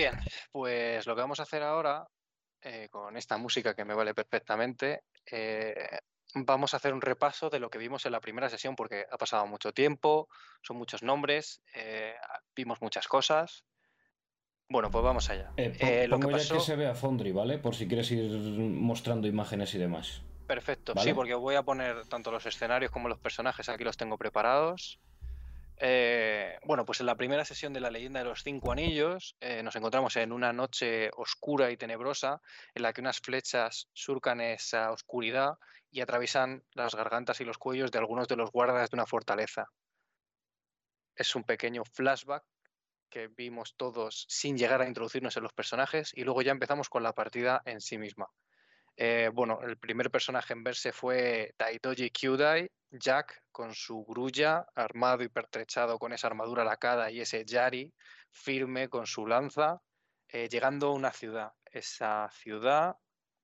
Bien, pues lo que vamos a hacer ahora, con esta música que me vale perfectamente, vamos a hacer un repaso de lo que vimos en la primera sesión, porque ha pasado mucho tiempo, son muchos nombres, vimos muchas cosas. Bueno, pues vamos allá. Lo que Pongo ya que pasó, se vea Foundry, ¿vale? Por si quieres ir mostrando imágenes y demás. perfecto, sí, ¿Vale? porque voy a poner tanto los escenarios como los personajes, aquí los tengo preparados. Bueno, pues en la primera sesión de la leyenda de los cinco anillos nos encontramos en una noche oscura y tenebrosa en la que unas flechas surcan esa oscuridad y atraviesan las gargantas y los cuellos de algunos de los guardas de una fortaleza. Es un pequeño flashback que vimos todos sin llegar a introducirnos en los personajes y luego ya empezamos con la partida en sí misma. Bueno, el primer personaje en verse fue Daidoji Kyūdai, Jack, con su grulla, armado y pertrechado con esa armadura lacada y ese yari firme con su lanza, llegando a una ciudad. Esa ciudad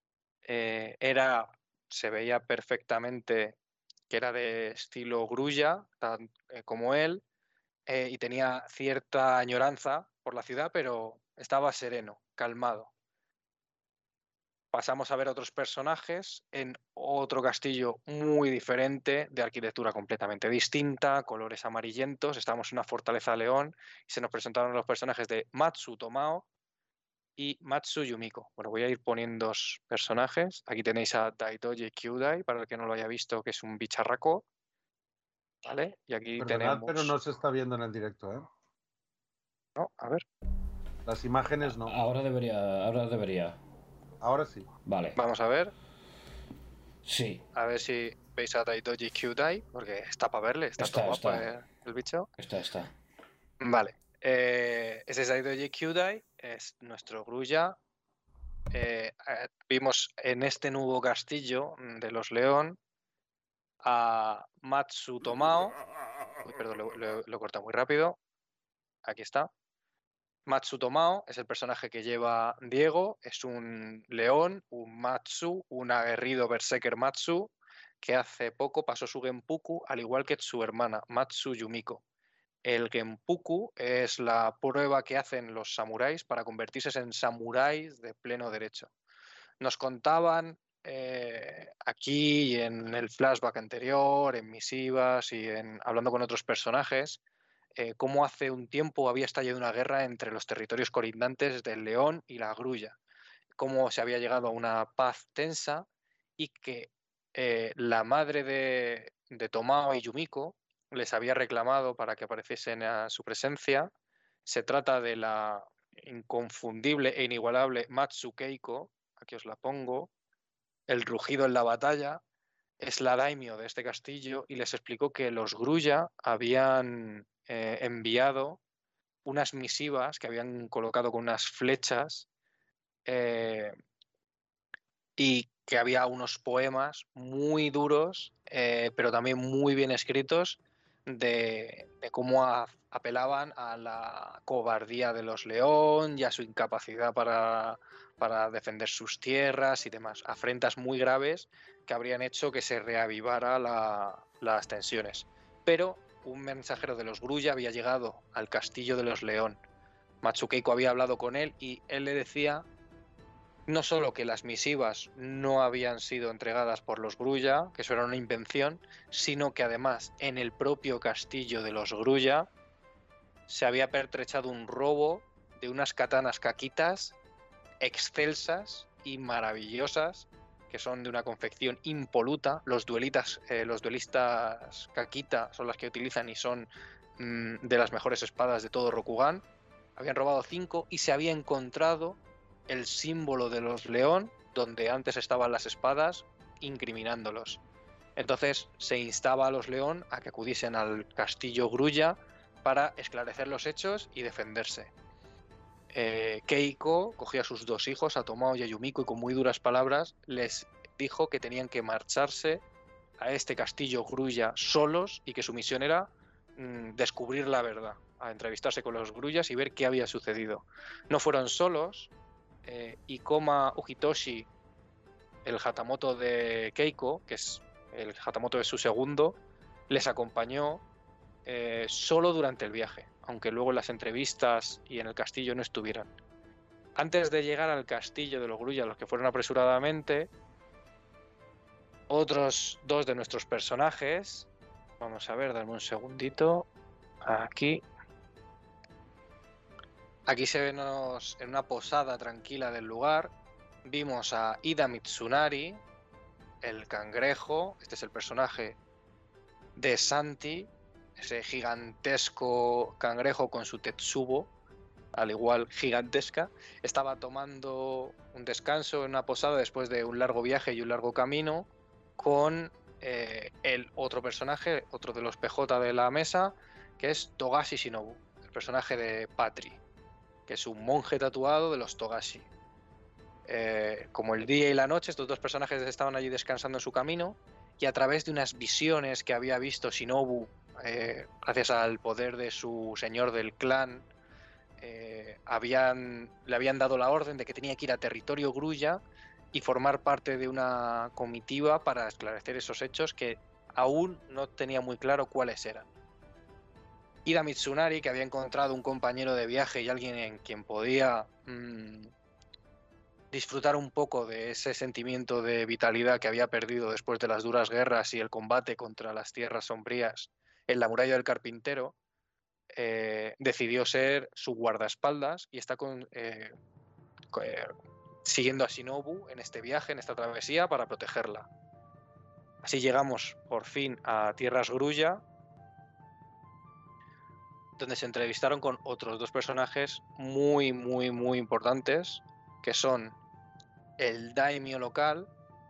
se veía perfectamente que era de estilo grulla, como él, y tenía cierta añoranza por la ciudad, pero estaba sereno, calmado. Pasamos a ver otros personajes en otro castillo muy diferente, de arquitectura completamente distinta, colores amarillentos. Estamos en una fortaleza león y se nos presentaron los personajes de Matsu Tomao y Matsu Yumiko. Bueno, voy a ir poniendo personajes. Aquí tenéis a Daidoji Kyūdai, para el que no lo haya visto, que es un bicharraco, ¿vale? Y aquí Perdonad, pero tenemos... no se está viendo en el directo, ¿eh? No, a ver, Las imágenes no. Ahora debería. Ahora debería. Ahora sí. Vale. vamos Sí. a ver si veis a Daidoji Kyūdai, porque está para verle, está todo Está, guapo está. el bicho. Está. Vale. Ese Saidoji Kyūdai es nuestro grulla. Vimos en este nuevo castillo de los León a Matsu Tomao. Uy, perdón, lo he cortado muy rápido. Aquí está. Matsu Tomao es el personaje que lleva Diego. Es un león, un Matsu, un aguerrido berserker Matsu, que hace poco pasó su Genpuku, al igual que su hermana, Matsu Yumiko. El Genpuku es la prueba que hacen los samuráis para convertirse en samuráis de pleno derecho. Nos contaban aquí y en el flashback anterior, en misivas y hablando con otros personajes, cómo hace un tiempo había estallado una guerra entre los territorios colindantes del León y la Grulla, cómo se había llegado a una paz tensa y que la madre de Tomao y Yumiko les había reclamado para que apareciesen a su presencia. Se trata de la inconfundible e inigualable Matsu Keiko, aquí os la pongo, el rugido en la batalla, es la daimyo de este castillo y les explicó que los Grulla habían enviado unas misivas que habían colocado con unas flechas eh, y que había unos poemas muy duros, pero también muy bien escritos, de cómo apelaban a la cobardía de los León y a su incapacidad para defender sus tierras y demás. Afrentas muy graves que habrían hecho que se reavivara las tensiones. Pero un mensajero de los Grulla había llegado al castillo de los León. Matsukeiko había hablado con él y él le decía no solo que las misivas no habían sido entregadas por los Grulla, que eso era una invención, sino que además en el propio castillo de los Grulla se había pertrechado un robo de unas katanas caquitas excelsas y maravillosas, que son de una confección impoluta. Los duelistas caquita son las que utilizan y son de las mejores espadas de todo Rokugan. Habían robado 5 y se había encontrado el símbolo de los León, donde antes estaban las espadas, incriminándolos. Entonces se instaba a los León a que acudiesen al castillo Grulla para esclarecer los hechos y defenderse. Keiko cogió a sus dos hijos, a Tomao y a Yumiko, y con muy duras palabras les dijo que tenían que marcharse a este castillo Grulla solos y que su misión era descubrir la verdad, a entrevistarse con los Grullas y ver qué había sucedido. No fueron solos. Ikoma Ujitoshi, el Hatamoto de Keiko, que es el Hatamoto de su segundo, les acompañó solo durante el viaje, aunque luego en las entrevistas y en el castillo no estuvieran. Antes de llegar al castillo de los Grulla, los que fueron apresuradamente, otros dos de nuestros personajes, vamos a ver, dame un segundito, aquí se vemos en una posada tranquila del lugar, vimos a Ida Mitsunari, el cangrejo, este es el personaje de Santi, ese gigantesco cangrejo con su tetsubo, al igual gigantesca, estaba tomando un descanso en una posada después de un largo viaje y un largo camino con el otro personaje, otro de los PJ de la mesa, que es Togashi Shinobu, el personaje de Patri, que es un monje tatuado de los Togashi. Como el día y la noche, estos dos personajes estaban allí descansando en su camino y a través de unas visiones que había visto Shinobu, gracias al poder de su señor del clan, le habían dado la orden de que tenía que ir a territorio Grulla y formar parte de una comitiva para esclarecer esos hechos que aún no tenía muy claro cuáles eran. Ida Mitsunari, que había encontrado un compañero de viaje y alguien en quien podía disfrutar un poco de ese sentimiento de vitalidad que había perdido después de las duras guerras y el combate contra las tierras sombrías en la muralla del Carpintero, decidió ser su guardaespaldas y está siguiendo a Shinobu en este viaje, en esta travesía, para protegerla. Así llegamos por fin a Tierras Grulla, donde se entrevistaron con otros dos personajes muy importantes, que son el daimyo local,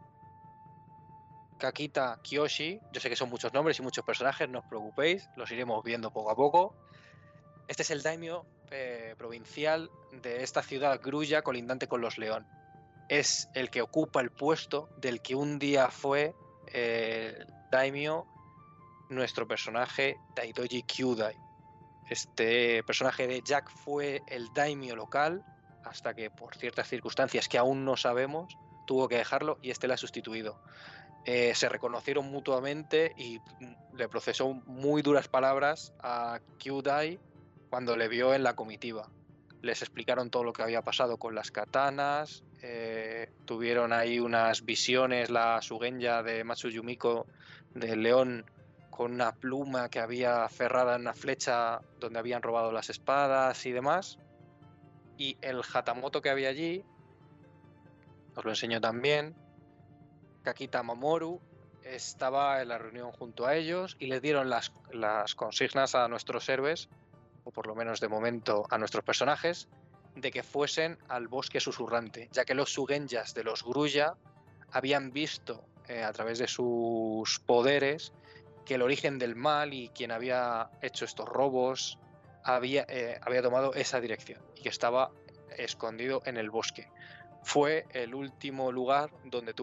Kakita Kiyoshi. Yo sé que son muchos nombres y muchos personajes, no os preocupéis, los iremos viendo poco a poco. Este es el daimyo provincial de esta ciudad Grulla colindante con los León. Es el que ocupa el puesto del que un día fue daimyo nuestro personaje Daidoji Kyūdai. Este personaje de Jack fue el daimyo local hasta que por ciertas circunstancias que aún no sabemos tuvo que dejarlo y este le ha sustituido. Se reconocieron mutuamente y le procesó muy duras palabras a Kyūdai cuando le vio en la comitiva. Les explicaron todo lo que había pasado con las katanas, tuvieron ahí unas visiones, la Sugenya de Matsu Yumiko del león con una pluma que había aferrada en una flecha donde habían robado las espadas y demás. Y el Hatamoto que había allí, os lo enseño también, Kakita Mamoru, estaba en la reunión junto a ellos y les dieron las consignas a nuestros héroes, o por lo menos de momento a nuestros personajes, de que fuesen al bosque susurrante, ya que los Sugenyas de los Grulla habían visto a través de sus poderes que el origen del mal y quien había hecho estos robos había tomado esa dirección y que estaba escondido en el bosque. Fue el último lugar donde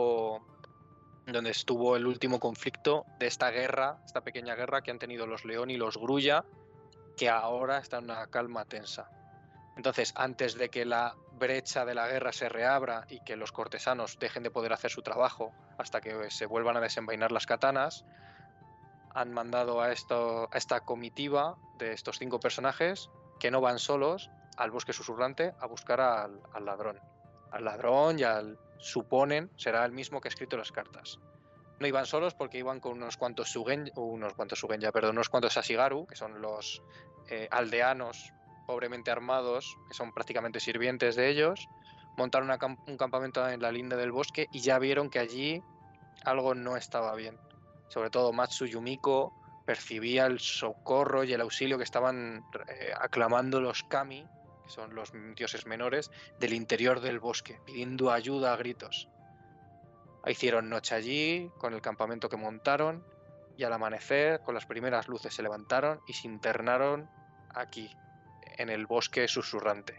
estuvo el último conflicto de esta guerra, esta pequeña guerra que han tenido los León y los Grulla, que ahora está en una calma tensa. Entonces, antes de que la brecha de la guerra se reabra y que los cortesanos dejen de poder hacer su trabajo hasta que se vuelvan a desenvainar las katanas, han mandado a esta comitiva de estos 5 personajes que no van solos al bosque susurrante a buscar al ladrón. Al ladrón y suponen será el mismo que ha escrito las cartas. No iban solos porque iban con unos cuantos Ashigaru, que son los aldeanos pobremente armados, que son prácticamente sirvientes de ellos. Montaron un campamento en la linde del bosque y ya vieron que allí algo no estaba bien. Sobre todo Matsu Yumiko percibía el socorro y el auxilio que estaban aclamando los kami, que son los dioses menores, del interior del bosque, pidiendo ayuda a gritos. Hicieron noche allí, con el campamento que montaron, y al amanecer, con las primeras luces, se levantaron y se internaron aquí, en el bosque susurrante.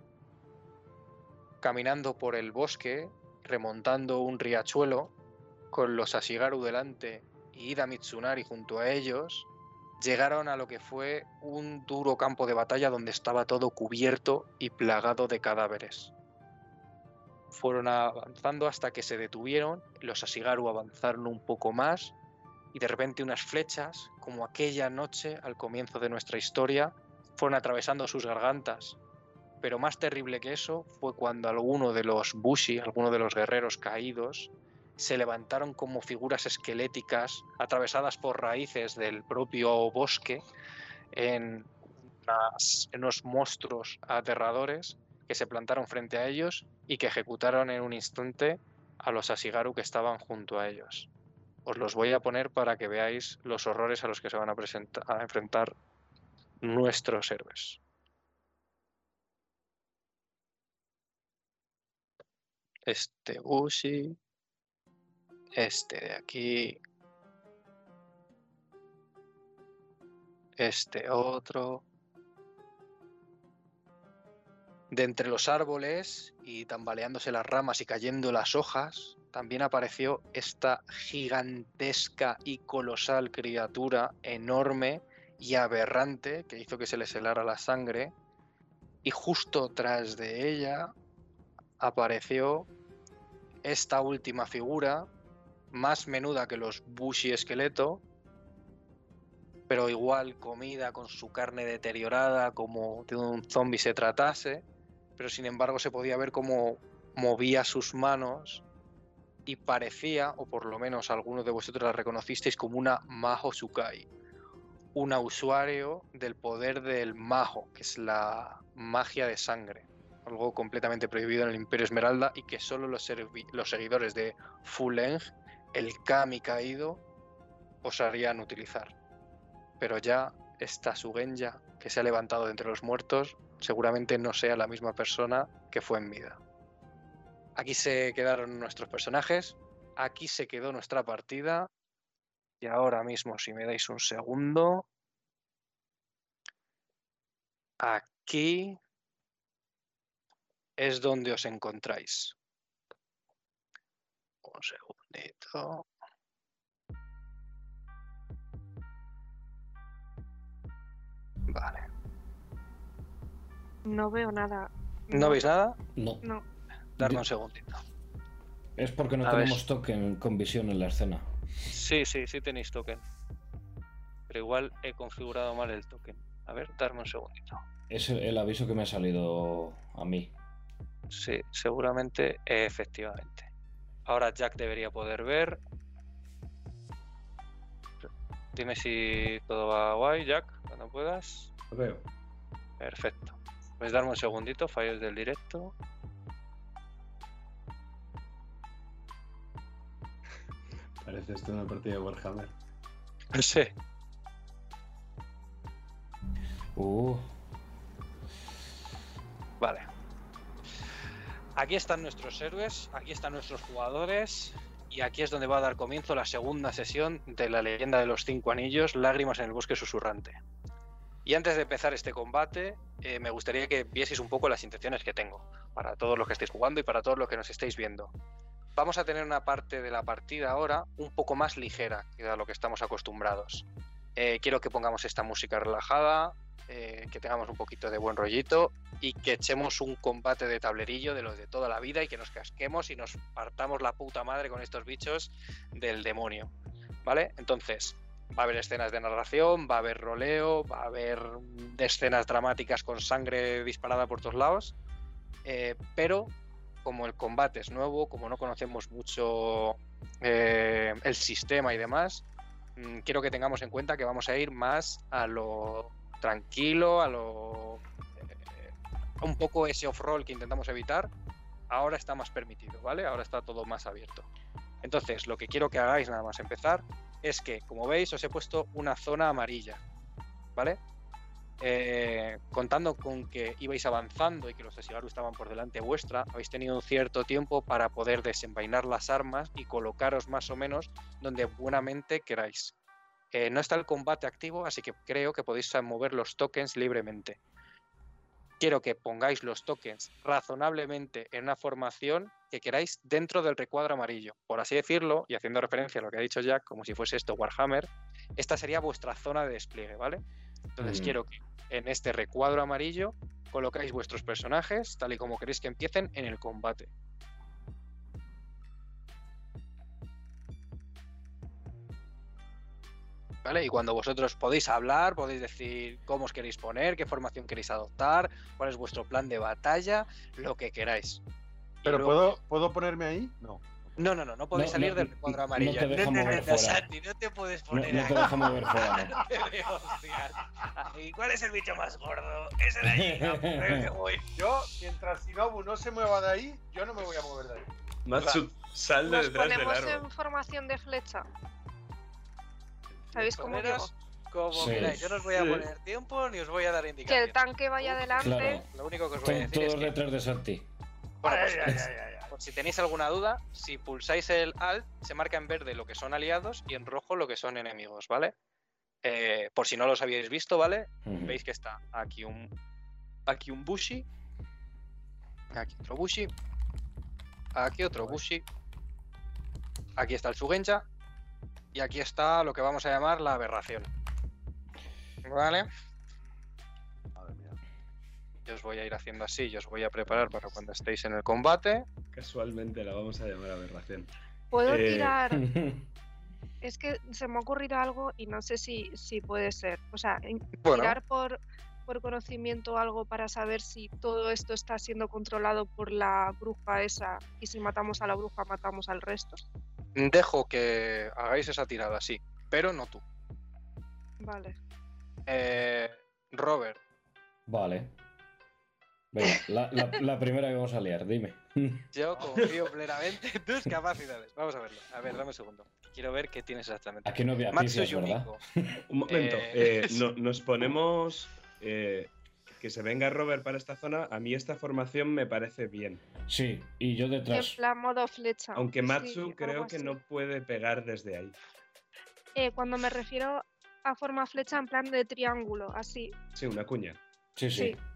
Caminando por el bosque, remontando un riachuelo, con los Ashigaru delante y Ida Mitsunari junto a ellos, llegaron a lo que fue un duro campo de batalla donde estaba todo cubierto y plagado de cadáveres. Fueron avanzando hasta que se detuvieron, los Ashigaru avanzaron un poco más y de repente unas flechas, como aquella noche al comienzo de nuestra historia, fueron atravesando sus gargantas, Pero más terrible que eso fue cuando alguno de los Bushi, alguno de los guerreros caídos, se levantaron como figuras esqueléticas atravesadas por raíces del propio bosque en unos monstruos aterradores que se plantaron frente a ellos y que ejecutaron en un instante a los Ashigaru que estaban junto a ellos. Os los voy a poner para que veáis los horrores a los que se van a enfrentar nuestros héroes. Este Bushi, este de aquí, este otro. De entre los árboles y tambaleándose las ramas y cayendo las hojas, también apareció esta gigantesca y colosal criatura enorme y aberrante que hizo que se les helara la sangre. Y justo tras de ella apareció esta última figura, más menuda que los Bushi esqueleto, pero igual comida con su carne deteriorada, como de un zombie se tratase, pero sin embargo se podía ver cómo movía sus manos y parecía, o por lo menos algunos de vosotros la reconocisteis, como una Maho Tsukai, una usuario del poder del Maho, que es la magia de sangre, algo completamente prohibido en el Imperio Esmeralda y que solo los seguidores de Fuleng, el Kami caído, osarían utilizar. Pero ya esta Sugenya, que se ha levantado de entre los muertos, seguramente no sea la misma persona que fue en vida. Aquí se quedaron nuestros personajes, aquí se quedó nuestra partida, y ahora mismo, si me dais un segundo, aquí es donde os encontráis. Un segundito. Vale. No veo nada. ¿No veis nada? No. No. Darme un segundito. Es porque no A ver. tenemos token con visión en la escena. Sí tenéis token. Pero igual he configurado mal el token. A ver, darme un segundito. Es el aviso que me ha salido a mí. Sí, seguramente, efectivamente. Ahora Jack debería poder ver. Dime si todo va guay, Jack, cuando puedas. Lo veo. Perfecto. Pues darme un segundito, fallos del directo. Parece esto una partida de Warhammer. Sí. Vale. Aquí están nuestros héroes, aquí están nuestros jugadores y aquí es donde va a dar comienzo la segunda sesión de la leyenda de los 5 anillos, Lágrimas en el bosque susurrante. Y antes de empezar este combate, me gustaría que vieseis un poco las intenciones que tengo para todos los que estéis jugando y para todos los que nos estéis viendo. Vamos a tener una parte de la partida ahora un poco más ligera que a lo que estamos acostumbrados. Quiero que pongamos esta música relajada, que tengamos un poquito de buen rollito y que echemos un combate de tablerillo de los de toda la vida y que nos casquemos y nos partamos la puta madre con estos bichos del demonio, ¿vale? Entonces, va a haber escenas de narración, va a haber roleo, va a haber escenas dramáticas con sangre disparada por todos lados, pero como el combate es nuevo, como no conocemos mucho el sistema y demás, quiero que tengamos en cuenta que vamos a ir más a lo tranquilo, a lo un poco ese off-roll que intentamos evitar. Ahora está más permitido, ¿vale? Ahora está todo más abierto. Entonces, lo que quiero que hagáis nada más empezar es que, como veis, os he puesto una zona amarilla, ¿vale? Contando con que ibais avanzando y que los Ashigaru estaban por delante vuestra, habéis tenido un cierto tiempo para poder desenvainar las armas y colocaros más o menos donde buenamente queráis. No está el combate activo, así que creo que podéis mover los tokens libremente. Quiero que pongáis los tokens razonablemente en una formación que queráis dentro del recuadro amarillo. Por así decirlo, y haciendo referencia a lo que ha dicho Jack, como si fuese esto Warhammer, esta sería vuestra zona de despliegue, ¿vale? Entonces quiero que en este recuadro amarillo colocáis vuestros personajes tal y como queréis que empiecen en el combate. ¿vale? Y cuando vosotros podéis hablar, podéis decir cómo os queréis poner, qué formación queréis adoptar, cuál es vuestro plan de batalla, lo que queráis. Y ¿Pero luego- puedo ponerme ahí? No. no podéis No, salir no, del cuadro no amarillo. te deja mover fuera. Santi, no te puedes No, poner no te ahí. deja mover fuera. No te veo, hostias. ¿Y cuál es el bicho más gordo? Ese de allí. No, por el que voy. Yo, mientras Shinobu no se mueva de ahí, yo no me voy a mover de ahí. Matsu, sal de Nos detrás del ponemos árbol. en formación de flecha. ¿Sabéis cómo digo? Poneros como Sí. queráis. Yo no os voy a Sí. poner tiempo ni os voy a dar Que indicaciones. el tanque vaya adelante. Claro. Lo único que os voy a decir es Todos que, detrás de Santi. bueno, Ay, pues, ay, ay, ay. por si tenéis alguna duda, si pulsáis el Alt, se marca en verde lo que son aliados y en rojo lo que son enemigos, ¿vale? Por si no los habíais visto, ¿vale? Ujú. Veis que está aquí un Bushi, aquí otro Bushi, aquí otro Bushi, aquí está el Shugenja y aquí está lo que vamos a llamar la aberración. ¿Vale? Madre mía. Yo os voy a ir haciendo así, yo os voy a preparar para cuando estéis en el combate. Casualmente la vamos a llamar aberración. Puedo Eh, tirar. Es que se me ha ocurrido algo y no sé si puede ser. O sea, Bueno. tirar por conocimiento algo para saber si todo esto está siendo controlado por la bruja esa y si matamos a la bruja matamos al resto. Dejo que hagáis esa tirada, sí, pero no tú. Vale. Robert, Vale. Venga, la primera que vamos a liar, dime. yo confío plenamente en tus capacidades. Vamos a verlo. A ver, dame un segundo. Quiero ver qué tienes exactamente. Aquí no había Matsu picias, ¿verdad? Yumiko. Un momento, Eh, nos ponemos que se venga Robert para esta zona. A mí esta formación me parece bien. Sí, y yo En detrás. plan modo flecha. Aunque Sí, Matsu algo creo que así. no puede pegar desde ahí. Cuando me refiero a forma flecha en plan de triángulo, así. Sí, una cuña. Sí, sí. Sí.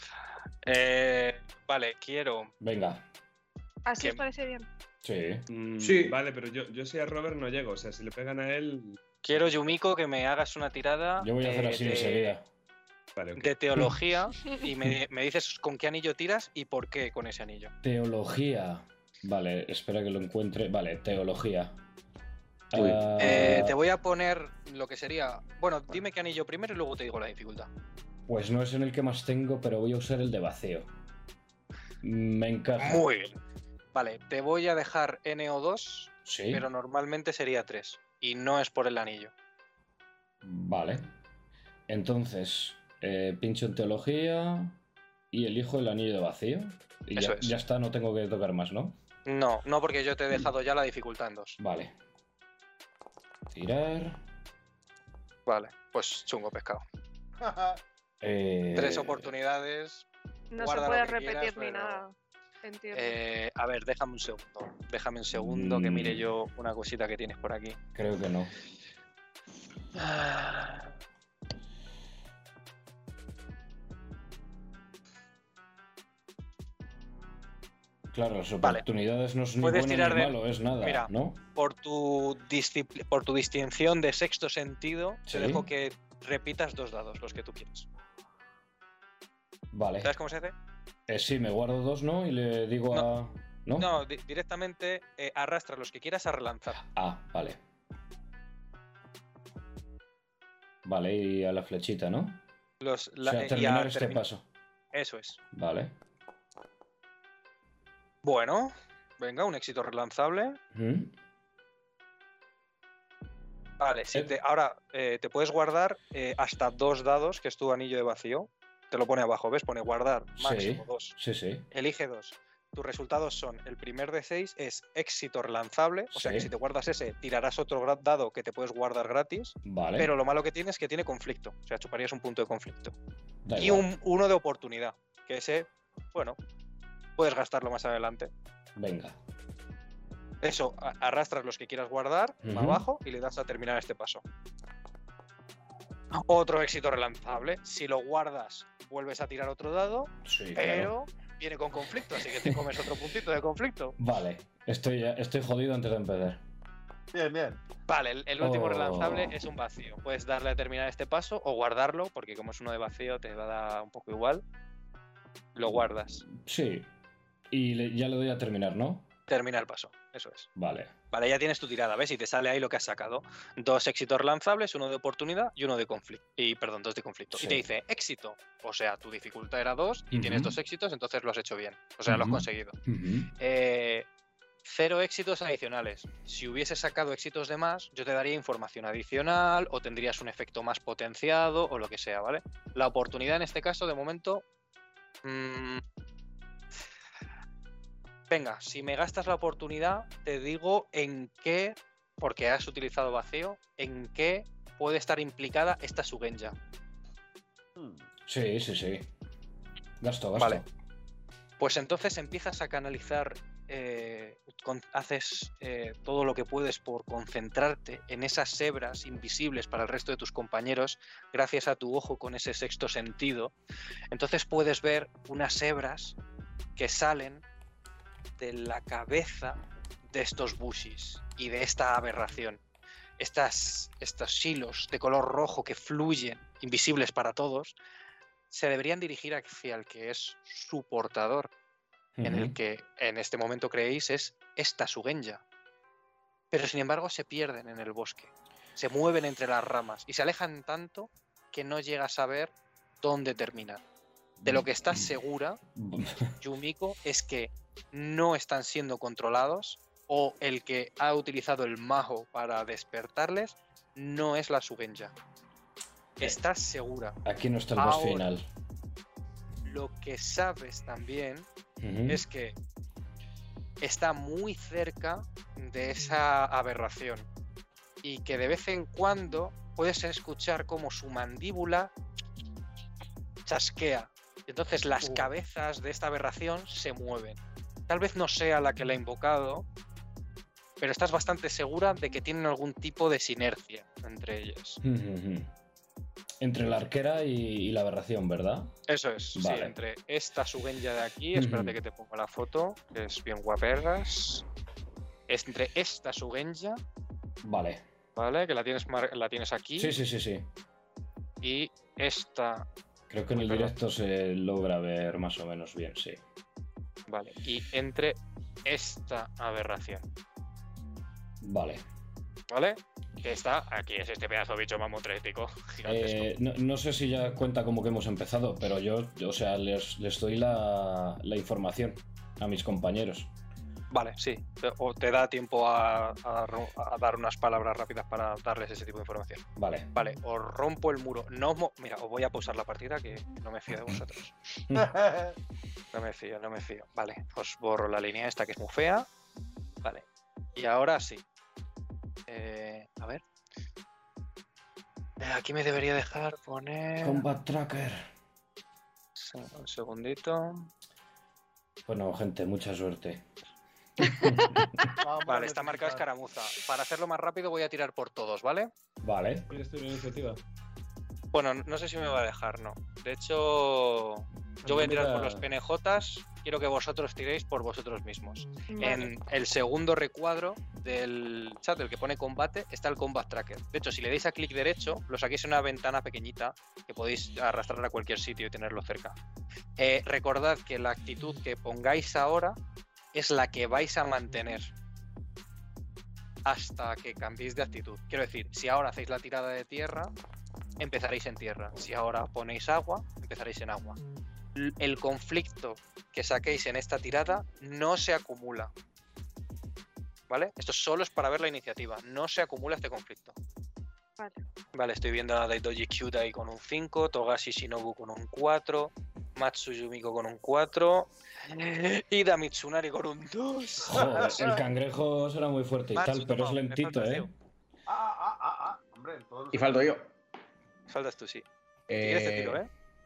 Vale, quiero. Venga. Así ¿Qué? os parece bien. Sí. Sí. Vale, pero yo si a Robert no llego. O sea, si le pegan a él. Quiero, Yumiko, que me hagas una tirada Yo voy a hacer así enseguida. Vale, ok. de teología y me dices con qué anillo tiras y por qué con ese anillo. Teología. Vale, espera que lo encuentre. Vale, teología. Uy. Ah, Te voy a poner lo que sería. Bueno, dime qué anillo primero y luego te digo la dificultad. Pues no es en el que más tengo, pero voy a usar el de vacío. Me encaja. Muy bien. Vale, te voy a dejar NO2, Sí. pero normalmente sería 3. Y no es por el anillo. Vale. Entonces, pincho en teología y elijo el anillo de vacío. Y Eso ya, es. ya está, no tengo que tocar más, ¿no? No, porque yo te he dejado ya la dificultad en 2. Vale. Tirar. Vale, pues chungo pescado. 3 oportunidades. No Guarda se lo puede que repetir quieras, ni pero- nada. Entiendo. A ver, déjame un segundo. Déjame un segundo que mire Mm. yo una cosita que tienes por aquí. Creo que no. Claro, las Vale. oportunidades no es ni Puedes bueno tirar ni de- malo, es nada, Mira. ¿no? Por tu distinción de sexto sentido, Sí. te dejo que repitas 2 dados, los que tú quieras. Vale. ¿Sabes cómo se hace? Sí, me guardo 2, ¿no? Y le digo a... ¿No? No, directamente arrastra los que quieras a relanzar. Ah, vale. Vale, y a la flechita, ¿no? O sea, y terminar a este paso. Eso es. Vale. Bueno, venga, un éxito relanzable. Mm. Vale, ahora te puedes guardar hasta 2 dados, que es tu anillo de vacío. Te lo pone abajo, ¿ves? Pone guardar, máximo 2. Sí, sí. Elige 2. Tus resultados son, el primer de 6 es éxito relanzable, o sea Sí. que si te guardas ese, tirarás otro dado que te puedes guardar gratis, Vale. pero lo malo que tiene es que tiene conflicto, o sea, chuparías un punto de conflicto. Da Y igual. uno de oportunidad, que ese, bueno, puedes gastarlo más adelante. Venga. Eso, arrastras los que quieras guardar Ujú. abajo y le das a terminar este paso. Otro éxito relanzable, si lo guardas, vuelves a tirar otro dado, Sí, claro. pero viene con conflicto, así que te comes otro puntito de conflicto. Vale. Estoy jodido antes de empezar. Bien, bien. Vale, el último Oh. relanzable es un vacío. Puedes darle a terminar este paso o guardarlo, porque como es uno de vacío te va a dar un poco igual. Lo guardas. Sí. Y ya le doy a terminar, ¿no? Termina el paso. Eso es. Vale. Vale, ya tienes tu tirada, ¿ves? Y te sale ahí lo que has sacado. 2 éxitos lanzables, 1 de oportunidad y 1 de conflicto. Y, perdón, 2 de conflicto. Sí. Y te dice éxito. O sea, tu dificultad era 2 y tienes Ujú. 2 éxitos, entonces lo has hecho bien. O sea, lo has Ujú. conseguido. Ujú. 0 éxitos adicionales. Si hubiese sacado éxitos de más, yo te daría información adicional o tendrías un efecto más potenciado o lo que sea, ¿vale? La oportunidad en este caso, de momento... Venga, si me gastas la oportunidad, te digo en qué, porque has utilizado vacío, en qué puede estar implicada esta Sugenja. Sí, sí, sí. Gasto. Vale. Pues entonces empiezas a canalizar, haces todo lo que puedes por concentrarte en esas hebras invisibles para el resto de tus compañeros, gracias a tu ojo con ese sexto sentido. Entonces puedes ver unas hebras que salen de la cabeza de estos bushis y de esta aberración. Estos hilos de color rojo que fluyen, invisibles para todos, se deberían dirigir hacia el que es su portador, en el que en este momento creéis es esta Sugenja. Pero sin embargo se pierden en el bosque, se mueven entre las ramas y se alejan tanto que no llegas a ver dónde terminan. De lo que estás segura, Yumiko, es que no están siendo controlados, o el que ha utilizado el mago para despertarles no es la Sugenja. Estás segura. Aquí no está el boss Ahora, final. Lo que sabes también Ujú. es que está muy cerca de esa aberración y que de vez en cuando puedes escuchar como su mandíbula chasquea. Entonces las cabezas de esta aberración se mueven. Tal vez no sea la que la ha invocado, pero estás bastante segura de que tienen algún tipo de sinergia entre ellas. Ujú. Entre la arquera y la aberración, ¿verdad? Eso es, Vale. sí, entre esta Sugenja de aquí, espérate que te pongo la foto, que es bien guaperras. Entre esta Sugenja, Vale. ¿vale? Que la tienes aquí, Sí, sí, sí, sí. y esta, Creo que en el Perdón. directo se logra ver más o menos bien, sí. ¿vale? Y entre esta aberración, Vale. ¿vale? Que está aquí, es este pedazo de bicho mamotrético gigantesco. No sé si ya cuenta como que hemos empezado, pero yo o sea, les doy la información a mis compañeros. Vale, sí. O te da tiempo a dar unas palabras rápidas para darles ese tipo de información. Vale. Vale, os rompo el muro. Mira, os voy a pausar la partida que no me fío de vosotros. No me fío. Vale, os borro la línea esta que es muy fea. Vale. Y ahora sí. A ver. Aquí me debería dejar poner... Combat Tracker. Sí, un segundito. Bueno, gente, mucha suerte. Vamos a Vale, está marcada necesitar. escaramuza. Para hacerlo más rápido voy a tirar por todos, ¿vale? Vale. ¿Quieres tu iniciativa? Bueno, no sé si me va a dejar, no. De hecho, yo voy a tirar por los Mira. PNJs. Quiero que vosotros tiréis por vosotros mismos. Vale. En el segundo recuadro del chat, el que pone combate, está el Combat Tracker. De hecho, si le dais a clic derecho, lo saquéis en una ventana pequeñita que podéis arrastrar a cualquier sitio y tenerlo cerca. Recordad que la actitud que pongáis ahora es la que vais a mantener hasta que cambiéis de actitud. Quiero decir, si ahora hacéis la tirada de tierra, empezaréis en tierra. Si ahora ponéis agua, empezaréis en agua. El conflicto que saquéis en esta tirada no se acumula. ¿Vale? Esto solo es para ver la iniciativa. No se acumula este conflicto. Vale. Vale, estoy viendo a Daidoji Kyudai con un 5, Togashi Shinobu con un 4, Matsu Yumiko con un 4 y Da Mitsunari con un 2. Joder, el cangrejo será muy fuerte y Matsu, tal, pero es toma, me lentito, faltas, ¿eh? tío. Hombre, en todos los- Y falto yo. Faltas tú, sí. ¿Quieres este tiro,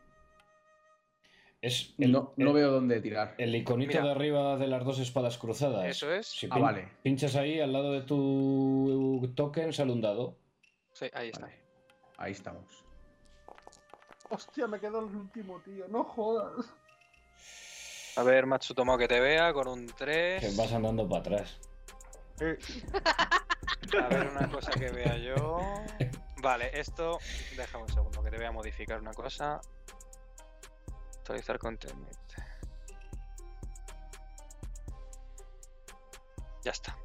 Es No veo dónde tirar. el iconito Mira. de arriba de las dos espadas cruzadas. Eso es. Si vale. pinchas ahí al lado de tu token, sale un dado. Sí, ahí está. Vale. Ahí estamos. Hostia, me quedo el último, tío. No jodas. A ver, Matsutomo que te vea con un Que 3. vas andando para atrás. A ver una cosa que vea yo. Vale, esto... Déjame un segundo que te voy a modificar una cosa. Actualizar contenido. Ya está.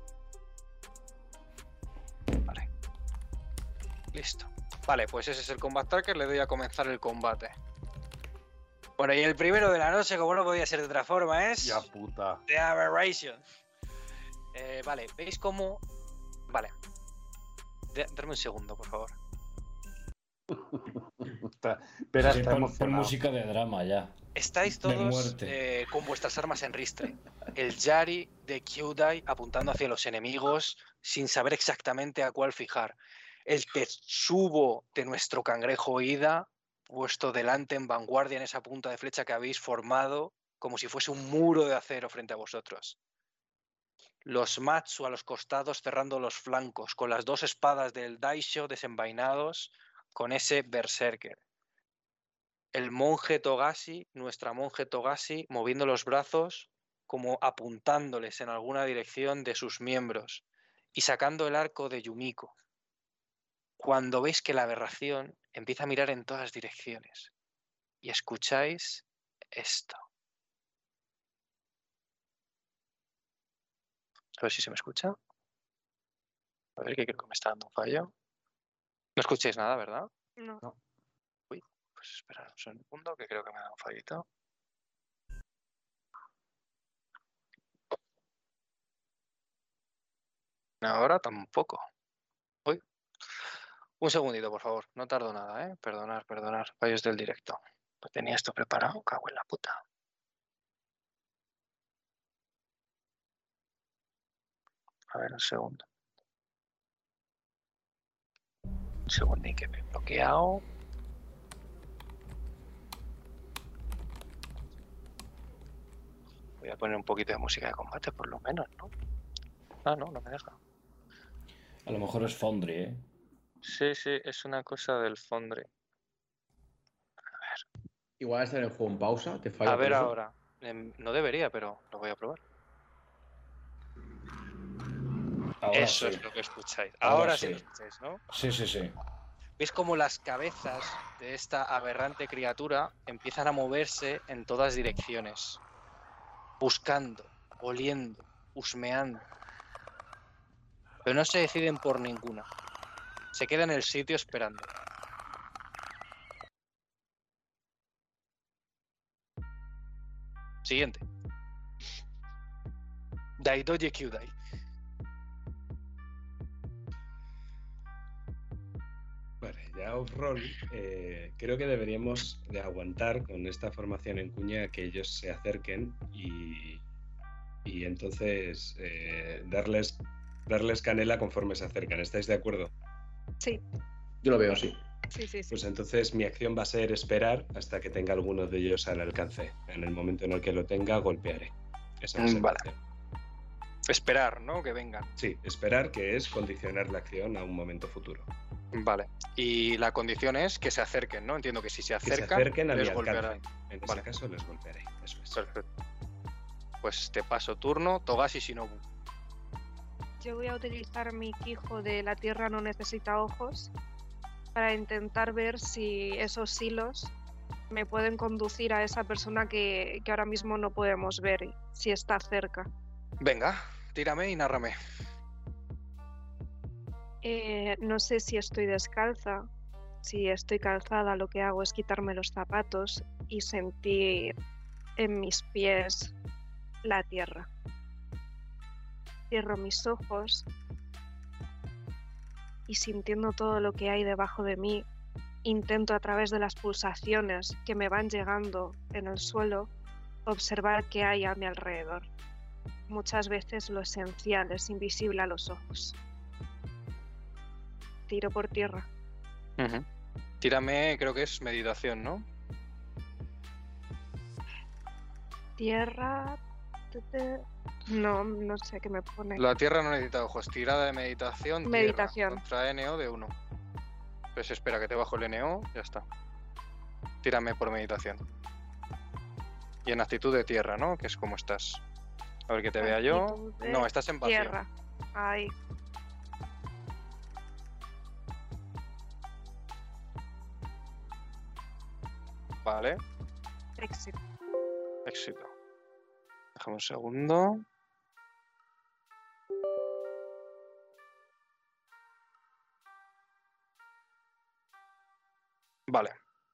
Vale. Listo. Vale, pues ese es el Combat Tracker. Le doy a comenzar el combate. Bueno, y el primero de la noche, como no podía ser de otra forma, es... Ya puta. The Aberration. Vale, ¿veis cómo...? Vale. Darme un segundo, por favor. Pero Sí, está pon emocionado. música de drama ya. Estáis De todos muerte. con vuestras armas en ristre. El Yari de Kyudai apuntando hacia los enemigos sin saber exactamente a cuál fijar. El Tetsubo de nuestro cangrejo Ida puesto delante en vanguardia en esa punta de flecha que habéis formado como si fuese un muro de acero frente a vosotros. Los Matsu a los costados cerrando los flancos con las dos espadas del Daisho desenvainados con ese Berserker. El monje Togashi, nuestra monje Togashi, moviendo los brazos como apuntándoles en alguna dirección de sus miembros y sacando el arco de Yumiko. Cuando veis que la aberración empieza a mirar en todas direcciones y escucháis esto. A ver si se me escucha. A ver, que creo que me está dando un fallo. No escucháis nada, ¿verdad? No. Uy, pues esperad un segundo que creo que me ha dado un fallito. Ahora tampoco. Uy. Un segundito, por favor. No tardo nada, ¿eh? Perdonar. Fallos del directo. Pues tenía esto preparado. Cago en la puta. A ver, un segundo. Un segundín que me he bloqueado. Voy a poner un poquito de música de combate, por lo menos, ¿no? Ah, no me deja. A lo mejor es Foundry, ¿eh? Sí, es una cosa del Foundry. Igual está en el juego en pausa, te falla A ver por eso. ahora. No debería, pero lo voy a probar. Ahora Eso sí. es lo que escucháis. Ahora Ahora sí sí. lo escucháis, ¿no? Sí. ¿Veis cómo las cabezas de esta aberrante criatura empiezan a moverse en todas direcciones? Buscando, oliendo, husmeando. Pero no se deciden por ninguna. Se quedan en el sitio esperando. Siguiente. Daidoji Kyudai. Vale, ya off-roll, creo que deberíamos de aguantar con esta formación en cuña que ellos se acerquen y entonces darles canela conforme se acercan. ¿Estáis de acuerdo? Sí, Yo lo veo, sí. sí. Pues entonces mi acción va a ser esperar hasta que tenga alguno de ellos al alcance. En el momento en el que lo tenga, golpearé. Esa va a ser mi Vale. acción. Esperar, ¿no? Que vengan. Sí, esperar, que es condicionar la acción a un momento futuro. Vale. Y la condición es que se acerquen, ¿no? Entiendo que si se Que se acercan, acerquen a mi les golpearán. alcance. En Vale. ese caso les golpearé. Eso es. Perfecto. Pues te paso turno, Togashi Shinobu. Yo voy a utilizar mi Quijo de La Tierra no necesita ojos para intentar ver si esos hilos me pueden conducir a esa persona que ahora mismo no podemos ver, si está cerca. Venga, tírame y nárrame. No sé si estoy descalza. Si estoy calzada, lo que hago es quitarme los zapatos y sentir en mis pies la tierra. Cierro mis ojos y sintiendo todo lo que hay debajo de mí, intento a través de las pulsaciones que me van llegando en el suelo observar qué hay a mi alrededor. Muchas veces lo esencial es invisible a los ojos. Tiro por tierra. Tírame, creo que es meditación, ¿no? Tierra... No sé qué me pone. La tierra no necesita ojos. Tirada de meditación. Meditación. Tierra, contra NO de 1. Pues espera que te bajo el NO. Ya está. Tírame por meditación. Y en actitud de tierra, ¿no? Que es como estás. A ver que te vea yo. Actitud de No, estás en vacío. Tierra. Ahí. Vale. Éxito. Éxito. Déjame un segundo. Vale.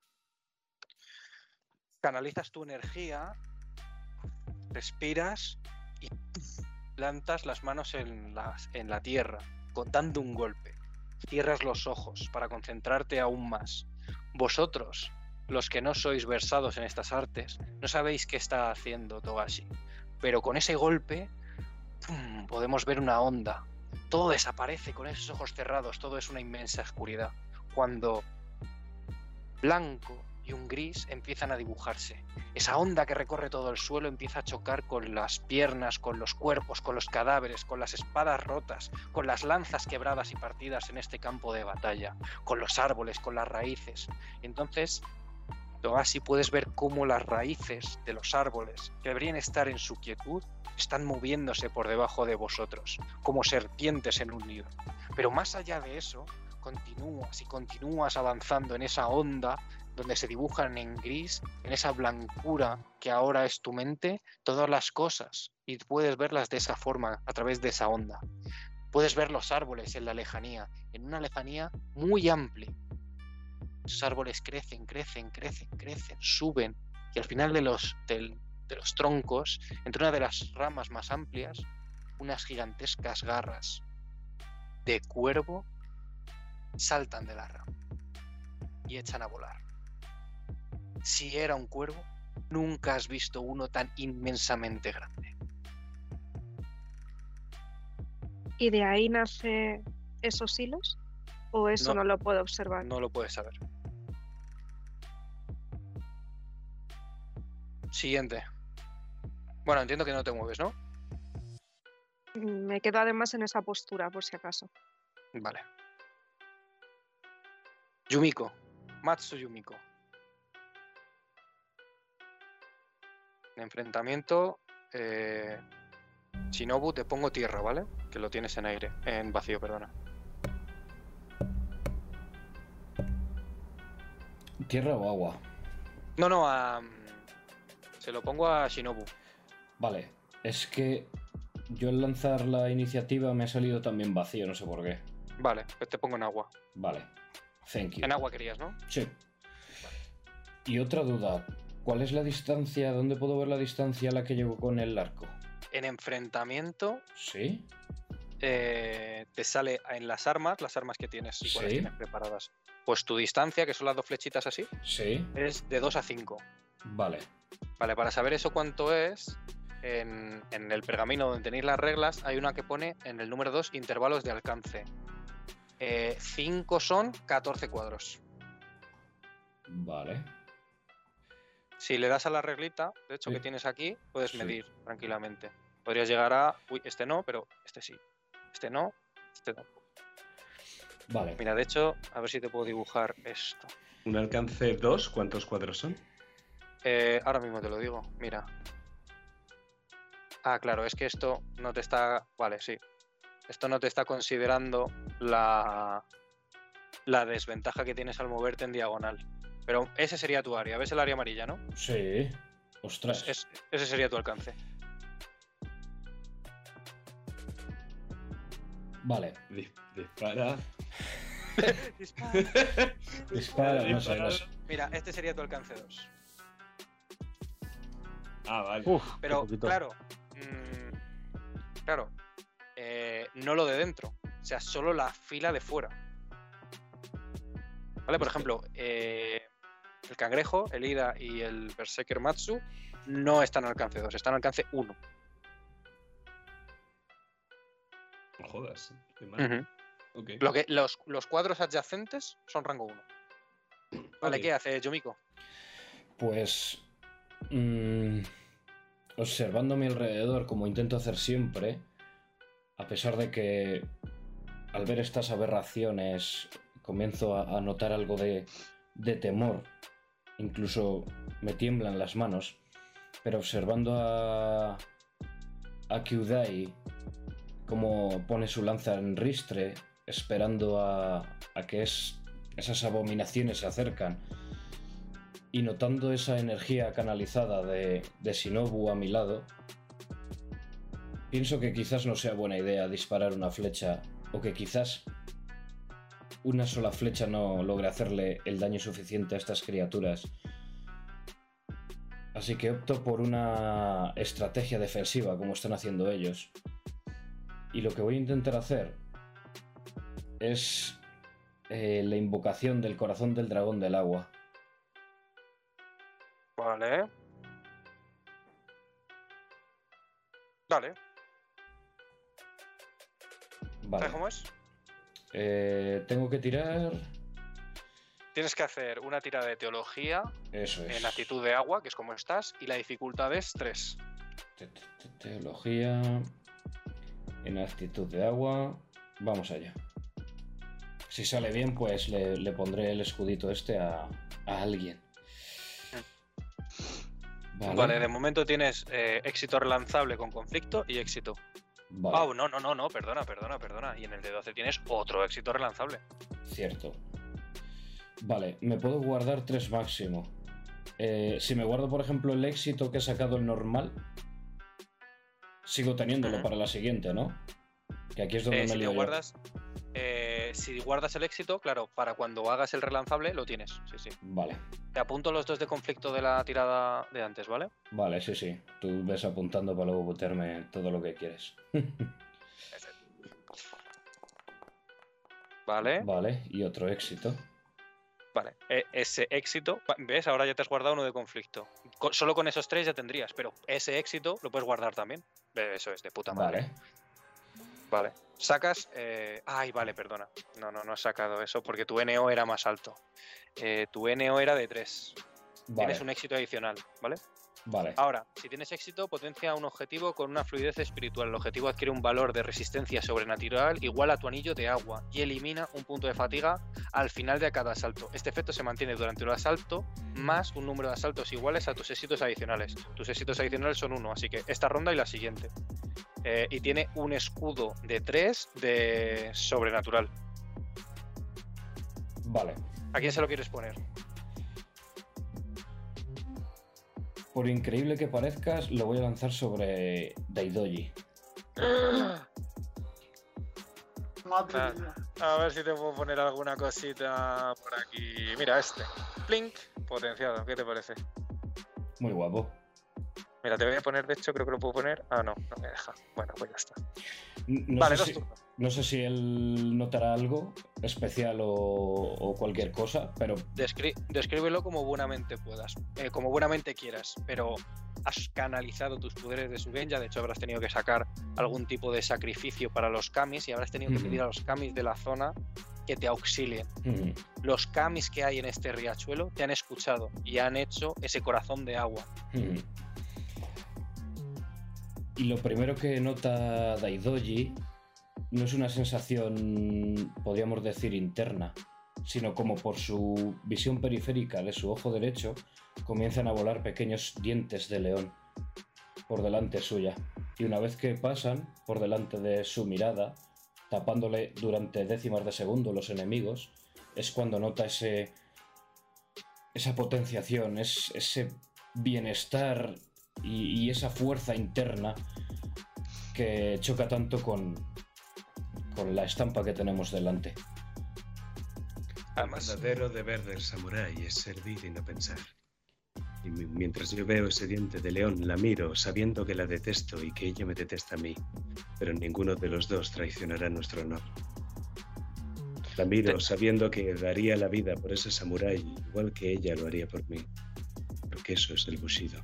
Canalizas tu energía, respiras y plantas las manos en la tierra, dando un golpe. Cierras los ojos para concentrarte aún más. Vosotros, los que no sois versados en estas artes, no sabéis qué está haciendo Togashi, pero con ese golpe podemos ver una onda. Todo desaparece con esos ojos cerrados, todo es una inmensa oscuridad. Cuando blanco y un gris empiezan a dibujarse. Esa onda que recorre todo el suelo empieza a chocar con las piernas, con los cuerpos, con los cadáveres, con las espadas rotas, con las lanzas quebradas y partidas en este campo de batalla, con los árboles, con las raíces. Entonces, Togashi, puedes ver cómo las raíces de los árboles, que deberían estar en su quietud, están moviéndose por debajo de vosotros, como serpientes en un nido. Pero más allá de eso, continúas avanzando en esa onda donde se dibujan en gris, en esa blancura que ahora es tu mente, todas las cosas, y puedes verlas de esa forma, a través de esa onda. Puedes ver los árboles en la lejanía, en una lejanía muy amplia. Esos árboles crecen, suben, y al final de los troncos, entre una de las ramas más amplias, unas gigantescas garras de cuervo saltan de la rama y echan a volar. Si era un cuervo, nunca has visto uno tan inmensamente grande. ¿Y de ahí nace esos hilos? ¿O eso no lo puedo observar? No lo puedes saber. Siguiente. Bueno, entiendo que no te mueves, ¿no? Me quedo además en esa postura, por si acaso. Vale. Yumiko. Matsu Yumiko. Enfrentamiento. Shinobu, te pongo tierra, ¿vale? Que lo tienes en aire. En vacío, perdona. ¿Tierra o agua? No, se lo pongo a Shinobu. Vale, es que yo al lanzar la iniciativa me ha salido también vacío, no sé por qué. Vale, pues te pongo en agua. Vale, thank you. En agua querías, ¿no? Sí. Y otra duda, ¿cuál es la distancia? ¿Dónde puedo ver la distancia a la que llego con el arco? En enfrentamiento. ¿Sí? Te sale en las armas que tienes y cuáles tienes preparadas. Pues tu distancia, que son las dos flechitas así, sí, es de 2 a 5. Vale. Vale, para saber eso cuánto es, en el pergamino donde tenéis las reglas, hay una que pone en el número 2 intervalos de alcance. 5 son 14 cuadros. Vale. Si le das a la reglita, de hecho, que tienes aquí, puedes medir tranquilamente. Podrías llegar a... Uy, este no, pero este sí. Este no, este no. Vale. Mira, de hecho, a ver si te puedo dibujar esto. Un alcance 2, ¿cuántos cuadros son? Ahora mismo te lo digo, mira. Ah, claro, es que esto no te está... Vale, sí. Esto no te está considerando la desventaja que tienes al moverte en diagonal. Pero ese sería tu área. ¿Ves el área amarilla, no? Sí. Ostras. Pues ese sería tu alcance. Vale. Dispara. Dispara, no sé. Mira, este sería tu alcance 2. Ah, vale. Pero, claro, no lo de dentro. O sea, solo la fila de fuera. Vale, por ejemplo, el cangrejo, el Ida y el Berserker Matsu no están al alcance 2, están al alcance 1. No jodas. Qué mal. Okay. Los cuadros adyacentes son rango 1. Vale, ¿qué hace Yumiko? Pues... observando a mi alrededor, como intento hacer siempre, a pesar de que al ver estas aberraciones comienzo a notar algo de temor, incluso me tiemblan las manos, pero observando a Kyudai como pone su lanza en ristre, esperando a que esas abominaciones se acercan, y notando esa energía canalizada de Shinobu a mi lado, pienso que quizás no sea buena idea disparar una flecha, o que quizás una sola flecha no logre hacerle el daño suficiente a estas criaturas. Así que opto por una estrategia defensiva, como están haciendo ellos. Y lo que voy a intentar hacer es la invocación del corazón del dragón del agua. Vale. Vale. Vale. ¿Sabes cómo es? Tengo que tirar... Tienes que hacer una tirada de teología Eso es. en actitud de agua, que es como estás, y la dificultad es 3. Teología... En actitud de agua... Vamos allá. Si sale bien, pues le pondré el escudito este a alguien. Vale, de momento tienes éxito relanzable con conflicto y éxito. Vale. Oh, no, perdona. Y en el de 12 tienes otro éxito relanzable. Cierto. Vale, me puedo guardar 3 máximo. Si me guardo, por ejemplo, el éxito que he sacado el normal, sigo teniéndolo para la siguiente, ¿no? Que aquí es donde me lío yo. Si guardas el éxito, claro, para cuando hagas el relanzable lo tienes. Sí. Vale. Te apunto los 2 de conflicto de la tirada de antes, ¿vale? Vale, sí. Tú ves apuntando para luego botarme todo lo que quieres. Vale. Vale, y otro éxito. Vale, ese éxito, ¿ves? Ahora ya te has guardado uno de conflicto. Solo con esos 3 ya tendrías, pero ese éxito lo puedes guardar también. Eso es de puta madre. Vale. Sacas... Ay, vale, perdona. No has sacado eso porque tu NO era más alto. Tu NO era de 3. Vale. Tienes un éxito adicional, ¿vale? Vale. Ahora, si tienes éxito, potencia un objetivo con una fluidez espiritual. El objetivo adquiere un valor de resistencia sobrenatural igual a tu anillo de agua y elimina un punto de fatiga al final de cada asalto. Este efecto se mantiene durante el asalto más un número de asaltos iguales a tus éxitos adicionales. Tus éxitos adicionales son 1, así que esta ronda y la siguiente. Y tiene un escudo de 3 de sobrenatural. Vale. ¿A quién se lo quieres poner? Por increíble que parezcas, lo voy a lanzar sobre Daidoji. Madre mía. A ver si te puedo poner alguna cosita por aquí. Mira, este. Plink, potenciado. ¿Qué te parece? Muy guapo. Mira, te voy a poner, de hecho, creo que lo puedo poner. Ah, no me deja. Bueno, pues ya está. No vale, no sé si él notará algo especial o cualquier cosa, pero... Descríbelo como buenamente puedas, como buenamente quieras, pero has canalizado tus poderes de Sugenja. De hecho, habrás tenido que sacar algún tipo de sacrificio para los Kamis y habrás tenido que pedir a los Kamis de la zona que te auxilien. Los Kamis que hay en este riachuelo te han escuchado y han hecho ese corazón de agua. Y lo primero que nota Daidoji no es una sensación, podríamos decir, interna, sino como por su visión periférica de su ojo derecho comienzan a volar pequeños dientes de león por delante suya. Y una vez que pasan por delante de su mirada, tapándole durante décimas de segundo los enemigos, es cuando nota esa potenciación, ese bienestar y esa fuerza interna que choca tanto con la estampa que tenemos delante. El verdadero deber del samurái es servir y no pensar. Y mientras yo veo ese diente de león, la miro sabiendo que la detesto y que ella me detesta a mí, pero ninguno de los dos traicionará nuestro honor. La miro sabiendo que daría la vida por ese samurái igual que ella lo haría por mí, porque eso es el Bushido.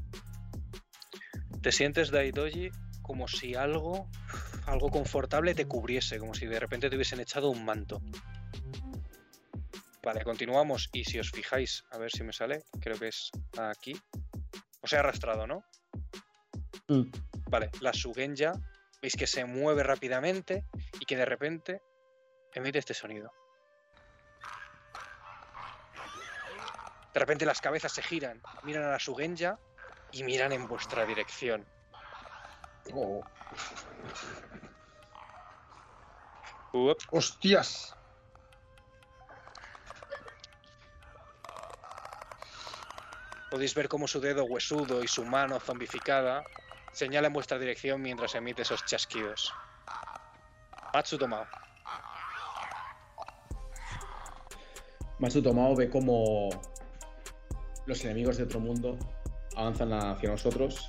Te sientes, Daidoji, como si algo confortable te cubriese, como si de repente te hubiesen echado un manto. Vale, continuamos. Y si os fijáis, a ver si me sale, creo que es aquí. Os he arrastrado, ¿no? Vale, la Sugenja, veis que se mueve rápidamente y que de repente emite este sonido. De repente las cabezas se giran, miran a la Sugenja y miran en vuestra dirección. ¡Hostias! Podéis ver cómo su dedo huesudo y su mano zombificada señala en vuestra dirección mientras emite esos chasquidos. Matsu Tomao. Matsu Tomao ve como los enemigos de otro mundo avanzan hacia nosotros,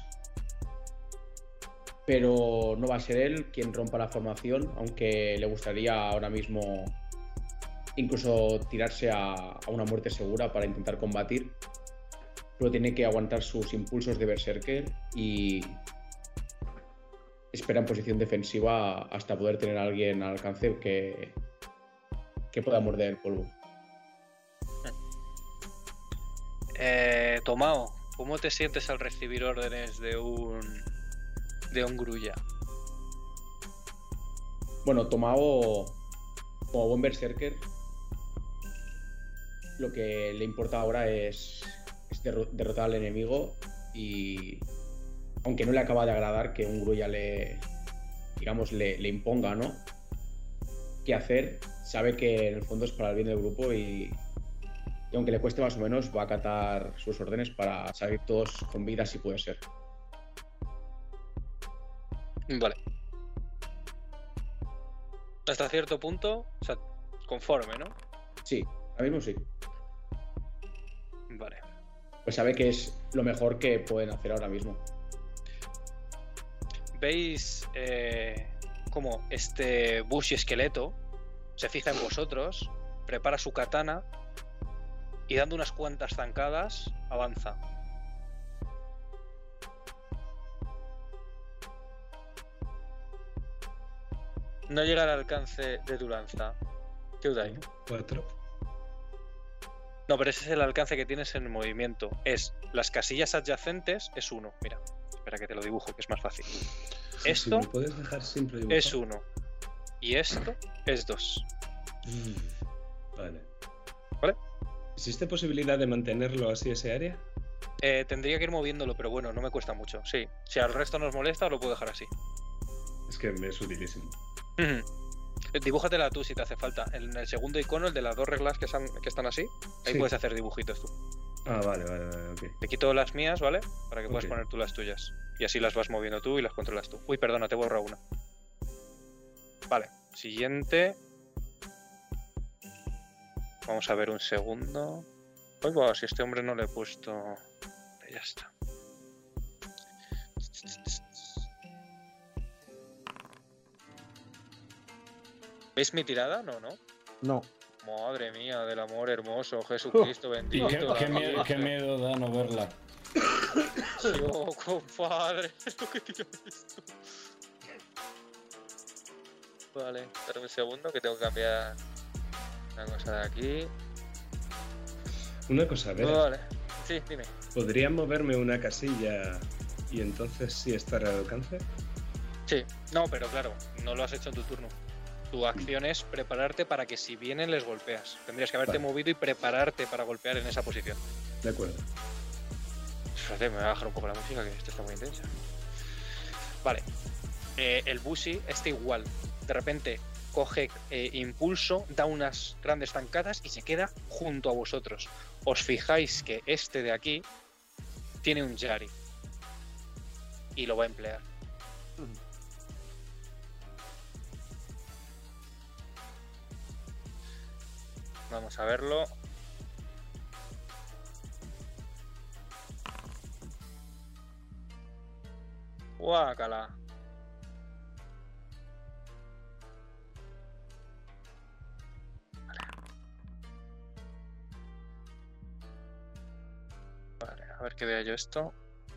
pero no va a ser él quien rompa la formación, aunque le gustaría ahora mismo incluso tirarse a una muerte segura para intentar combatir, pero tiene que aguantar sus impulsos de berserker y espera en posición defensiva hasta poder tener a alguien al alcance que pueda morder el polvo. Tomao, ¿cómo te sientes al recibir órdenes de un grulla? Bueno, Tomao, como buen berserker, lo que le importa ahora es derrotar al enemigo y, aunque no le acaba de agradar que un grulla le imponga, ¿no?, qué hacer, sabe que en el fondo es para el bien del grupo y aunque le cueste más o menos, va a acatar sus órdenes para salir todos con vida si puede ser. Vale. Hasta cierto punto, o sea, conforme, ¿no? Sí, ahora mismo sí. Vale. Pues sabe que es lo mejor que pueden hacer ahora mismo. ¿Veis cómo este Bushi esqueleto se fija en vosotros, prepara su katana y dando unas cuantas zancadas avanza? No llega al alcance de tu lanza. ¿Qué os dais? 4. No, pero ese es el alcance que tienes en el movimiento. Es las casillas adyacentes, es 1. Mira, espera que te lo dibujo, que es más fácil. Esto Si me puedes dejar siempre dibujado. es 1. Y esto es 2. Vale. ¿Vale? ¿Existe posibilidad de mantenerlo así ese área? Tendría que ir moviéndolo, pero bueno, no me cuesta mucho. Sí. Si al resto nos molesta, lo puedo dejar así. Es que me es utilísimo. Dibújatela tú si te hace falta. En el segundo icono, el de las 2 reglas que están así, ahí Sí. puedes hacer dibujitos tú. Ah, vale, ok. Te quito las mías, ¿vale? Para que puedas Ok. poner tú las tuyas. Y así las vas moviendo tú y las controlas tú. Uy, perdona, te borro una. Vale, siguiente. Vamos a ver un segundo. Uy, wow, si este hombre no le he puesto... Ya está. ¿Veis mi tirada? No, ¿no? No. Madre mía, del amor hermoso, Jesucristo Y bendito. qué miedo da no verla. Yo, compadre, lo que tiro esto. Vale, espera un segundo que tengo que cambiar una cosa de aquí. Una cosa, a ver. Vale, sí, dime. ¿Podría moverme una casilla y entonces sí estar al alcance? Sí, no, pero claro, no lo has hecho en tu turno. Tu acción es prepararte para que si vienen les golpeas. Tendrías que haberte Vale. movido y prepararte para golpear en esa posición. De acuerdo. Espérate, me voy a bajar un poco la música, que esto está muy intensa. Vale. El Bushi está igual. De repente coge impulso, da unas grandes zancadas y se queda junto a vosotros. Os fijáis que este de aquí tiene un Yari. Y lo va a emplear. Vamos a verlo. Guácala. Vale, a ver que vea yo esto.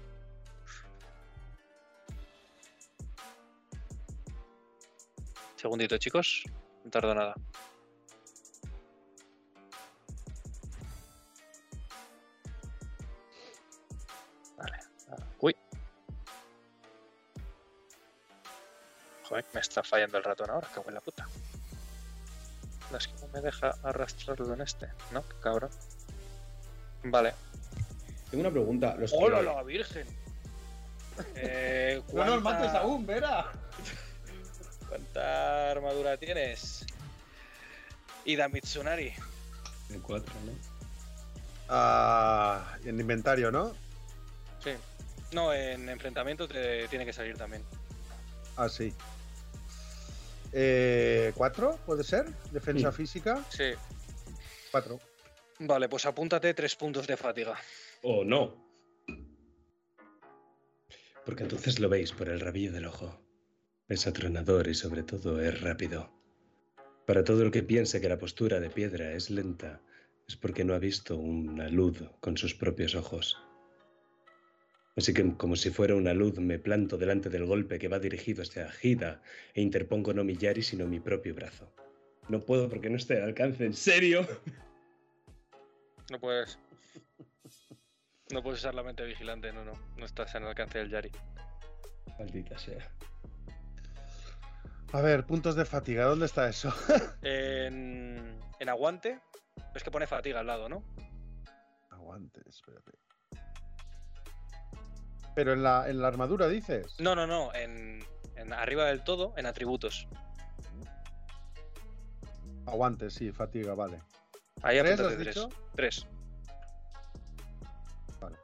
Segundito, chicos. No tardo nada. Vale. Uy. Joder, me está fallando el ratón ahora, cago en la puta. No, es que no me deja arrastrarlo en este, ¿no? Qué cabrón. Vale. Tengo una pregunta. ¡Hola la virgen! No nos mates aún, Vera. ¿Cuánta armadura tienes? Ida Mitsunari. En 4, ¿no? En inventario, ¿no? Sí. No, en enfrentamiento te tiene que salir también. Ah, sí. 4, ¿puede ser? Defensa Sí. física. Sí. 4. Vale, pues apúntate 3 puntos de fatiga. ¿O no? Porque entonces lo veis por el rabillo del ojo. Es atronador y sobre todo es rápido. Para todo el que piense que la postura de piedra es lenta, es porque no ha visto una luz con sus propios ojos. Así que, como si fuera una luz, me planto delante del golpe que va dirigido hacia Hida e interpongo no mi Yari, sino mi propio brazo. No puedo porque no estoy al alcance, ¿en serio? No puedes. No puedes usar la mente vigilante, no. No estás en el alcance del Yari. Maldita sea. A ver, puntos de fatiga, ¿dónde está eso? En aguante, ves que pone fatiga al lado, ¿no? Aguante, espérate. Pero en la armadura dices. No. En arriba del todo, en atributos. Aguante, sí, fatiga, vale. Ahí ¿Tres apúntate has 3. dicho? 3. Vale.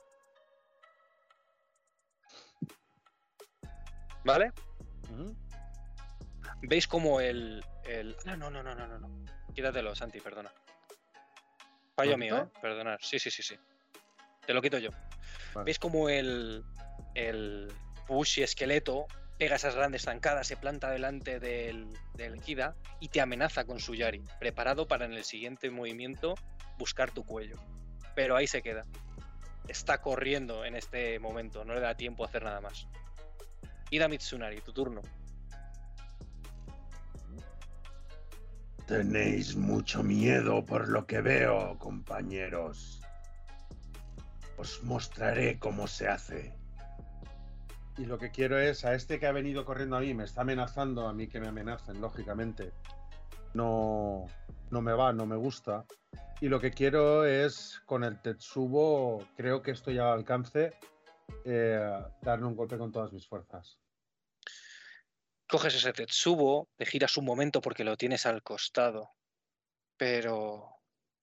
¿Vale? Ujú. ¿Veis como el... No. Quítatelo, Santi, perdona. Fallo mío, ¿Cuánto? Perdonad. Sí. Te lo quito yo. Vale. ¿Veis como el Bush y esqueleto pega esas grandes zancadas, se planta delante del Kida y te amenaza con su Yari, preparado para en el siguiente movimiento buscar tu cuello? Pero ahí se queda. Está corriendo en este momento, no le da tiempo a hacer nada más. Ida Mitsunari, tu turno. Tenéis mucho miedo por lo que veo, compañeros. Os mostraré cómo se hace. Y lo que quiero es a este que ha venido corriendo a mí, me está amenazando, a mí que me amenacen, lógicamente. No me va, no me gusta. Y lo que quiero es, con el Tetsubo, creo que estoy al alcance, darle un golpe con todas mis fuerzas. Coges ese Tetsubo, te giras un momento porque lo tienes al costado. Pero...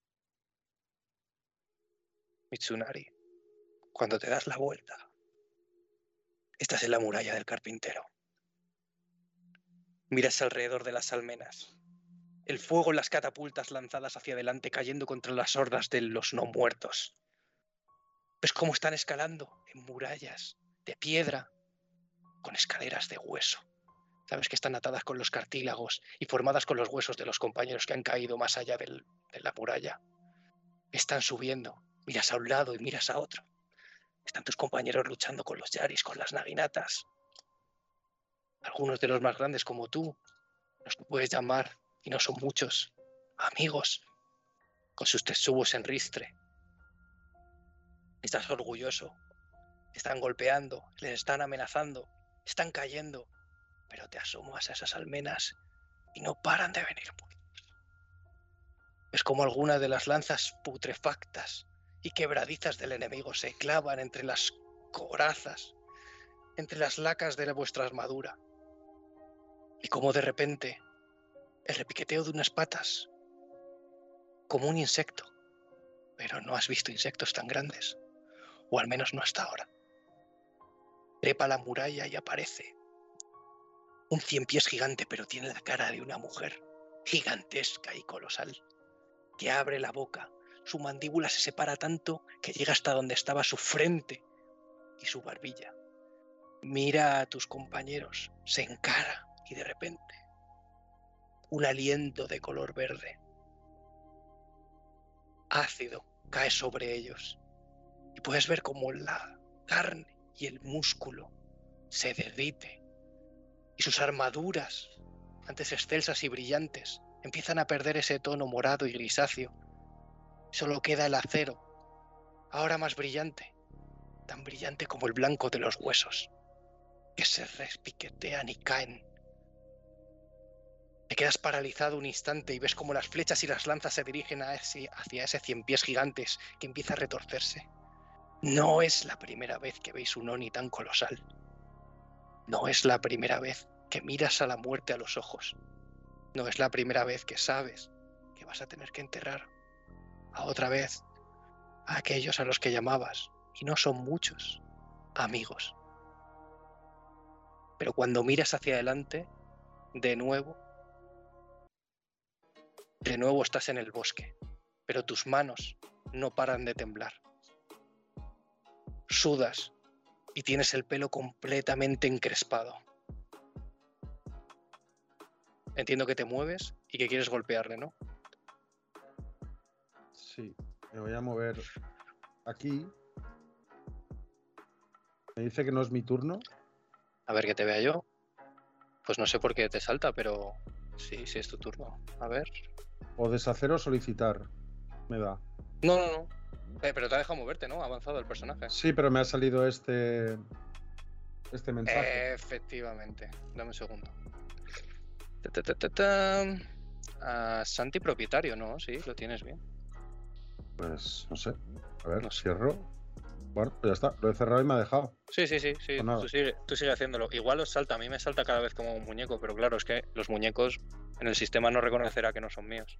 Mitsunari, cuando te das la vuelta, estás en la muralla del carpintero. Miras alrededor de las almenas. El fuego en las catapultas lanzadas hacia adelante cayendo contra las hordas de los no muertos. ¿Ves cómo están escalando en murallas de piedra con escaleras de hueso? Sabes que están atadas con los cartílagos y formadas con los huesos de los compañeros que han caído más allá de la muralla. Están subiendo. Miras a un lado y miras a otro. Están tus compañeros luchando con los yaris, con las naginatas. Algunos de los más grandes como tú, los que puedes llamar, y no son muchos, amigos, con sus tetsubos en ristre. Estás orgulloso. Están golpeando, les están amenazando, están cayendo. Pero te asomas a esas almenas y no paran de venir muertos. Es como algunas de las lanzas putrefactas y quebradizas del enemigo se clavan entre las corazas, entre las lacas de vuestra armadura. Y como de repente, el repiqueteo de unas patas, como un insecto. Pero no has visto insectos tan grandes, o al menos no hasta ahora. Trepa la muralla y aparece un 100 pies gigante, pero tiene la cara de una mujer, gigantesca y colosal, que abre la boca. Su mandíbula se separa tanto que llega hasta donde estaba su frente y su barbilla. Mira a tus compañeros, se encara y de repente un aliento de color verde, ácido, cae sobre ellos. Y puedes ver cómo la carne y el músculo se derrite. Y sus armaduras, antes excelsas y brillantes, empiezan a perder ese tono morado y grisáceo. Solo queda el acero, ahora más brillante, tan brillante como el blanco de los huesos, que se respiquetean y caen. Te quedas paralizado un instante y ves cómo las flechas y las lanzas se dirigen hacia ese 100 pies gigantes que empieza a retorcerse. No es la primera vez que veis un Oni tan colosal. No es la primera vez que miras a la muerte a los ojos. No es la primera vez que sabes que vas a tener que enterrar a otra vez a aquellos a los que llamabas, y no son muchos, amigos. Pero cuando miras hacia adelante, de nuevo estás en el bosque, pero tus manos no paran de temblar. Sudas y tienes el pelo completamente encrespado. Entiendo que te mueves y que quieres golpearle, ¿no? Sí, me voy a mover aquí. Me dice que no es mi turno. A ver que te vea yo. Pues no sé por qué te salta, pero sí es tu turno. A ver. O deshacer o solicitar. Me da. No. Pero te ha dejado moverte, ¿no? Ha avanzado el personaje. Sí, pero me ha salido este mensaje. Efectivamente. Dame un segundo. Santi propietario, ¿no? Sí, lo tienes bien. Pues no sé. A ver, No sé. cierro. Bueno, pues ya está. Lo he cerrado y me ha dejado. Sí. Pues nada. Tú sigue haciéndolo. Igual os salta. A mí me salta cada vez como un muñeco, pero claro, es que los muñecos en el sistema no reconocerá que no son míos.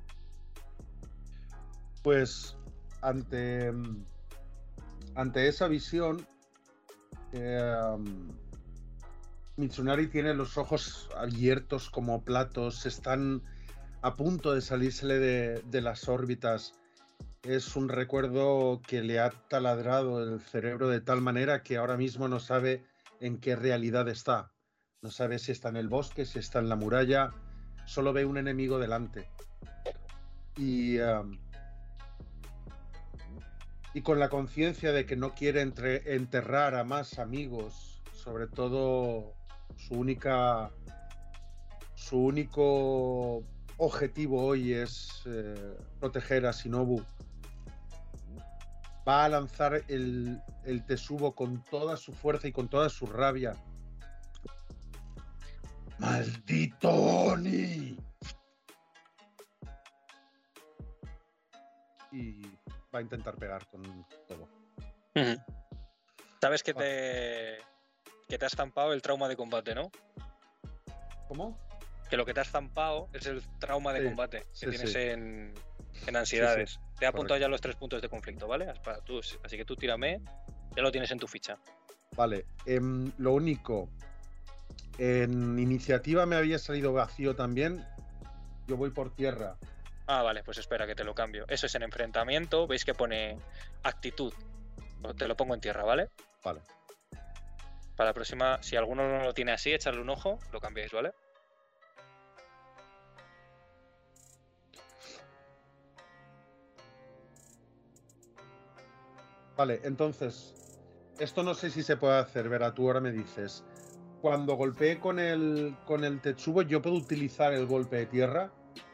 Pues ante esa visión, Mitsunari tiene los ojos abiertos como platos, están a punto de salírsele de las órbitas. Es un recuerdo que le ha taladrado el cerebro de tal manera que ahora mismo no sabe en qué realidad está. No sabe si está en el bosque, si está en la muralla, solo ve un enemigo delante. Y con la conciencia de que no quiere enterrar a más amigos, sobre todo su único objetivo hoy es proteger a Shinobu, va a lanzar el Tetsubo con toda su fuerza y con toda su rabia. ¡Maldito Oni! Y va a intentar pegar con todo. Sabes que te has zampado el trauma de combate, ¿no? ¿Cómo? Que lo que te has zampado es el trauma de Sí, combate que tienes sí. en ansiedades. Sí, Te he apuntado correcto. ya los 3 puntos de conflicto, ¿vale? Así que tú tírame, ya lo tienes en tu ficha. Vale, lo único, en iniciativa me había salido vacío también. Yo voy por tierra. Ah, vale, pues espera que te lo cambio. Eso es en enfrentamiento, veis que pone actitud. Te lo pongo en tierra, ¿vale? Vale. Para la próxima, si alguno no lo tiene así, echarle un ojo, lo cambiáis, ¿vale? Vale, entonces, esto no sé si se puede hacer, Vera, tú ahora me dices. Cuando golpeé con el Tetsubo, ¿yo puedo utilizar el golpe de tierra?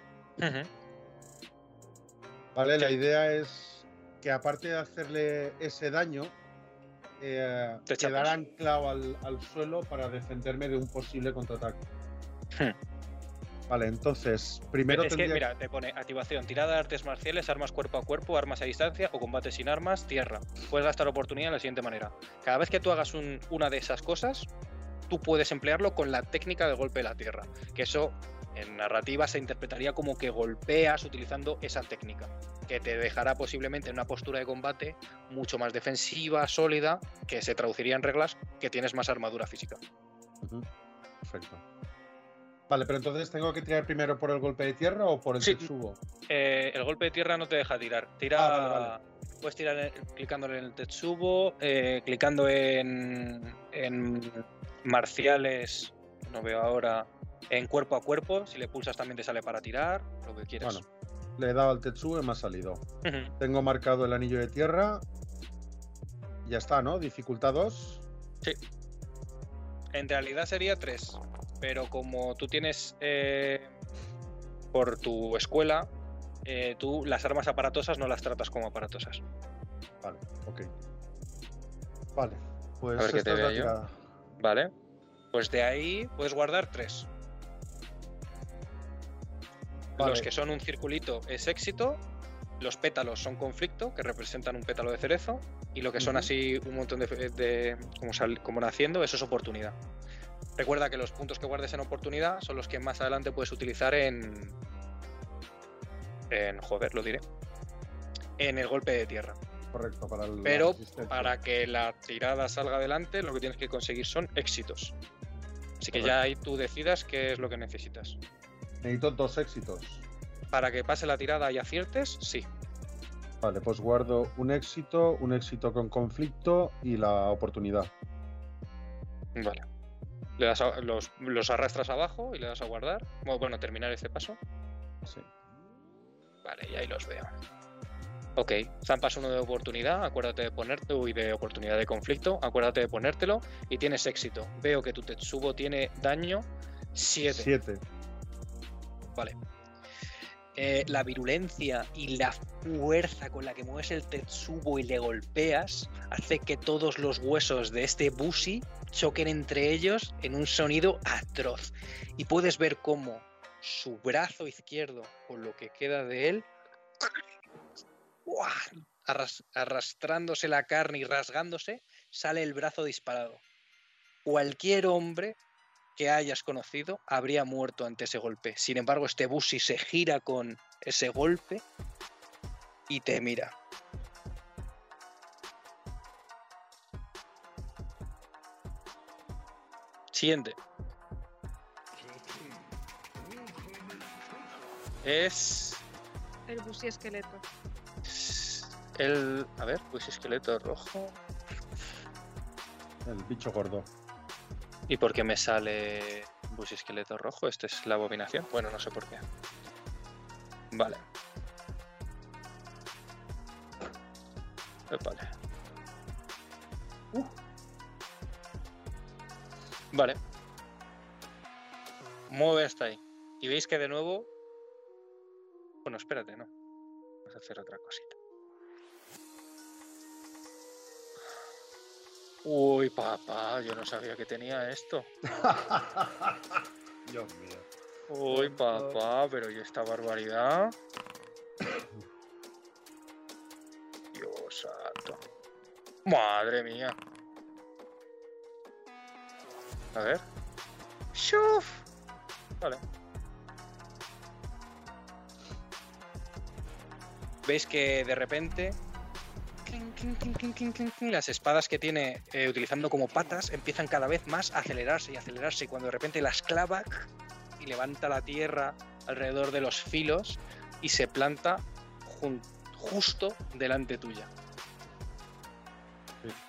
Vale, la idea es que aparte de hacerle ese daño, quedar anclado al suelo para defenderme de un posible contraataque. Vale, entonces, primero es que, mira, te pone activación, tirada de artes marciales, armas cuerpo a cuerpo, armas a distancia o combate sin armas, tierra. Puedes gastar oportunidad de la siguiente manera. Cada vez que tú hagas una de esas cosas, tú puedes emplearlo con la técnica del golpe de la tierra. Que eso, en narrativa, se interpretaría como que golpeas utilizando esa técnica. Que te dejará posiblemente en una postura de combate mucho más defensiva, sólida, que se traduciría en reglas que tienes más armadura física. Perfecto. Vale, pero entonces ¿tengo que tirar primero por el golpe de tierra o por el Tetsubo? El golpe de tierra no te deja tirar. Vale. Puedes tirar clicándole en el Tetsubo, clicando en marciales, no veo ahora, en cuerpo a cuerpo. Si le pulsas también te sale para tirar, lo que quieras. Bueno, le he dado al Tetsubo y me ha salido. Tengo marcado el anillo de tierra. Ya está, ¿no? Dificultad 2. Sí. En realidad sería 3. Pero como tú tienes por tu escuela, tú las armas aparatosas no las tratas como aparatosas. Vale, ok. Vale, pues a ver qué te esta es la vea yo. tirada. Vale, pues de ahí puedes guardar 3. Vale. Los que son un circulito es éxito, los pétalos son conflicto, que representan un pétalo de cerezo, y lo que son así un montón de como naciendo, eso es oportunidad. Recuerda que los puntos que guardes en oportunidad son los que más adelante puedes utilizar en el golpe de tierra. Correcto, para el. Pero para que la tirada salga adelante, lo que tienes que conseguir son éxitos. Así que ya ahí tú decidas qué es lo que necesitas. Necesito 2 éxitos. Para que pase la tirada y aciertes, sí. Vale, pues guardo un éxito con conflicto y la oportunidad. Vale. Le das los arrastras abajo y le das a guardar. Bueno, terminar este paso. Sí. Vale, y ahí los veo. Ok, zampas uno de oportunidad, acuérdate de ponerte, de oportunidad de conflicto, acuérdate de ponértelo y tienes éxito. Veo que tu Tetsubo tiene daño 7. 7. Vale. La virulencia y la fuerza con la que mueves el Tetsubo y le golpeas hace que todos los huesos de este Bushi choquen entre ellos en un sonido atroz. Y puedes ver cómo su brazo izquierdo, con lo que queda de él, arrastrándose la carne y rasgándose, sale el brazo disparado. Cualquier hombre que hayas conocido habría muerto ante ese golpe. Sin embargo, este Bushi se gira con ese golpe y te mira. Siguiente. Es El Bushi esqueleto. a ver, Bushi esqueleto rojo. El bicho gordo. ¿Y por qué me sale Bushi esqueleto rojo? ¿Este es la abominación? Bueno, no sé por qué. Vale. Vale. Vale. Mueve hasta ahí. Y veis que de nuevo... Bueno, espérate, no. Vamos a hacer otra cosita. Uy, papá, yo no sabía que tenía esto. Dios mío. Uy, papá, pero ¿y esta barbaridad? Dios santo. Madre mía. A ver. ¡Shuf! Vale. Veis que de repente las espadas que tiene utilizando como patas empiezan cada vez más a acelerarse y acelerarse, y cuando de repente las clava y levanta la tierra alrededor de los filos y se planta justo delante tuya. Sí.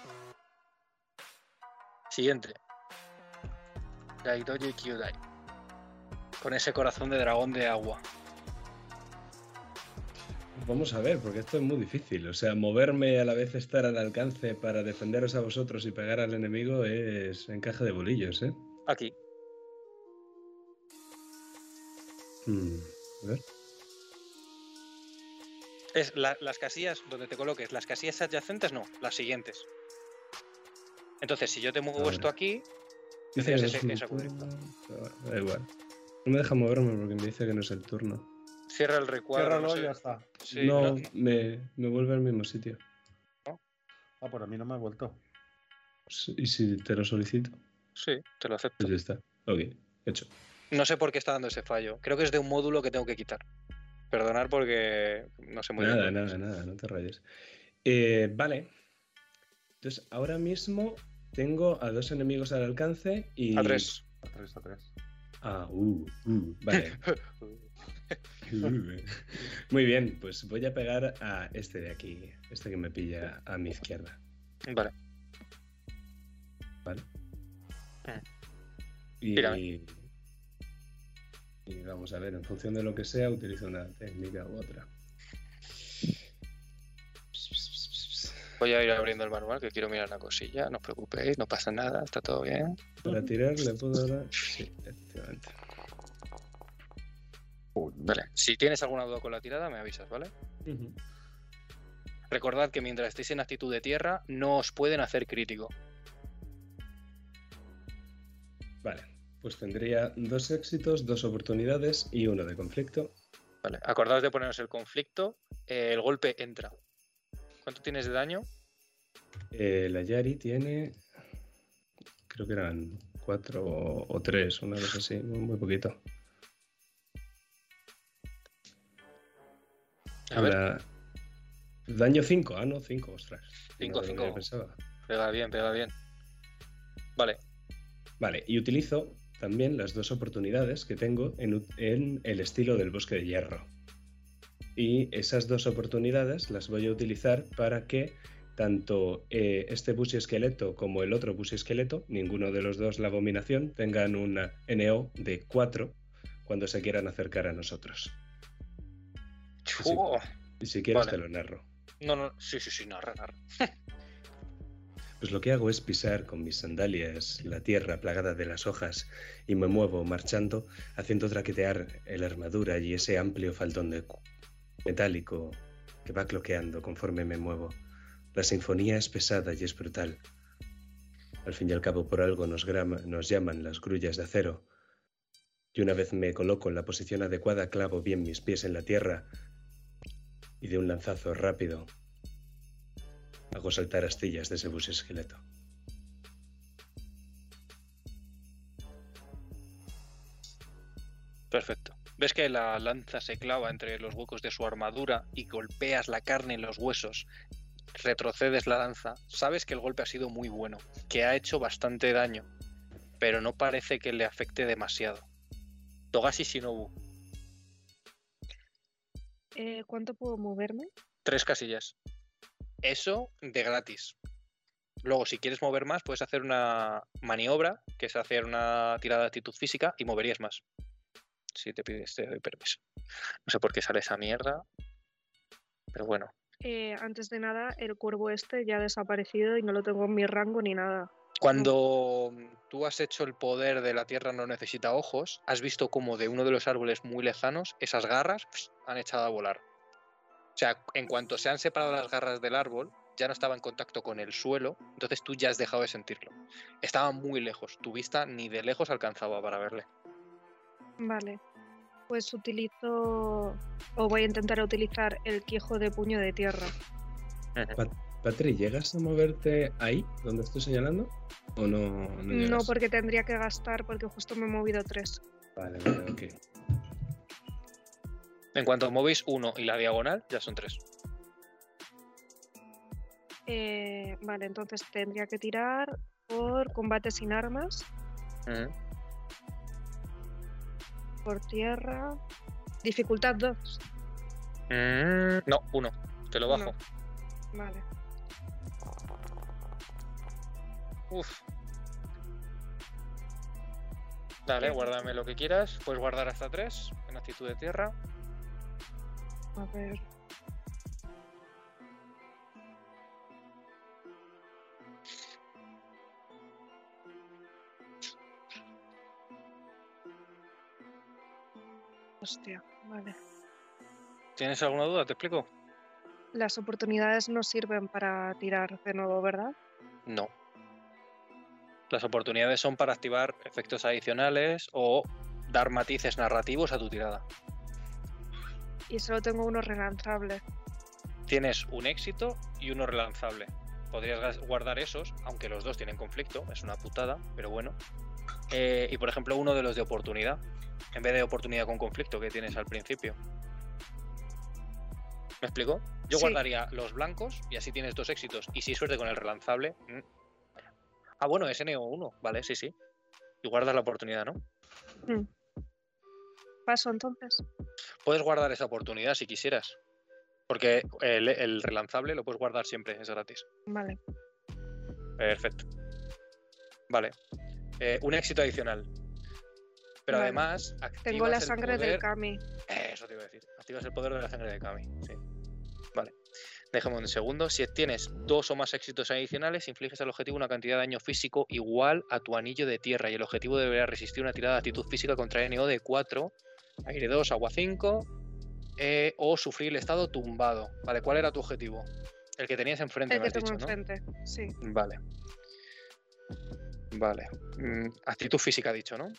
Siguiente. Daidoji Kyudai. Con ese corazón de dragón de agua. Vamos a ver, porque esto es muy difícil. O sea, moverme y a la vez estar al alcance para defenderos a vosotros y pegar al enemigo es encaje de bolillos, ¿eh? Aquí. A ver. Es las casillas donde te coloques, las casillas adyacentes no, las siguientes. Entonces, si yo te muevo esto aquí, tendrías ese cuadrito. Da igual. No me deja moverme porque me dice que no es el turno. Cierra el recuadro. Ciérralo no sé. y ya está. Sí, no, me vuelve al mismo sitio. Ah, por a mí no me ha vuelto. ¿Y si te lo solicito? Sí, te lo acepto. Pues ya está. Ok, hecho. No sé por qué está dando ese fallo. Creo que es de un módulo que tengo que quitar. Perdonar porque no sé muy bien. Nada, no te rayes. Vale. Entonces, ahora mismo tengo a 2 enemigos al alcance y... A 3. A 3. Ah, vale. Muy bien, pues voy a pegar a este de aquí, este que me pilla a mi izquierda. Vale. Vale. Tírame. Y vamos a ver, en función de lo que sea, utilizo una técnica u otra. Voy a ir abriendo el manual, que quiero mirar una cosilla. No os preocupéis, no pasa nada, está todo bien. Para tirar le puedo dar... Sí, efectivamente. Vale, si tienes alguna duda con la tirada, me avisas, ¿vale? Recordad que mientras estéis en actitud de tierra, no os pueden hacer crítico. Vale, pues tendría 2 éxitos, 2 oportunidades y 1 de conflicto. Vale, acordaos de poneros el conflicto. El golpe entra. ¿Cuánto tienes de daño? La Yari tiene... Creo que eran 4 o 3, una cosa así, muy poquito. A ver. Daño 5, no 5, ostras. 5. Pensaba. Pega bien. Vale. Vale, y utilizo también las 2 oportunidades que tengo en el estilo del bosque de hierro. Y esas 2 oportunidades las voy a utilizar para que tanto este busiesqueleto como el otro busiesqueleto, ninguno de los dos la abominación, tengan una NO de 4 cuando se quieran acercar a nosotros. ¡Chu! Y si quieres Vale. te lo narro. No, sí, narra. Pues lo que hago es pisar con mis sandalias la tierra plagada de las hojas y me muevo marchando, haciendo traquetear la armadura y ese amplio faldón de metálico que va cloqueando conforme me muevo. La sinfonía es pesada y es brutal. Al fin y al cabo, por algo nos llaman las grullas de acero. Y una vez me coloco en la posición adecuada, clavo bien mis pies en la tierra y de un lanzazo rápido hago saltar astillas de ese busiesqueleto. Perfecto. Ves que la lanza se clava entre los huecos de su armadura y golpeas la carne en los huesos. Retrocedes la lanza. Sabes que el golpe ha sido muy bueno, que ha hecho bastante daño, pero no parece que le afecte demasiado. Togashi Shinobu, ¿Cuánto puedo moverme? 3 casillas. Eso de gratis. Luego, si quieres mover más, puedes hacer una maniobra, que es hacer una tirada de actitud física y moverías más. Si te pides, te doy permiso. No sé por qué sale esa mierda, pero bueno. Antes de nada, el cuervo este ya ha desaparecido y no lo tengo en mi rango ni nada. Cuando tú has hecho el poder de la tierra no necesita ojos, has visto como de uno de los árboles muy lejanos, esas garras han echado a volar. O sea, en cuanto se han separado las garras del árbol, ya no estaba en contacto con el suelo, entonces tú ya has dejado de sentirlo. Estaba muy lejos, tu vista ni de lejos alcanzaba para verle. Vale. Pues utilizo, o voy a intentar utilizar el quijo de puño de tierra. Patri, ¿llegas a moverte ahí, donde estoy señalando? ¿O no llegas? No, porque tendría que gastar, porque justo me he movido 3. Vale, ok. En cuanto movéis 1 y la diagonal, ya son 3. Vale, entonces tendría que tirar por combate sin armas, por tierra. Dificultad 2. No, 1. Te lo bajo. Vale. Uf. Dale, guárdame lo que quieras. Puedes guardar hasta 3 en actitud de tierra. A ver. Hostia, vale. ¿Tienes alguna duda? ¿Te explico? Las oportunidades no sirven para tirar de nuevo, ¿verdad? No. Las oportunidades son para activar efectos adicionales o dar matices narrativos a tu tirada. Y solo tengo uno relanzable. Tienes un éxito y uno relanzable. Podrías guardar esos, aunque los dos tienen conflicto, es una putada, pero bueno. Y por ejemplo, uno de los de oportunidad, en vez de oportunidad con conflicto que tienes al principio. ¿Me explico? Yo Sí. guardaría los blancos y así tienes 2 éxitos. Y si hay suerte con el relanzable. Ah, bueno, es NO1, vale, sí. Y guardas la oportunidad, ¿no? Paso entonces. Puedes guardar esa oportunidad si quisieras. Porque el relanzable lo puedes guardar siempre, es gratis. Vale. Perfecto. Vale. Un éxito adicional. Pero Vale. además, activas Tengo la el sangre poder... del Kami. Eso te iba a decir. Activas el poder de la sangre de Kami. Sí. Vale. Déjame un segundo. Si tienes 2 o más éxitos adicionales, infliges al objetivo una cantidad de daño físico igual a tu anillo de tierra. Y el objetivo deberá resistir una tirada de actitud física contra NO de 4, aire 2, agua 5, o sufrir el estado tumbado. Vale, ¿cuál era tu objetivo? El que tenías enfrente, El me que has tengo dicho, ¿no? enfrente, sí. Vale. Vale. Actitud física, dicho, ¿no?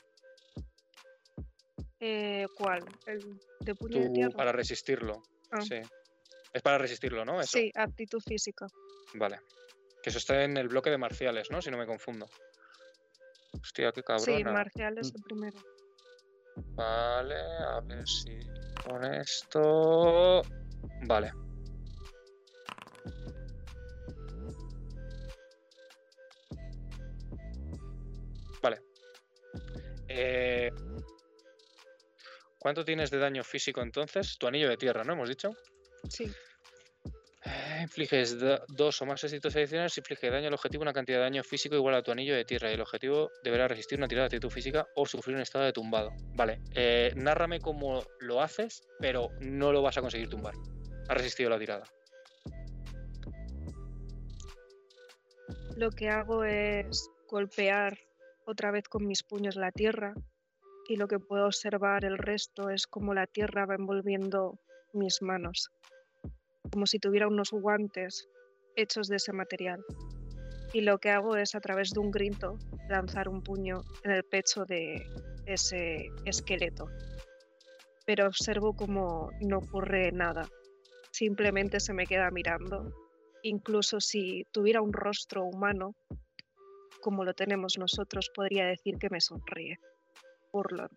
¿Cuál? ¿El de puño de Tú tierra? para resistirlo. Ah. Sí. Es para resistirlo, ¿no? Eso. Sí, actitud física. Vale. Que eso está en el bloque de marciales, ¿no? Si no me confundo. Hostia, qué cabrona. Sí, marcial es el primero. Vale, a ver si con esto... Vale. Vale. ¿Cuánto tienes de daño físico entonces? Tu anillo de tierra, ¿no? Hemos dicho. Sí. Infliges 2 o más éxitos adicionales, inflige daño al objetivo una cantidad de daño físico igual a tu anillo de tierra y el objetivo deberá resistir una tirada de actitud física o sufrir un estado de tumbado. Vale, nárrame cómo lo haces, pero no lo vas a conseguir tumbar. Has resistido la tirada. Lo que hago es golpear otra vez con mis puños la tierra y lo que puedo observar el resto es como la tierra va envolviendo mis manos, como si tuviera unos guantes hechos de ese material. Y lo que hago es, a través de un grito, lanzar un puño en el pecho de ese esqueleto. Pero observo como no ocurre nada, simplemente se me queda mirando. Incluso si tuviera un rostro humano, como lo tenemos nosotros, podría decir que me sonríe. Burlón.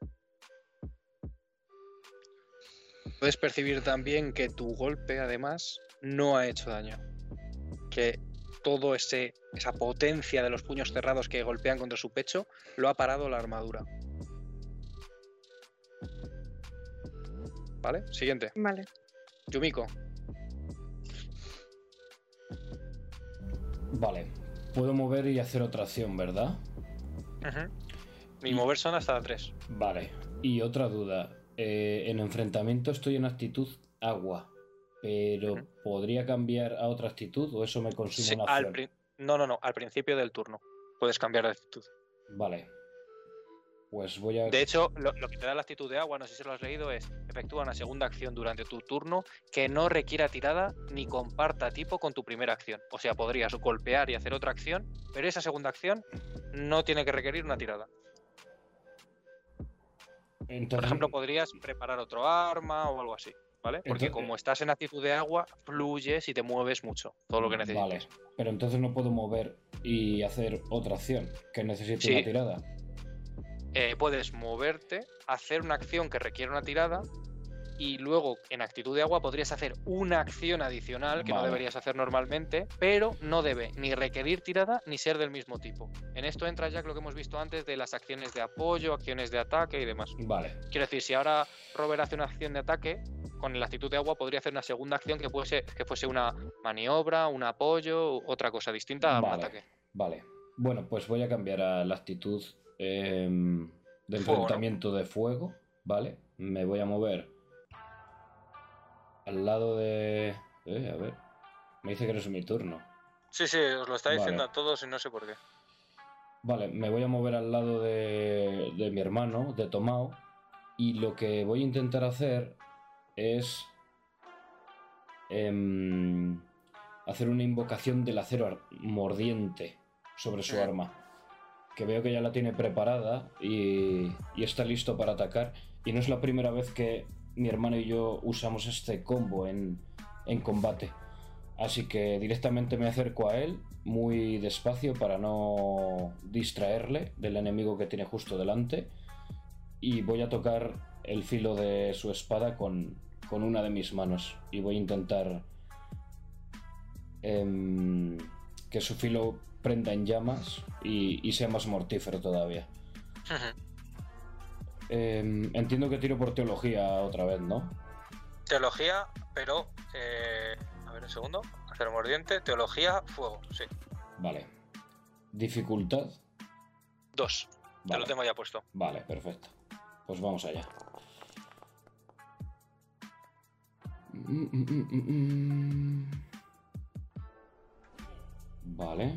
Puedes percibir también que tu golpe, además, no ha hecho daño. Que todo esa potencia de los puños cerrados que golpean contra su pecho lo ha parado la armadura. ¿Vale? Siguiente. Vale. Yumiko. Vale. Puedo mover y hacer otra acción, ¿verdad? Mi mover son hasta 3. Vale. Y otra duda. En enfrentamiento estoy en actitud agua, pero ¿podría cambiar a otra actitud o eso me consume Sí, una acción? No. Al principio del turno puedes cambiar de actitud. Vale. Pues voy a... De hecho, lo que te da la actitud de agua, no sé si lo has leído, es efectúa una segunda acción durante tu turno que no requiera tirada ni comparta tipo con tu primera acción. O sea, podrías golpear y hacer otra acción, pero esa segunda acción no tiene que requerir una tirada. Entonces... Por ejemplo, podrías preparar otro arma o algo así, ¿vale? Porque Entonces... como estás en actitud de agua, fluyes y te mueves mucho, todo lo que necesites. Vale, pero entonces no puedo mover y hacer otra acción que necesite Sí. una tirada. Puedes moverte, hacer una acción que requiere una tirada y luego en actitud de agua podrías hacer una acción adicional que no Vale. deberías hacer normalmente, pero no debe ni requerir tirada ni ser del mismo tipo. En esto entra ya lo que hemos visto antes de las acciones de apoyo, acciones de ataque y demás. Vale, Quiero decir, si ahora Robert hace una acción de ataque, con la actitud de agua podría hacer una segunda acción que fuese una maniobra, un apoyo, otra cosa distinta a un Vale. ataque. vale. Bueno, pues voy a cambiar a la actitud de Fuego, enfrentamiento de fuego, ¿vale? Me voy a mover al lado de... a ver. Me dice que no es mi turno. Sí, os lo está diciendo Vale. a todos y no sé por qué. Vale, me voy a mover al lado de mi hermano, de Tomao, y lo que voy a intentar hacer es hacer una invocación del acero mordiente sobre su arma, que veo que ya la tiene preparada y está listo para atacar, y no es la primera vez que mi hermano y yo usamos este combo en combate. Así que directamente me acerco a él muy despacio para no distraerle del enemigo que tiene justo delante y voy a tocar el filo de su espada con una de mis manos y voy a intentar que su filo prenda en llamas y sea más mortífero todavía. Entiendo que tiro por teología otra vez, ¿no? Teología, pero... a ver un segundo. Acero mordiente, teología, fuego, sí. Vale. Dificultad. 2. Te Vale. lo tengo ya puesto. Vale, perfecto. Pues vamos allá. Vale.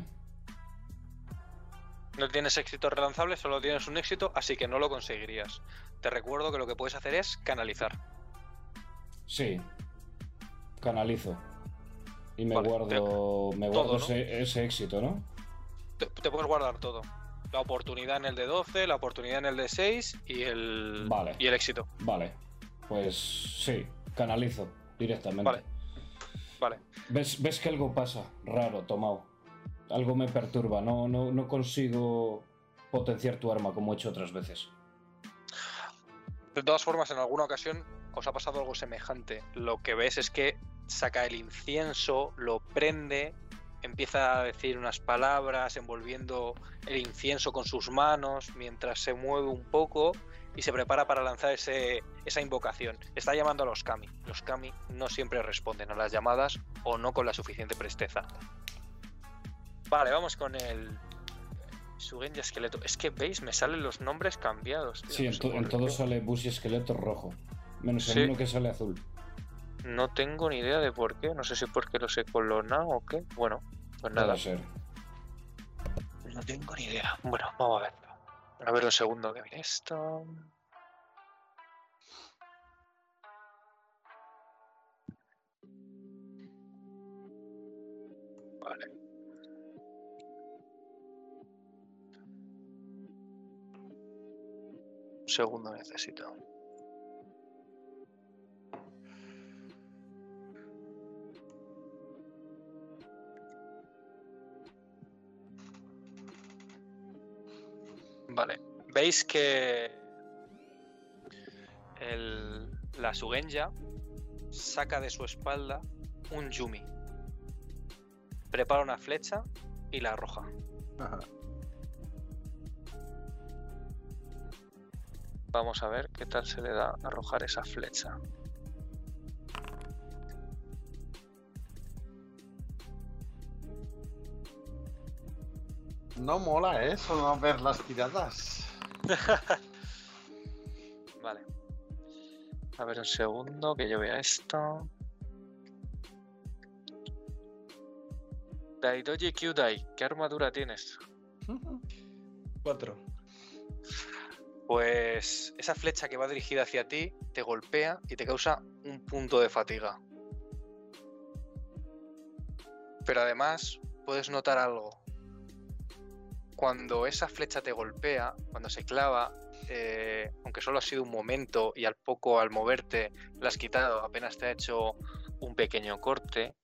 No tienes éxito relanzable, solo tienes un éxito, así que no lo conseguirías. Te recuerdo que lo que puedes hacer es canalizar. Sí. Canalizo. Y me Vale, guardo todo, ¿no? ese éxito, ¿no? Te puedes guardar todo. La oportunidad en el de 12, la oportunidad en el de 6 y el éxito. Vale. Pues sí, canalizo directamente. Vale. ¿Ves que algo pasa raro, Tomao? Algo me perturba. No consigo potenciar tu arma como he hecho otras veces. De todas formas, en alguna ocasión os ha pasado algo semejante. Lo que ves es que saca el incienso, lo prende, empieza a decir unas palabras envolviendo el incienso con sus manos mientras se mueve un poco y se prepara para lanzar esa invocación. Está llamando a los Kami. Los Kami no siempre responden a las llamadas o no con la suficiente presteza. Vale, vamos con el Shugenja esqueleto. Es que veis, me salen los nombres cambiados. Tío. Sí, No sé por en todo qué. sale Bush y esqueleto rojo. Menos Sí. en uno que sale azul. No tengo ni idea de por qué. No sé si porque los he clonado o qué. Bueno, pues nada. Puede ser. No tengo ni idea. Bueno, vamos a ver. A ver un segundo que viene esto. Vale. Un segundo necesito. Vale. Veis que la Shugenja saca de su espalda un Yumi. Prepara una flecha y la arroja. Ajá. Vamos a ver qué tal se le da arrojar esa flecha. No mola eso, no ver las tiradas. Vale. A ver un segundo que yo vea esto. Daidoji Kyudai, ¿qué armadura tienes? 4. Pues esa flecha que va dirigida hacia ti te golpea y te causa un punto de fatiga. Pero además puedes notar algo. Cuando esa flecha te golpea, cuando se clava, aunque solo ha sido un momento y al moverte la has quitado, apenas te ha hecho un pequeño corte.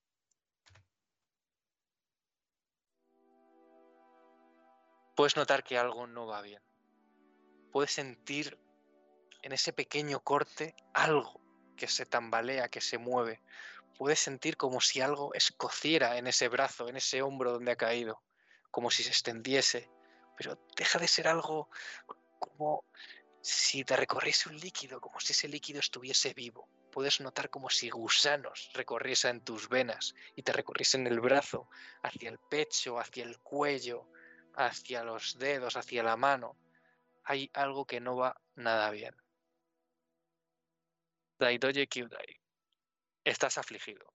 Puedes notar que algo no va bien. Puedes sentir en ese pequeño corte algo que se tambalea, que se mueve. Puedes sentir como si algo escociera en ese brazo, en ese hombro donde ha caído, como si se extendiese, pero deja de ser algo como si te recorriese un líquido, como si ese líquido estuviese vivo. Puedes notar como si gusanos recorriesen tus venas y te recorriesen el brazo, hacia el pecho, hacia el cuello, hacia los dedos, hacia la mano. Hay algo que no va nada bien. Daidoji Kyudai, estás afligido.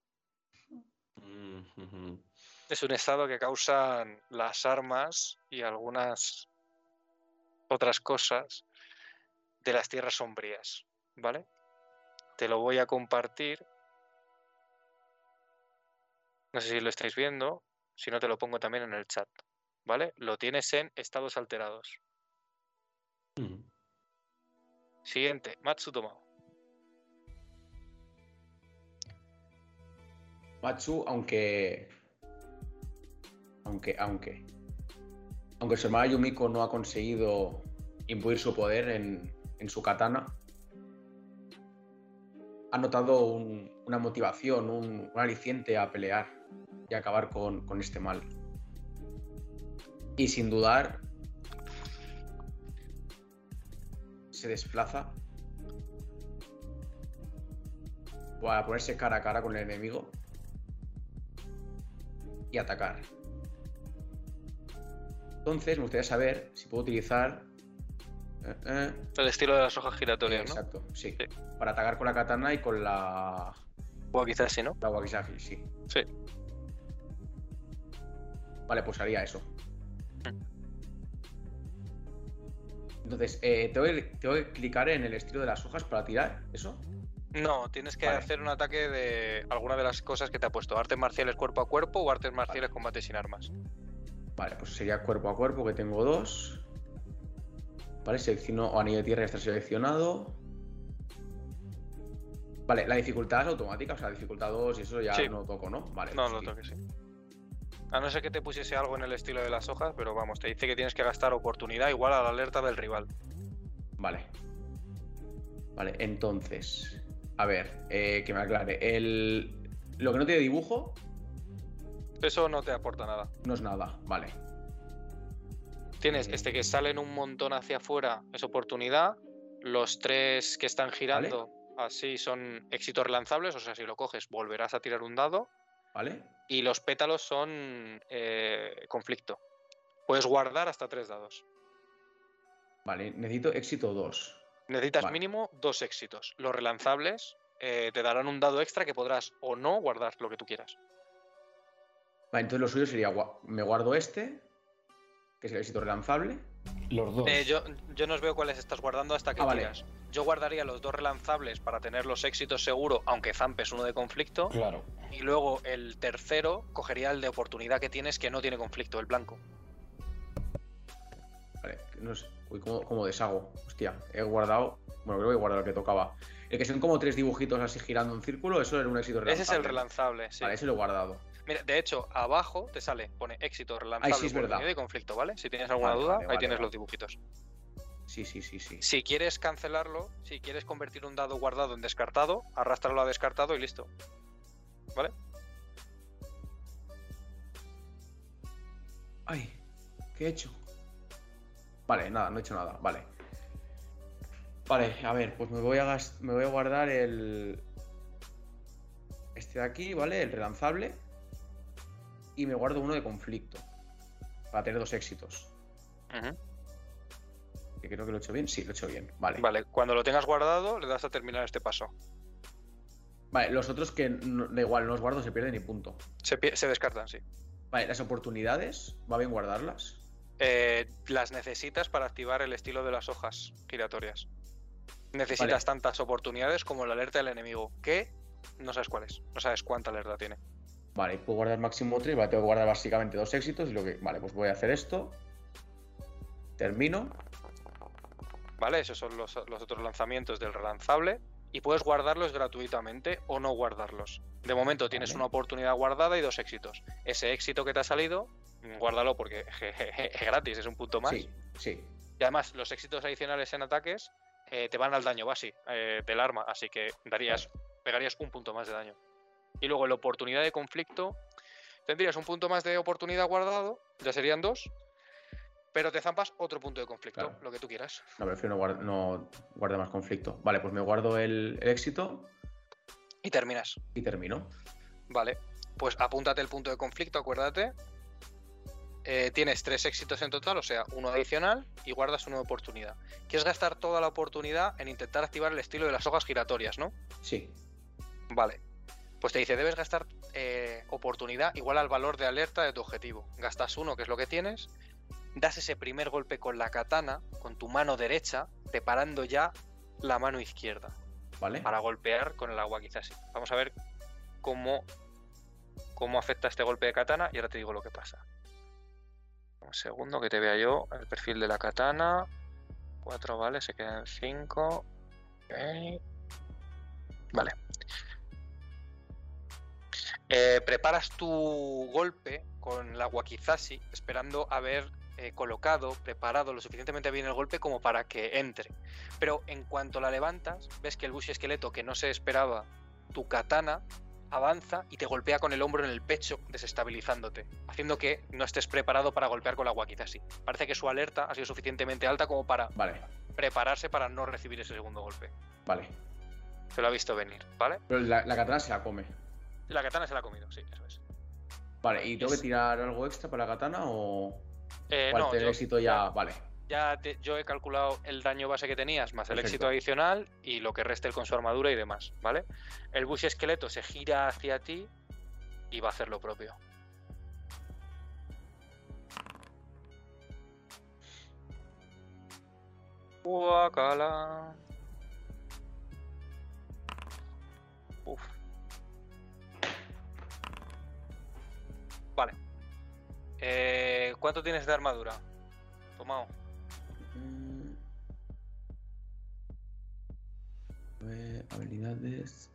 Es un estado que causan las armas y algunas otras cosas de las tierras sombrías, ¿vale? Te lo voy a compartir. No sé si lo estáis viendo, si no te lo pongo también en el chat, ¿vale? Lo tienes en estados alterados. Siguiente, Matsu Tomao. Matsu, aunque su hermana Yumiko no ha conseguido imbuir su poder en su katana, ha notado una motivación, un aliciente a pelear y a acabar con este mal. Y sin dudar, se desplaza para ponerse cara a cara con el enemigo y atacar. Entonces me gustaría saber si puedo utilizar El estilo de las hojas giratorias, ¿no? exacto, sí, Sí. para atacar con la katana y con la O quizás sí, ¿no? wakizashi, sí. Sí. Vale, pues haría eso. Entonces, ¿tengo que clicar en el estilo de las hojas para tirar eso? No, tienes que Vale. hacer un ataque de alguna de las cosas que te ha puesto. Artes marciales cuerpo a cuerpo o artes marciales combate sin armas. Vale, pues sería cuerpo a cuerpo, que tengo 2. Vale, selecciono o anillo de tierra, está seleccionado. Vale, la dificultad es automática, o sea, dificultad 2 y eso ya Sí. no toco, ¿no? Vale. No, pues no sí. toques, sí. A no ser que te pusiese algo en el estilo de las hojas, pero vamos, te dice que tienes que gastar oportunidad igual a la alerta del rival. Vale. Vale, entonces. A ver, que me aclare. Lo que no tiene dibujo Eso no te aporta nada. no es nada. Vale. Tienes este que sale en un montón hacia afuera, es oportunidad. Los 3 que están girando así son éxitos relanzables, o sea, si lo coges volverás a tirar un dado. ¿Vale? Y los pétalos son conflicto. Puedes guardar hasta 3 dados. Vale, necesito éxito 2. Necesitas Vale. mínimo 2 éxitos. Los relanzables te darán un dado extra que podrás o no guardar lo que tú quieras. Vale, entonces lo suyo sería, me guardo este, que es el éxito relanzable. Los dos. Yo no os veo cuáles estás guardando hasta que Vale. tiras. Yo guardaría los 2 relanzables para tener los éxitos seguro, aunque zampes uno de conflicto. Claro. Y luego el tercero cogería el de oportunidad que tienes, que no tiene conflicto, el blanco. Vale, no sé. Uy, ¿cómo deshago? Hostia, he guardado. Bueno, creo que he guardado el que tocaba. El que son como 3 dibujitos así girando en círculo, eso era un éxito relanzable. Ese es el relanzable, sí. Vale, ese lo he guardado. Mira, de hecho, abajo te sale, pone éxito, relanzable, sí, es oportunidad verdad. y conflicto, ¿vale? Si tienes alguna Vale, duda, vale, ahí vale, tienes vale. los dibujitos. Sí. Si quieres cancelarlo, si quieres convertir un dado guardado en descartado, arrástralo a descartado y listo. ¿Vale? Ay, ¿qué he hecho? Vale, nada, no he hecho nada, vale. Vale, a ver, pues me voy a guardar el... Este de aquí, ¿vale? El relanzable. Y me guardo uno de conflicto. Para tener 2 éxitos. Ujú. Que creo que lo he hecho bien. Sí, lo he hecho bien, vale. Vale, cuando lo tengas guardado, le das a terminar este paso. Vale, los otros que da igual, no los guardo, se pierden y punto. Se descartan, sí. Vale, las oportunidades, ¿va bien guardarlas? Las necesitas para activar el estilo de las hojas giratorias. Necesitas Vale. tantas oportunidades como la alerta del enemigo, que no sabes cuál es, no sabes cuánta alerta tiene. Vale, puedo guardar máximo 3, vale, tengo que guardar básicamente 2 éxitos y lo que... Vale, pues voy a hacer esto. Termino. ¿Vale? Esos son los otros lanzamientos del relanzable. Y puedes guardarlos gratuitamente o no guardarlos. De momento tienes Vale. una oportunidad guardada y 2 éxitos. Ese éxito que te ha salido, guárdalo porque es gratis, es un punto más. Sí. Y además, los éxitos adicionales en ataques te van al daño base del arma, así que pegarías un punto más de daño. Y luego en la oportunidad de conflicto, tendrías un punto más de oportunidad guardado, ya serían 2, pero te zampas otro punto de conflicto, Claro. lo que tú quieras. No, prefiero no guardar más conflicto. Vale, pues me guardo el éxito Y terminas. y termino. Vale, pues apúntate el punto de conflicto, acuérdate. Tienes 3 éxitos en total, o sea, uno adicional y guardas uno de oportunidad. ¿Quieres gastar toda la oportunidad en intentar activar el estilo de las hojas giratorias, no? Sí. Vale. Pues te dice, debes gastar oportunidad igual al valor de alerta de tu objetivo. Gastas 1, que es lo que tienes. Das ese primer golpe con la katana, con tu mano derecha, preparando ya la mano izquierda Vale. para golpear con el agua quizás. Vamos a ver cómo afecta este golpe de katana y ahora te digo lo que pasa. Un segundo que te vea yo el perfil de la katana. 4, vale, se quedan 5. Ok. Vale. Preparas tu golpe con la wakizashi esperando haber preparado lo suficientemente bien el golpe como para que entre. Pero en cuanto la levantas, ves que el bushi esqueleto, que no se esperaba tu katana, avanza y te golpea con el hombro en el pecho, desestabilizándote, haciendo que no estés preparado para golpear con la wakizashi. Parece que su alerta ha sido suficientemente alta como para Vale. prepararse para no recibir ese segundo golpe. Vale. Se lo ha visto venir, ¿vale? Pero la katana se la come. La katana se la ha comido, sí, eso es. Vale, ¿y tengo que tirar algo extra para la katana o...? No, el éxito ya... Vale. Yo he calculado el daño base que tenías más el Perfecto. éxito adicional y lo que reste con su armadura y demás, ¿vale? El bushi esqueleto se gira hacia ti y va a hacer lo propio. Guacala. Uf. Vale. ¿Cuánto tienes de armadura? Tomao. Habilidades...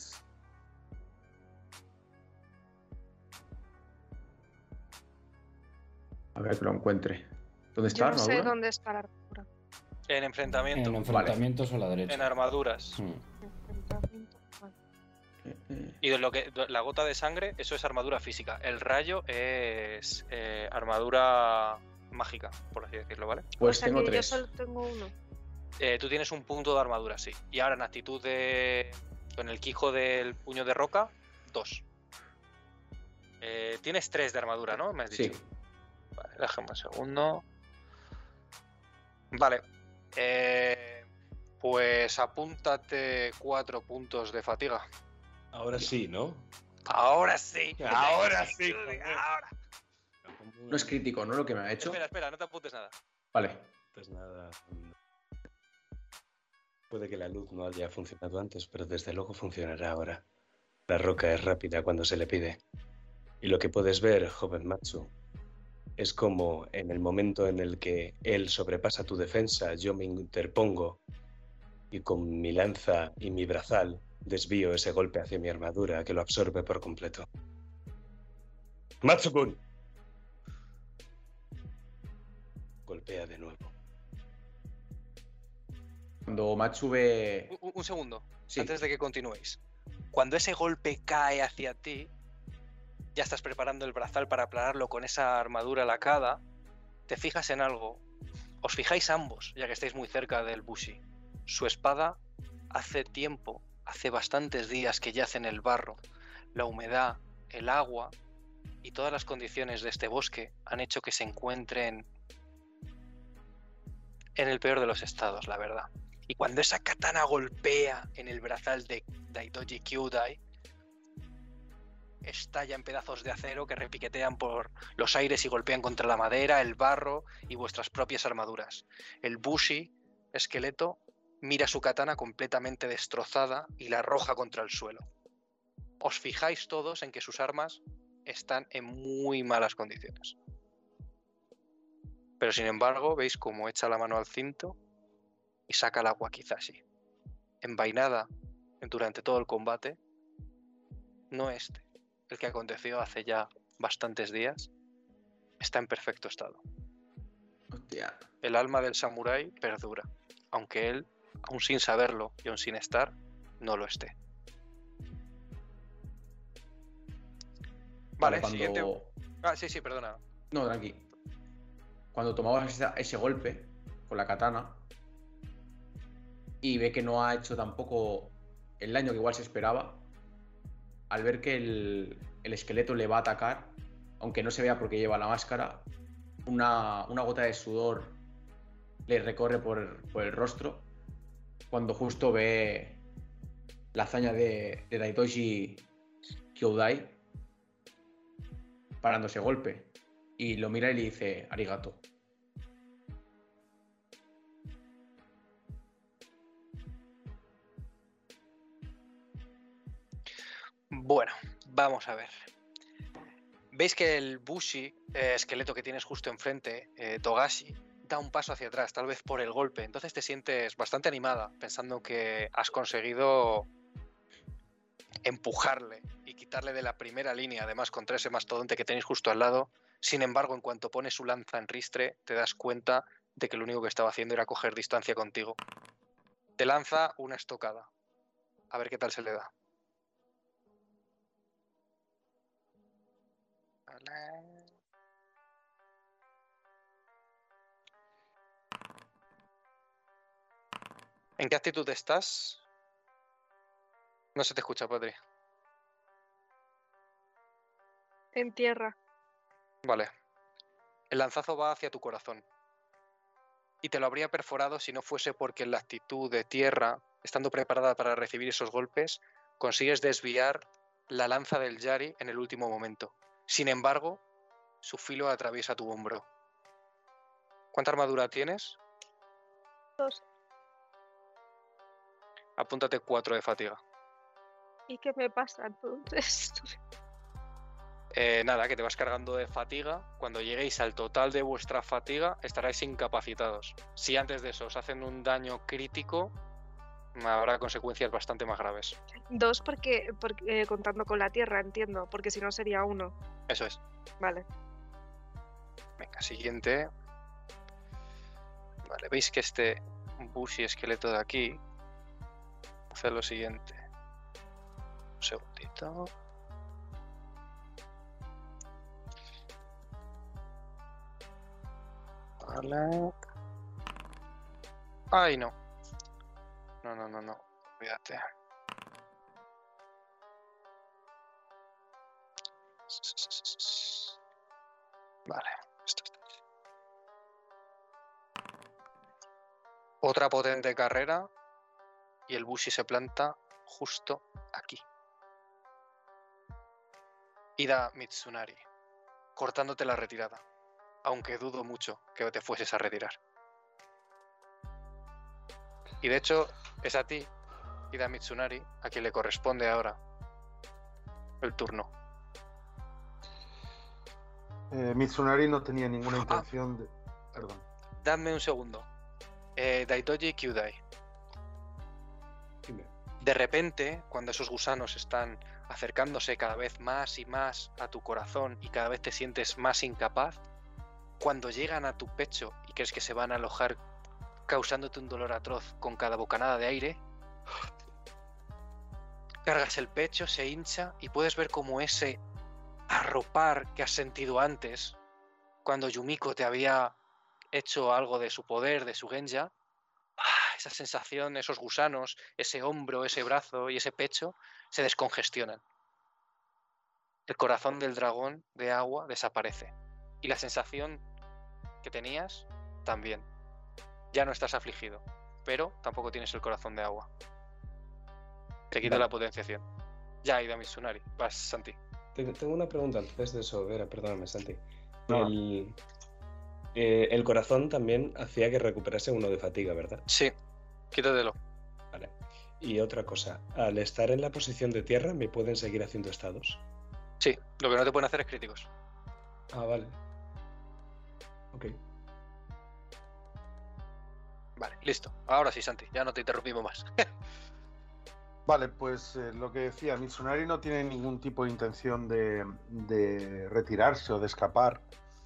A ver que lo encuentre. ¿Dónde está Yo la no sé armadura? dónde está la armadura. En enfrentamiento. En enfrentamientos a la derecha. En armaduras. Enfrentamiento, vale. Y la gota de sangre, eso es armadura física. El rayo es armadura mágica, por así decirlo, ¿vale? Pues o sea tengo que yo 3. solo tengo uno. Tú tienes un punto de armadura, sí. Y ahora en actitud de... Con el quijo del puño de roca, 2. Tienes 3 de armadura, ¿no? Me has dicho. Sí. Vale, déjame un segundo. Vale. Pues apúntate 4 puntos de fatiga. Ahora sí, ¿no? Ahora sí. Ahora sí, joder. Ahora. No es crítico, ¿no? Lo que me ha hecho. Espera, no te apuntes nada. Vale. Pues nada. Puede que la luz no haya funcionado antes, pero desde luego funcionará ahora. La roca es rápida cuando se le pide. Y lo que puedes ver, joven Matsu, es como en el momento en el que él sobrepasa tu defensa, yo me interpongo y con mi lanza y mi brazal desvío ese golpe hacia mi armadura que lo absorbe por completo. ¡Matsu-kun! Golpea de nuevo. Cuando Matsu ve... Un segundo, Sí. antes de que continuéis. Cuando ese golpe cae hacia ti, ya estás preparando el brazal para aplanarlo con esa armadura lacada, te fijas en algo. Os fijáis ambos, ya que estáis muy cerca del Bushi. Su espada hace tiempo, hace bastantes días que yace en el barro. La humedad, el agua y todas las condiciones de este bosque han hecho que se encuentren en el peor de los estados, la verdad. Y cuando esa katana golpea en el brazal de Daitoji Kyūdai, estalla en pedazos de acero que repiquetean por los aires y golpean contra la madera, el barro y vuestras propias armaduras. El Bushi, esqueleto, mira su katana completamente destrozada y la arroja contra el suelo. Os fijáis todos en que sus armas están en muy malas condiciones. Pero sin embargo, veis cómo echa la mano al cinto y saca el agua Kizashi. Envainada durante todo el combate, no este, el que aconteció hace ya bastantes días, está en perfecto estado. Hostia. El alma del samurái perdura, aunque él, aún sin saberlo y aún sin estar, no lo esté. Vale, Cuando... siguiente. Sí, perdona. No, tranqui. Cuando tomabas ese golpe con la katana y ve que no ha hecho tampoco el daño que igual se esperaba, al ver que el esqueleto le va a atacar, aunque no se vea porque lleva la máscara, una gota de sudor le recorre por el rostro cuando justo ve la hazaña de Daitoji Kyūdai parando ese golpe. Y lo mira y le dice, arigato. Bueno, vamos a ver. Veis que el Bushi, esqueleto que tienes justo enfrente, Togashi, da un paso hacia atrás, tal vez por el golpe. Entonces te sientes bastante animada, pensando que has conseguido empujarle y quitarle de la primera línea, además contra ese mastodonte que tenéis justo al lado. Sin embargo, en cuanto pone su lanza en ristre, te das cuenta de que lo único que estaba haciendo era coger distancia contigo. Te lanza una estocada. A ver qué tal se le da. Vale. ¿En qué actitud estás? No se te escucha, Patri. En tierra. Vale. El lanzazo va hacia tu corazón. Y te lo habría perforado si no fuese porque en la actitud de tierra, estando preparada para recibir esos golpes, consigues desviar la lanza del Yari en el último momento. Sin embargo, su filo atraviesa tu hombro. ¿Cuánta armadura tienes? 2. Apúntate 4 de fatiga. ¿Y qué me pasa entonces? Nada, que te vas cargando de fatiga. Cuando lleguéis al total de vuestra fatiga, estaréis incapacitados. Si antes de eso os hacen un daño crítico, habrá consecuencias bastante más graves. 2 porque contando con la tierra, entiendo, porque si no sería 1. Eso es. Vale. Venga, siguiente. Vale, veis que este Bushi esqueleto de aquí hace lo siguiente. Un segundito. Vale. Ay, no. No. Cuídate. Vale. Esto está. Otra potente carrera y el Bushi se planta justo aquí. Ida Mitsunari, cortándote la retirada, aunque dudo mucho que te fueses a retirar. Y de hecho, es a ti, Ida Mitsunari, a quien le corresponde ahora el turno. Mitsunari no tenía ninguna intención de... Perdón. Dadme un segundo. Daitoji Kyudai. Dime. De repente, cuando esos gusanos están acercándose cada vez más y más a tu corazón y cada vez te sientes más incapaz, cuando llegan a tu pecho y crees que se van a alojar causándote un dolor atroz con cada bocanada de aire, cargas el pecho, se hincha y puedes ver como ese arropar que has sentido antes, cuando Yumiko te había hecho algo de su poder, de su genja, esa sensación, esos gusanos, ese hombro, ese brazo y ese pecho se descongestionan. El corazón del dragón de agua desaparece y la sensación que tenías también. Ya no estás afligido, pero tampoco tienes el corazón de agua. Te quita la potenciación. Ya, Ida Mitsunari. Vas, Santi. Tengo una pregunta antes de eso. Vera, perdóname, Santi. No. El corazón también hacía que recuperase uno de fatiga, ¿verdad? Sí, quítatelo. Vale. Y otra cosa, al estar en la posición de tierra, ¿me pueden seguir haciendo estados? Sí, lo que no te pueden hacer es críticos. Ah, vale. Ok. Vale, listo. Ahora sí, Santi, ya no te interrumpimos más. Vale, pues lo que decía, Mitsunari no tiene ningún tipo de intención de retirarse o de escapar.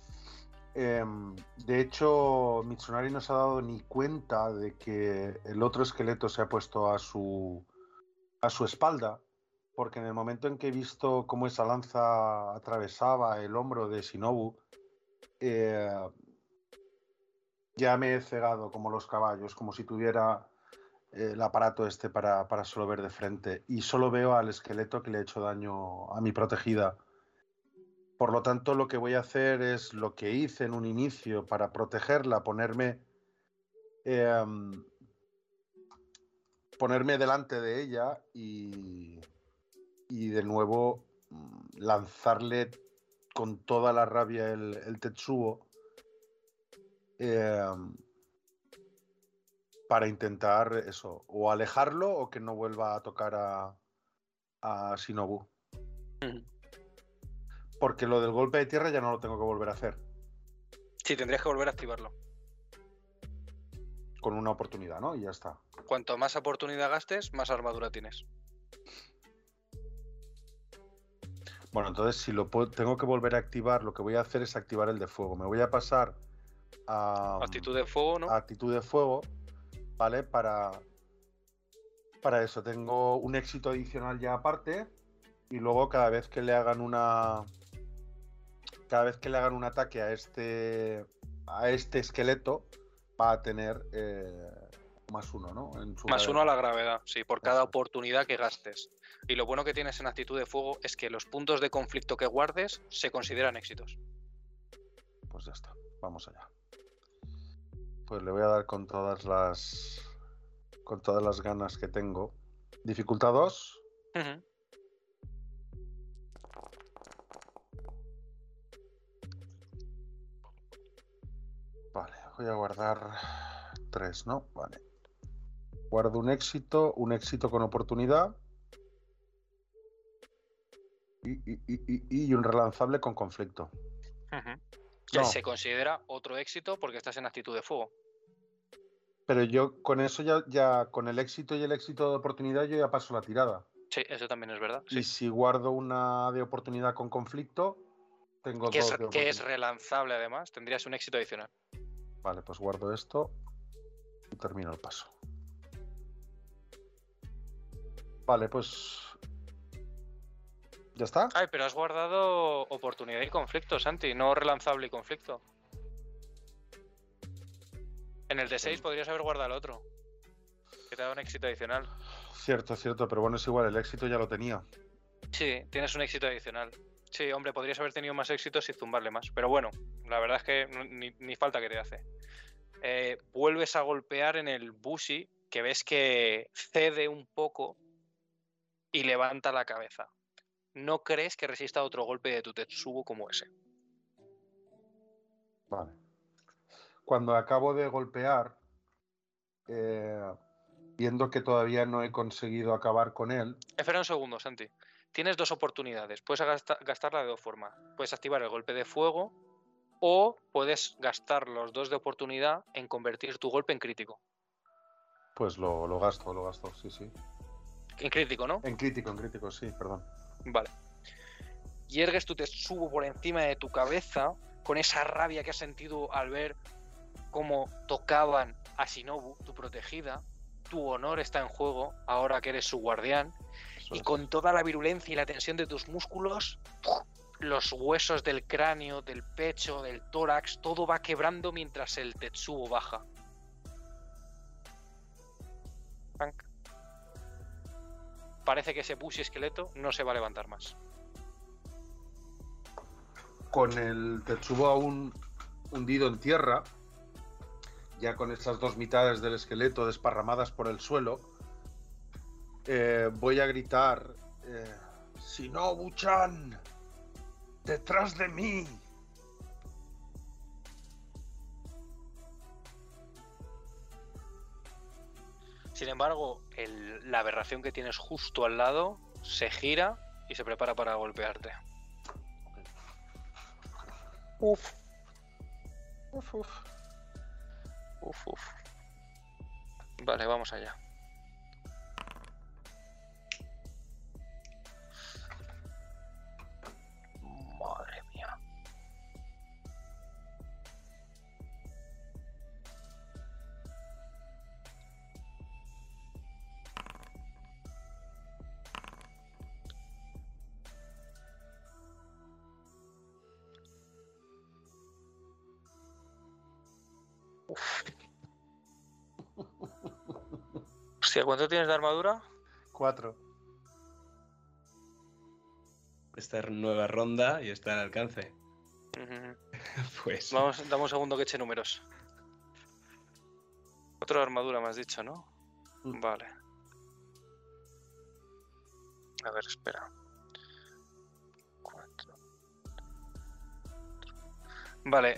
De hecho, Mitsunari no se ha dado ni cuenta de que el otro esqueleto se ha puesto a su espalda, porque en el momento en que he visto cómo esa lanza atravesaba el hombro de Shinobu, ya me he cegado como los caballos, como si tuviera el aparato este para solo ver de frente, y solo veo al esqueleto que le ha hecho daño a mi protegida. Por lo tanto, lo que voy a hacer es lo que hice en un inicio para protegerla, ponerme delante de ella y de nuevo lanzarle con toda la rabia el Tetsuo para intentar eso, o alejarlo o que no vuelva a tocar a Shinobu. Porque lo del golpe de tierra ya no lo tengo que volver a hacer. Sí, tendrías que volver a activarlo. Con una oportunidad, ¿no? Y ya está. Cuanto más oportunidad gastes, más armadura tienes. Bueno, entonces si tengo que volver a activar, lo que voy a hacer es activar el de fuego. Me voy a pasar a... Actitud de fuego, ¿no? Actitud de fuego, ¿vale? Para eso tengo un éxito adicional ya aparte. Y luego cada vez que le hagan un ataque a este esqueleto, va a tener +1, ¿no? +1 a la gravedad, sí, por cada oportunidad que gastes. Y lo bueno que tienes en actitud de fuego es que los puntos de conflicto que guardes se consideran éxitos. Pues ya está, vamos allá. Pues le voy a dar con todas las ganas que tengo. Dificultad 2. Vale, voy a guardar 3, ¿no? Vale. Guardo un éxito con oportunidad y un relanzable con conflicto. No. Se considera otro éxito porque estás en actitud de fuego. Pero yo con eso ya con el éxito y el éxito de oportunidad yo ya paso la tirada. Sí, eso también es verdad. Y sí. si guardo una de oportunidad con conflicto, tengo dos de oportunidad. Que es relanzable además, tendrías un éxito adicional. Vale, pues guardo esto y termino el paso. Vale, pues... ¿Ya está? Ay, pero has guardado oportunidad y conflicto, Santi, no relanzable y conflicto. En el D6 podrías haber guardado el otro. Que te da un éxito adicional. Cierto, pero bueno, es igual, el éxito ya lo tenía. Sí, tienes un éxito adicional. Sí, hombre, podrías haber tenido más éxitos y zumbarle más. Pero bueno, la verdad es que ni falta que te hace. Vuelves a golpear en el Bushi, que ves que cede un poco y levanta la cabeza. No crees que resista otro golpe de tu Tetsubo como ese. Vale. Cuando acabo de golpear, viendo que todavía no he conseguido acabar con él... Espera un segundo, Santi. Tienes dos oportunidades. Puedes gastarla de dos formas. Puedes activar el golpe de fuego o puedes gastar los dos de oportunidad en convertir tu golpe en crítico. Pues lo gasto, sí. En crítico, ¿no? En crítico, sí, perdón. Vale. Yergues tu Tetsubo por encima de tu cabeza con esa rabia que has sentido al ver cómo tocaban a Shinobu, tu protegida. Tu honor está en juego ahora que eres su guardián. Y con toda la virulencia y la tensión de tus músculos, los huesos del cráneo, del pecho, del tórax, todo va quebrando mientras el Tetsubo baja. Parece que ese Bushi esqueleto no se va a levantar más. Con el Tetsubo aún hundido en tierra, ya con estas dos mitades del esqueleto desparramadas por el suelo, voy a gritar: ¡Shinobu-chan! ¡Detrás de mí! Sin embargo, la aberración que tienes justo al lado se gira y se prepara para golpearte. Uf. Vale, vamos allá. Madre mía. Hostia, ¿cuánto tienes de armadura? 4. Esta nueva ronda y está al alcance. Pues. Dame un segundo que eche números. 4 de armadura me has dicho, ¿no? Vale. A ver, espera. 4. Vale,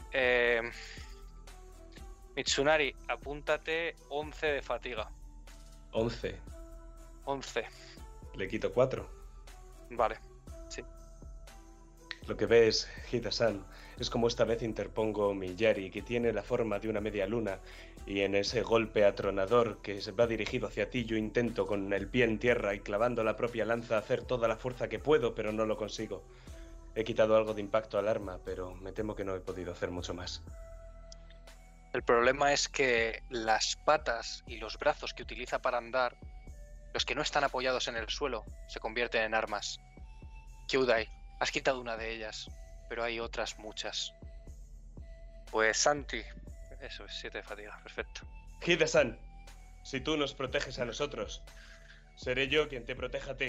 Mitsunari, apúntate 11 de fatiga. 11. 11. Le quito 4. Vale, sí. Lo que ves, Hida-san, es como esta vez interpongo mi Yari, que tiene la forma de una media luna, y en ese golpe atronador que se va dirigido hacia ti, yo intento con el pie en tierra y clavando la propia lanza hacer toda la fuerza que puedo, pero no lo consigo. He quitado algo de impacto al arma, pero me temo que no he podido hacer mucho más. El problema es que las patas y los brazos que utiliza para andar, los que no están apoyados en el suelo, se convierten en armas. Kyūdai, has quitado una de ellas, pero hay otras muchas. Pues Santi, eso es 7 de fatiga, perfecto. Hida-san, si tú nos proteges a nosotros, seré yo quien te proteja a ti.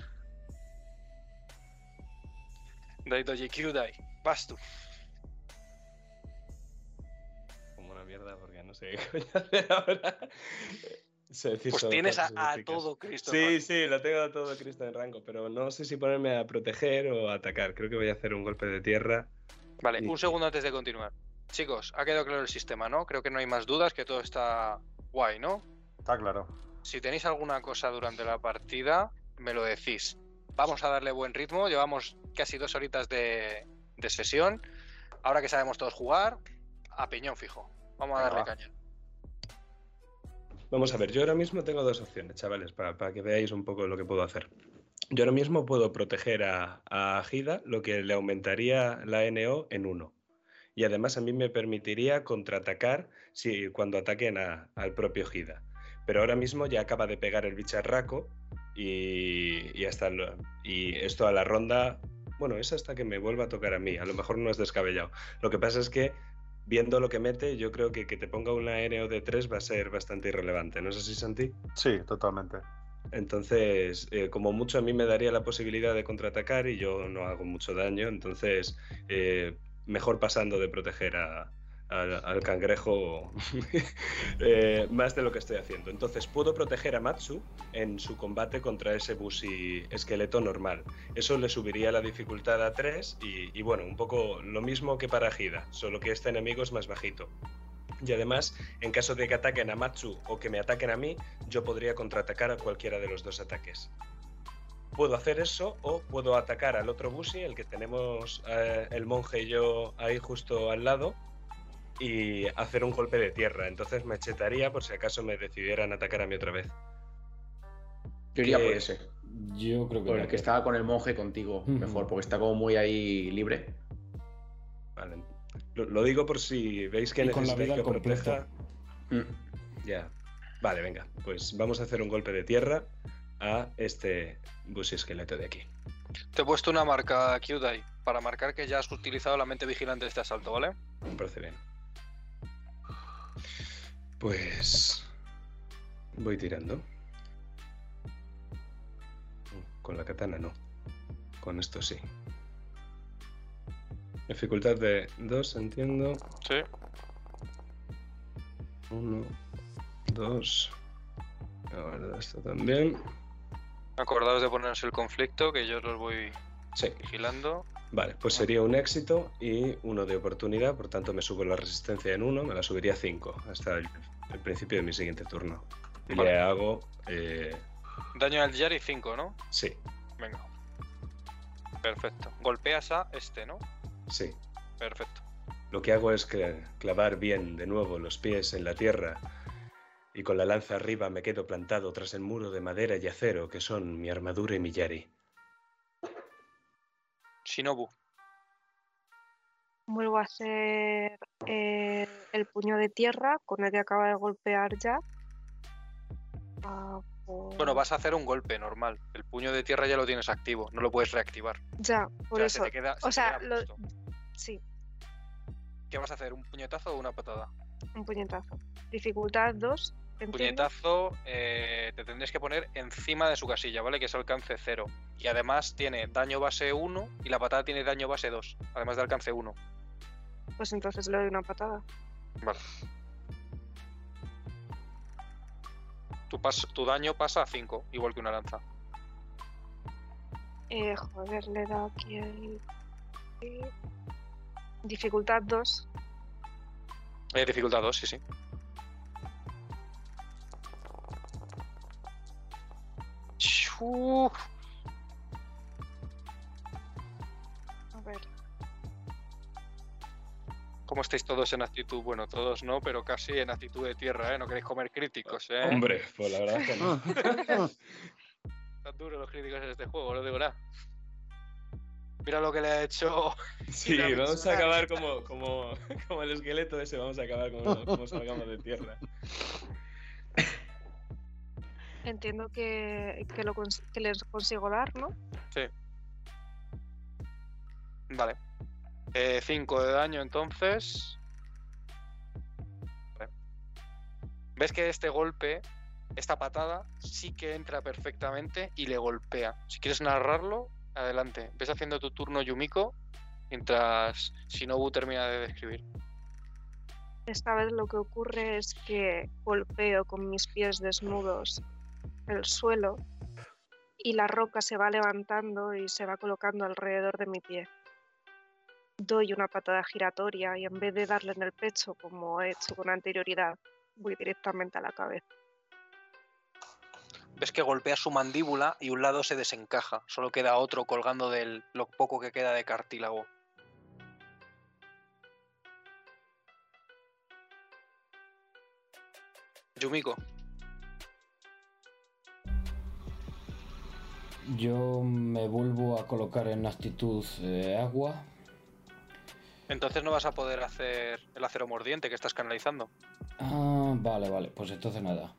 Daidoji Kyūdai, vas tú. Como una mierda, porque no sé qué coño hacer ahora. Pues tienes a todo Cristo. Sí, lo tengo a todo Cristo en rango, pero no sé si ponerme a proteger o a atacar. Creo que voy a hacer un golpe de tierra. Vale, un segundo antes de continuar. Chicos, ha quedado claro el sistema, ¿no? Creo que no hay más dudas, que todo está guay, ¿no? Está claro. Si tenéis alguna cosa durante la partida, me lo decís. Vamos a darle buen ritmo, llevamos casi 2 horitas de sesión. Ahora que sabemos todos jugar, a piñón fijo. Vamos a darle caña. Vamos a ver, yo ahora mismo tengo 2 opciones, chavales, para que veáis un poco lo que puedo hacer. Yo ahora mismo puedo proteger a Hida, lo que le aumentaría la NO en 1. Y además a mí me permitiría contraatacar cuando ataquen al propio Hida. Pero ahora mismo ya acaba de pegar el bicharraco y esto a la ronda... Bueno, es hasta que me vuelva a tocar a mí. A lo mejor no es descabellado. Lo que pasa es que viendo lo que mete, yo creo que te ponga una NO de 3 va a ser bastante irrelevante. ¿No es así, Santi? Sí, totalmente. Entonces, como mucho a mí me daría la posibilidad de contraatacar y yo no hago mucho daño, entonces mejor pasando de proteger al cangrejo más de lo que estoy haciendo. Entonces puedo proteger a Matsu en su combate contra ese Bushi esqueleto normal. Eso le subiría la dificultad a 3 y bueno, un poco lo mismo que para Hida, solo que este enemigo es más bajito. Y además, en caso de que ataquen a Matsu o que me ataquen a mí, yo podría contraatacar a cualquiera de los dos ataques. Puedo hacer eso o puedo atacar al otro Bushi, el que tenemos el monje y yo ahí justo al lado, y hacer un golpe de tierra. Entonces me chetaría por si acaso me decidieran atacar a mí otra vez. Yo iría por ese. Yo creo que Por el que estaba con el monje contigo, mejor, porque está como muy ahí libre. Vale. Lo digo por si veis que Y con la necesitáis vida que al completo. proteja. Ya. Vale, venga. Pues vamos a hacer un golpe de tierra a este Bushi esqueleto de aquí. Te he puesto una marca Kyudai para marcar que ya has utilizado la mente vigilante de este asalto, ¿vale? Me parece bien. Pues voy tirando. Con la katana no. Con esto sí. Dificultad de 2, entiendo. Sí. 1, 2. La verdad, esto también. Acordaos de ponerse el conflicto, que yo los voy Sí. vigilando. Vale, pues sería un éxito y uno de oportunidad, por tanto me subo la resistencia en 1, me la subiría a 5 hasta el principio de mi siguiente turno. Y Vale. le hago... Daño al Yari 5, ¿no? Sí, Venga. Perfecto. Golpeas a este, ¿no? sí. Perfecto. Lo que hago es clavar bien de nuevo los pies en la tierra y con la lanza arriba me quedo plantado tras el muro de madera y acero que son mi armadura y mi Yari. Shinobu. Vuelvo a hacer el puño de tierra con el que acaba de golpear ya. Bueno, vas a hacer un golpe normal. El puño de tierra ya lo tienes activo, no lo puedes reactivar. Ya, por O sea, eso. se te queda, O sea, se te queda puesto. sí, ¿Qué vas a hacer? ¿Un puñetazo o una patada? un puñetazo. Dificultad 2. Puñetazo te tendrías que poner encima de su casilla, ¿vale? Que es alcance 0. Y además tiene daño base 1 y la patada tiene daño base 2, además de alcance 1. Pues entonces le doy una patada. Vale. Tu daño pasa a 5, igual que una lanza. Joder, le da aquí el... Dificultad 2. Dificultad 2, sí, sí. Uf. A ver. ¿Cómo estáis todos en actitud? Bueno, todos no, pero casi en actitud de tierra, ¿eh? No queréis comer críticos, ¿eh? Hombre, pues la verdad es que no. Están duros los críticos en este juego, no digo nada. Mira lo que le ha hecho. Sí, Mira, vamos a mira. acabar como el esqueleto ese, vamos a acabar como salgamos de tierra. Entiendo que les consigo dar, ¿no? Sí. Vale. 5 de daño entonces. Vale. ¿Ves que este golpe, esta patada, sí que entra perfectamente y le golpea? Si quieres narrarlo, adelante. Ves haciendo tu turno, Yumiko, mientras Shinobu termina de describir. Esta vez lo que ocurre es que golpeo con mis pies desnudos el suelo y la roca se va levantando y se va colocando alrededor de mi pie. Doy una patada giratoria y en vez de darle en el pecho como he hecho con anterioridad, voy directamente a la cabeza. Ves que golpea su mandíbula y un lado se desencaja. Solo queda otro colgando de lo poco que queda de cartílago. Yumiko. Yo me vuelvo a colocar en actitud agua. Entonces no vas a poder hacer el acero mordiente que estás canalizando. Ah, vale, pues entonces nada.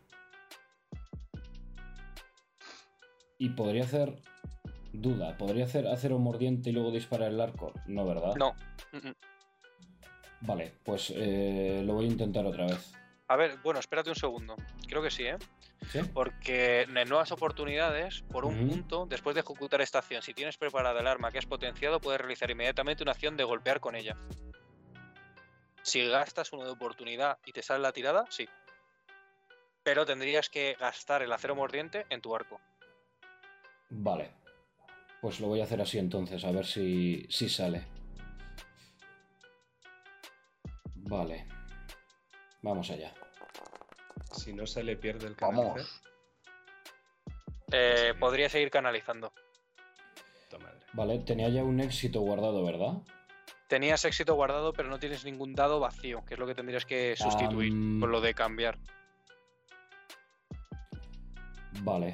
Y podría hacer... Duda, ¿podría hacer acero mordiente y luego disparar el arco? No, ¿verdad? No. Vale, pues lo voy a intentar otra vez. A ver, bueno, espérate un segundo. Creo que sí, ¿eh? ¿Sí? Porque en nuevas oportunidades, por un Ujú. punto, después de ejecutar esta acción, si tienes preparada el arma que has potenciado, puedes realizar inmediatamente una acción de golpear con ella. Si gastas uno de oportunidad y te sale la tirada, sí. Pero tendrías que gastar el acero mordiente en tu arco. Vale. Pues lo voy a hacer así entonces, a ver si sale. Vale. Vamos allá. Si no se le pierde el canalicer. Vamos. Podría seguir canalizando. Puta madre. Vale, tenía ya un éxito guardado, ¿verdad? Tenías éxito guardado, pero no tienes ningún dado vacío, que es lo que tendrías que sustituir con lo de cambiar. Vale.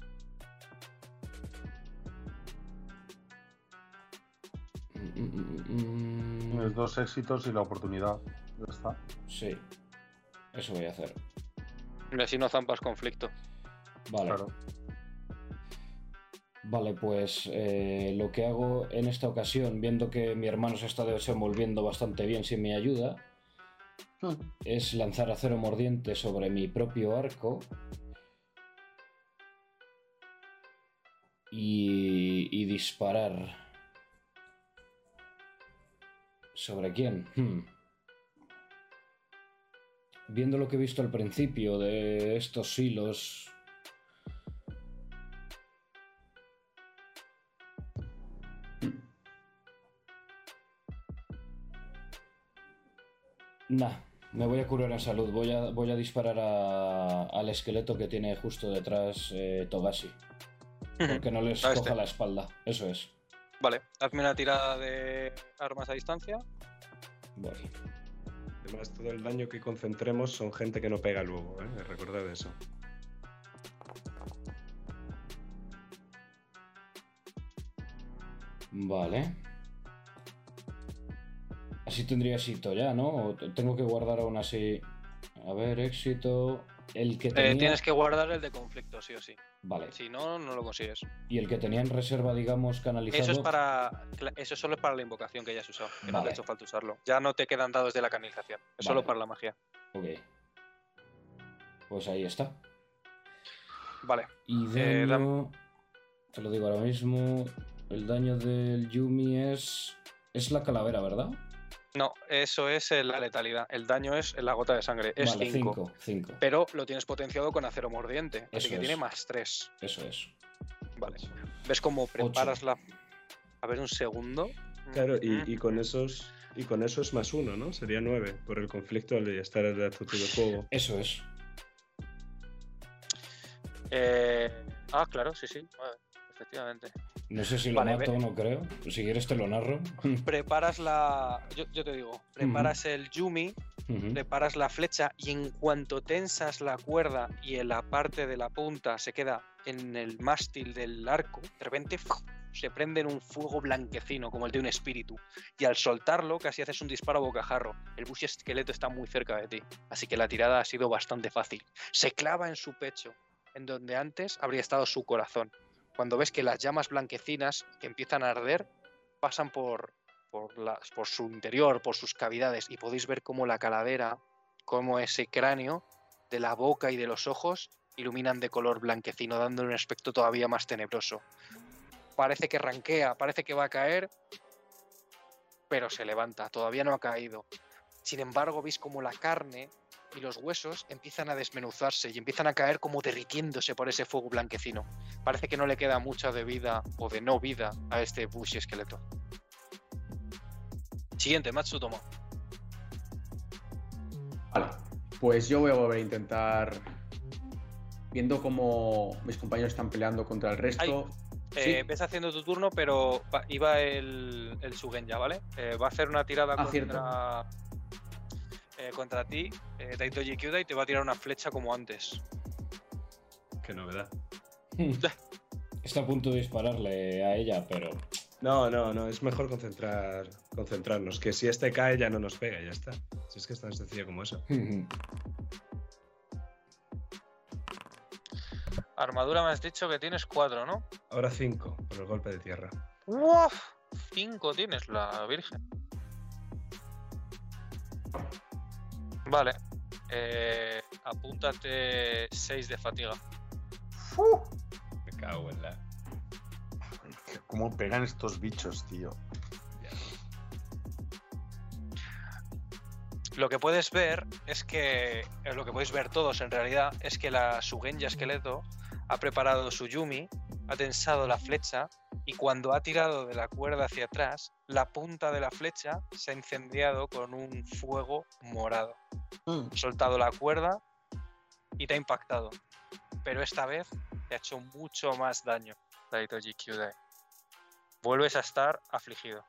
Tienes 2 éxitos y la oportunidad. Ya está. Sí. Eso voy a hacer. Y así no zampas conflicto. Vale. Claro. Vale, pues lo que hago en esta ocasión, viendo que mi hermano se está desenvolviendo bastante bien sin mi ayuda, es lanzar acero mordiente sobre mi propio arco y disparar. ¿Sobre quién? Viendo lo que he visto al principio de estos hilos... Nah, me voy a curar en salud. Voy a disparar al esqueleto que tiene justo detrás Togashi. Porque no les A coja este. la espalda. Eso es. Vale, hazme una tirada de armas a distancia. Voy. Además, todo el daño que concentremos son gente que no pega luego, ¿eh? Recordad eso. Vale. Así tendría éxito ya, ¿no? ¿O tengo que guardar aún así? A ver, éxito... El que tenía... Tienes que guardar el de conflicto, sí o sí. Vale. Si no, no lo consigues. Y el que tenía en reserva, digamos, canalizado... Eso solo es para la invocación que ya has usado, que no te Vale. ha hecho falta usarlo. Ya no te quedan dados de la canalización, es solo Vale. para la magia. Ok. Pues ahí está. Vale, Y daño... Te lo digo ahora mismo. El daño del Yumi es... Es la calavera, ¿verdad? no, eso es la letalidad. El daño es la gota de sangre, es Vale, 5. 5. Pero lo tienes potenciado con acero mordiente, así Eso que es. tiene más 3. Eso es. Vale. ¿Ves cómo preparas la... A ver, un segundo. Claro, y con esos. Y con eso es más 1, ¿no? Sería 9 por el conflicto al estar en el actitud de fuego. Eso es. Claro, sí, vale, efectivamente. No sé si lo Vale, mato o no creo. Si quieres te lo narro. Preparas la... Yo te digo, preparas el Yumi, Ujú. preparas la flecha y en cuanto tensas la cuerda y en la parte de la punta se queda en el mástil del arco, de repente se prende en un fuego blanquecino como el de un espíritu y al soltarlo casi haces un disparo a bocajarro. El bush esqueleto está muy cerca de ti, así que la tirada ha sido bastante fácil. Se clava en su pecho, en donde antes habría estado su corazón. Cuando ves que las llamas blanquecinas que empiezan a arder pasan por su interior, por sus cavidades, y podéis ver cómo la calavera, cómo ese cráneo de la boca y de los ojos iluminan de color blanquecino, dándole un aspecto todavía más tenebroso. Parece que ranquea, parece que va a caer, pero se levanta, todavía no ha caído. Sin embargo, veis como la carne y los huesos empiezan a desmenuzarse y empiezan a caer como derritiéndose por ese fuego blanquecino. Parece que no le queda mucha de vida o de no vida a este bush esqueleto. Siguiente, Matsutomo. Vale, pues yo voy a volver a intentar. Viendo cómo mis compañeros están peleando contra el resto. Sí. Ves haciendo tu turno, pero iba el Sugenya, ¿vale? Va a hacer una tirada contra ti, Daitoji Kyuda, y te va a tirar una flecha como antes. Qué novedad. Está a punto de dispararle a ella, pero... No, es mejor concentrarnos. Que si este cae ya no nos pega, ya está. Si es que es tan sencillo como eso. Armadura me has dicho que tienes 4, ¿no? Ahora 5, por el golpe de tierra. ¡Uf! 5 tienes, la virgen. Vale. Apúntate 6 de fatiga. Me cago en la... ¿Cómo pegan estos bichos, tío? Lo que puedes ver es que... lo que podéis ver todos en realidad es que la Sugenja esqueleto ha preparado su Yumi, ha tensado la flecha y cuando ha tirado de la cuerda hacia atrás, la punta de la flecha se ha incendiado con un fuego morado. Ha soltado la cuerda y te ha impactado. Pero esta vez te ha hecho mucho más daño, Daitoji Kyudai. Vuelves a estar afligido.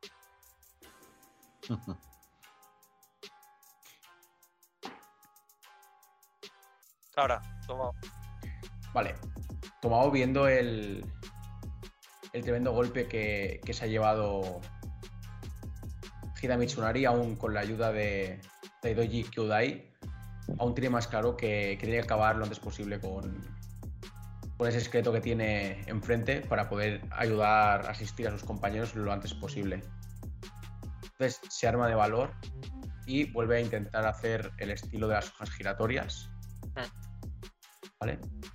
Ahora, Tomao. Vale. Tomao viendo el tremendo golpe que se ha llevado Hida Mitsunari, aún con la ayuda de Daitoji Kyudai, aún tiene más claro que tiene que acabar lo antes posible con ese esqueleto que tiene enfrente para poder ayudar a asistir a sus compañeros lo antes posible. Entonces se arma de valor y vuelve a intentar hacer el estilo de las hojas giratorias. ¿Vale?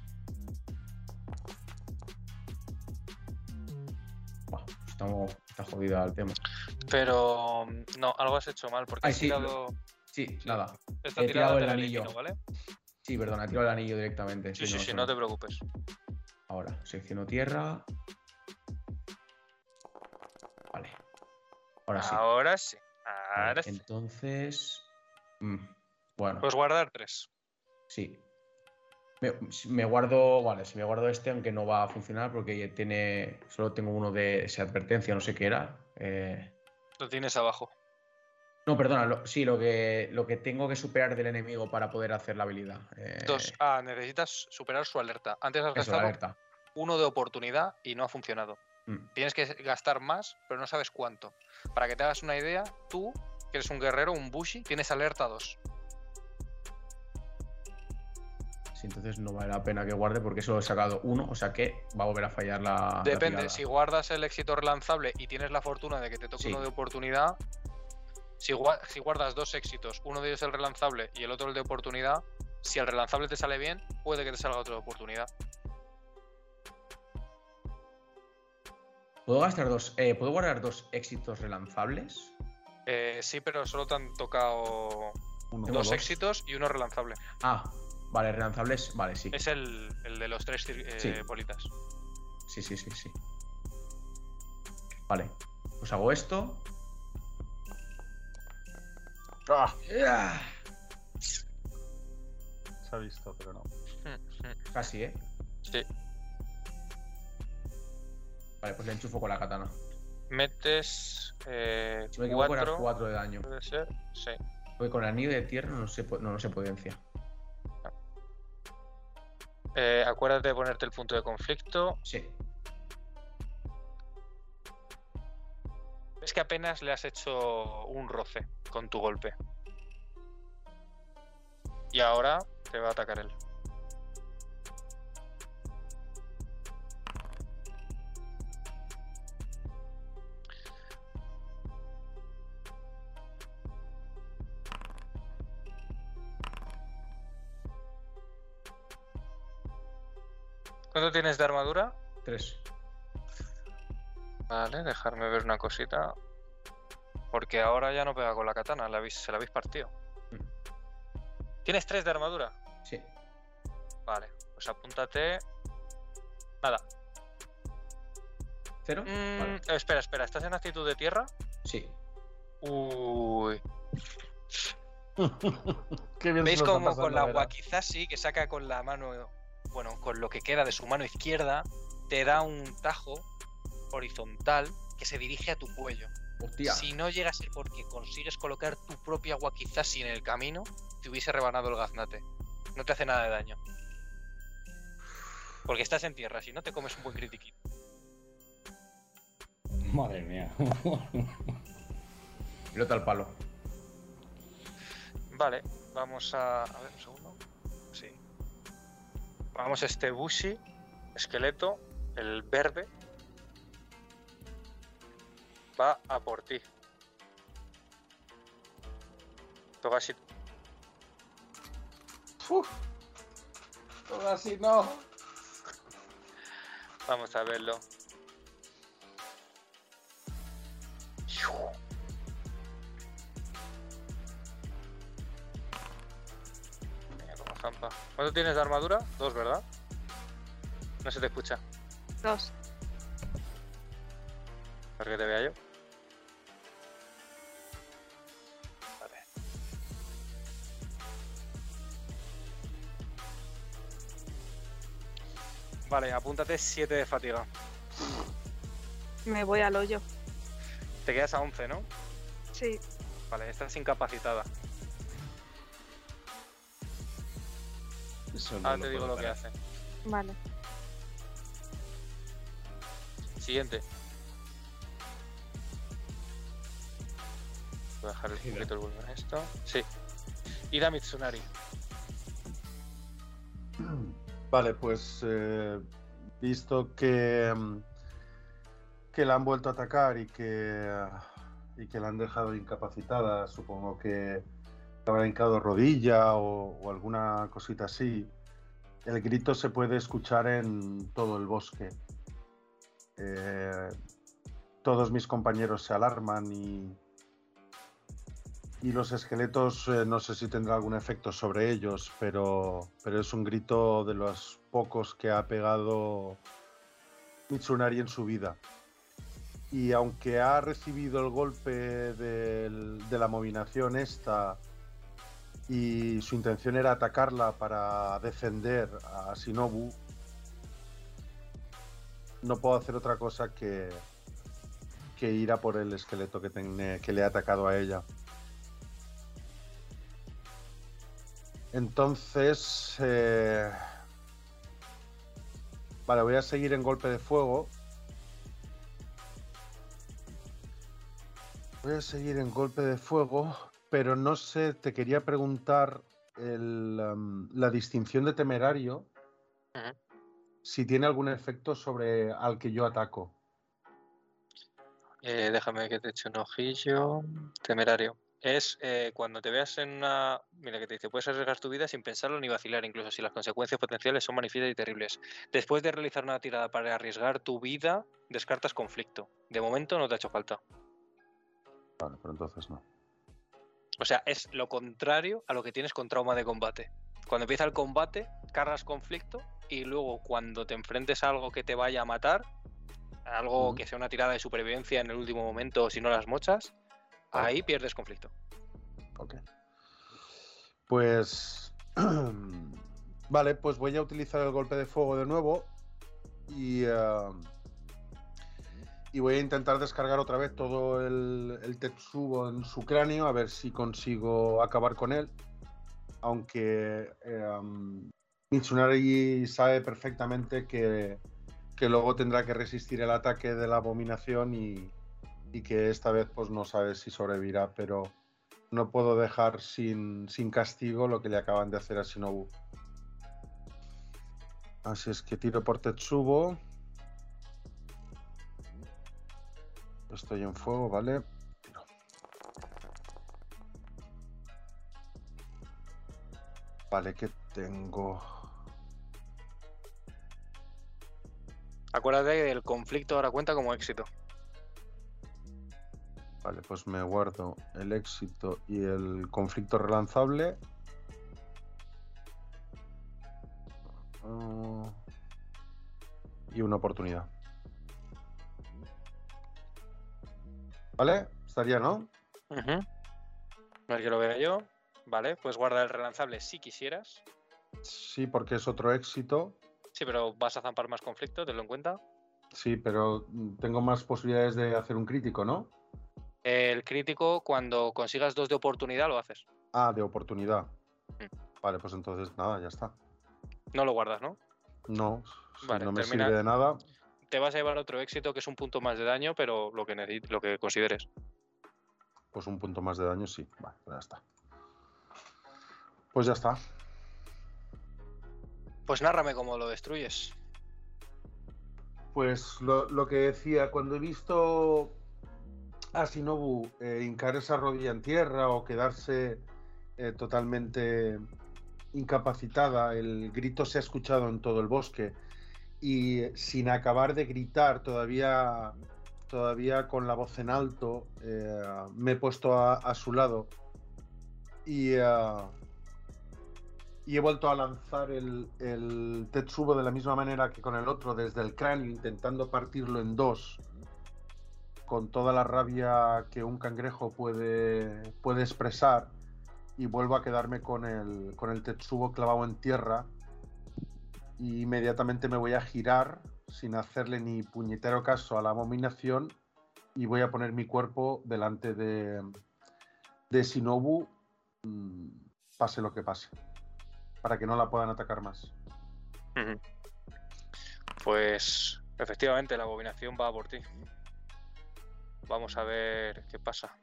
Está jodido el tema. Pero no, algo has hecho mal porque has sí, tirado... Sí, nada. Está He tirado el del anillo. elimino, ¿vale? Sí, perdón, he tirado el anillo directamente. Sí, no te preocupes. Ahora, selecciono tierra. Vale. Ahora sí. Ahora sí. Vale, entonces... bueno. Puedes guardar 3. Sí. Me guardo... Vale, si me guardo este, aunque no va a funcionar porque tiene... Solo tengo uno de esa advertencia, no sé qué era. Lo tienes abajo. No, perdona, lo que tengo que superar del enemigo para poder hacer la habilidad. 2. Necesitas superar su alerta. Antes has Eso, la gastado alerta. 1 de oportunidad y no ha funcionado. Tienes que gastar más, pero no sabes cuánto. Para que te hagas una idea, tú, que eres un guerrero, un Bushi, tienes alerta 2. Sí, entonces no vale la pena que guarde porque solo he sacado 1, o sea que va a volver a fallar la... Depende, la si guardas el éxito relanzable y tienes la fortuna de que te toque 1 de oportunidad, si guardas 2 éxitos, uno de ellos el relanzable y el otro el de oportunidad, si el relanzable te sale bien, puede que te salga otro de oportunidad. ¿Puedo guardar 2 éxitos relanzables? Sí, pero solo te han tocado 2 éxitos y 1 relanzable. Vale, relanzables, vale, sí. Es el de los 3 bolitas. Sí. Vale, pues hago esto. Se ha visto, pero no. Casi, ¿eh? Sí. Vale, pues le enchufo con la katana. Metes si me equivoco, era 4 de daño. Puede ser, sí. Porque con el anillo de tierra no se potencia. Acuérdate de ponerte el punto de conflicto. Sí. Es que apenas le has hecho un roce con tu golpe. Y ahora te va a atacar él. ¿Cuánto tienes de armadura? 3. Vale, dejarme ver una cosita. Porque ahora ya no pega con la katana, se la habéis partido. ¿Tienes 3 de armadura? Sí. Vale, pues apúntate. Nada. 0. Vale. Espera, ¿estás en actitud de tierra? Sí. Uy. Qué bien. ¿Veis cómo con la Wakizashi que saca con la mano, bueno, con lo que queda de su mano izquierda, te da un tajo horizontal que se dirige a tu cuello? Hostia. Si no llega a ser porque consigues colocar tu propia Wakizashi en el camino, te hubiese rebanado el gaznate. No te hace nada de daño. Porque estás en tierra, si no te comes un buen critiquito. Madre mía. Pelota al palo. Vale, vamos a ver un segundo. Sí. Vamos a este Bushi, esqueleto, el verde. Va a por ti. Togashi, Uf, todo así no. Vamos a verlo. Venga, como zampa. ¿Cuánto tienes de armadura? 2, ¿verdad? No se te escucha. 2. Para que te vea yo. Vale. Vale, apúntate 7 de fatiga. Me voy al hoyo. Te quedas a 11, ¿no? Sí. Vale, estás incapacitada. Eso no Ahora lo te digo puedo lo que parar. hace. Vale. Siguiente. Voy a dejar un poquito el volumen a esto. Sí. Ida Mitsunari. Vale, pues visto que la han vuelto a atacar y que la han dejado incapacitada, supongo que habrá hincado rodilla o alguna cosita así. El grito se puede escuchar en todo el bosque. Todos mis compañeros se alarman y los esqueletos no sé si tendrá algún efecto sobre ellos, pero es un grito de los pocos que ha pegado Mitsunari en su vida. Y aunque ha recibido el golpe de la abominación esta y su intención era atacarla para defender a Shinobu, no puedo hacer otra cosa que ir a por el esqueleto que le ha atacado a ella. Entonces, vale, voy a seguir en golpe de fuego. Pero no sé, te quería preguntar la distinción de temerario, si tiene algún efecto sobre al que yo ataco. Déjame que te eche un ojillo. Temerario. Es cuando te veas en una... Mira que te dice, puedes arriesgar tu vida sin pensarlo ni vacilar, incluso si las consecuencias potenciales son manifiestas y terribles. Después de realizar una tirada para arriesgar tu vida, descartas conflicto. De momento no te ha hecho falta. Vale, pero entonces no. O sea, es lo contrario a lo que tienes con trauma de combate. Cuando empieza el combate, cargas conflicto y luego cuando te enfrentes a algo que te vaya a matar, algo que sea una tirada de supervivencia en el último momento, si no las mochas, ahí pierdes conflicto. Ok. Pues... vale, pues voy a utilizar el golpe de fuego de nuevo y voy a intentar descargar otra vez todo el Tetsubo en su cráneo, a ver si consigo acabar con él. Aunque Mitsunari sabe perfectamente que luego tendrá que resistir el ataque de la abominación y que esta vez pues no sabe si sobrevivirá, pero no puedo dejar sin castigo lo que le acaban de hacer a Shinobu. Así es que tiro por Tetsubo. Estoy en fuego, ¿vale? Tiro. Vale, que tengo... Acuérdate que el conflicto ahora cuenta como éxito. Vale, pues me guardo el éxito y el conflicto relanzable. Y una oportunidad. ¿Vale? Estaría, ¿no? A ver que lo vea yo. Vale, pues guarda el relanzable si quisieras. Sí, porque es otro éxito. Sí, pero vas a zampar más conflicto, tenlo en cuenta. Sí, pero tengo más posibilidades de hacer un crítico, ¿no? El crítico, cuando consigas 2 de oportunidad, lo haces. Ah, de oportunidad. Vale, pues entonces nada, ya está. No lo guardas, ¿no? No, si Vale, no me termina. sirve de nada. Te vas a llevar otro éxito que es un punto más de daño, pero lo que consideres. Pues un punto más de daño, sí. Vale, pues ya está. Pues ya está. Pues nárrame cómo lo destruyes. Pues lo que decía, cuando he visto a Shinobu hincar esa rodilla en tierra o quedarse totalmente incapacitada, el grito se ha escuchado en todo el bosque y sin acabar de gritar, todavía con la voz en alto, me he puesto a su lado y he vuelto a lanzar el Tetsubo de la misma manera que con el otro, desde el cráneo, intentando partirlo en dos, con toda la rabia que un cangrejo puede expresar, y vuelvo a quedarme con el Tetsubo clavado en tierra, y inmediatamente me voy a girar sin hacerle ni puñetero caso a la abominación y voy a poner mi cuerpo delante de Shinobu, pase lo que pase, para que no la puedan atacar más. Pues efectivamente la abominación va por ti. Vamos a ver qué pasa.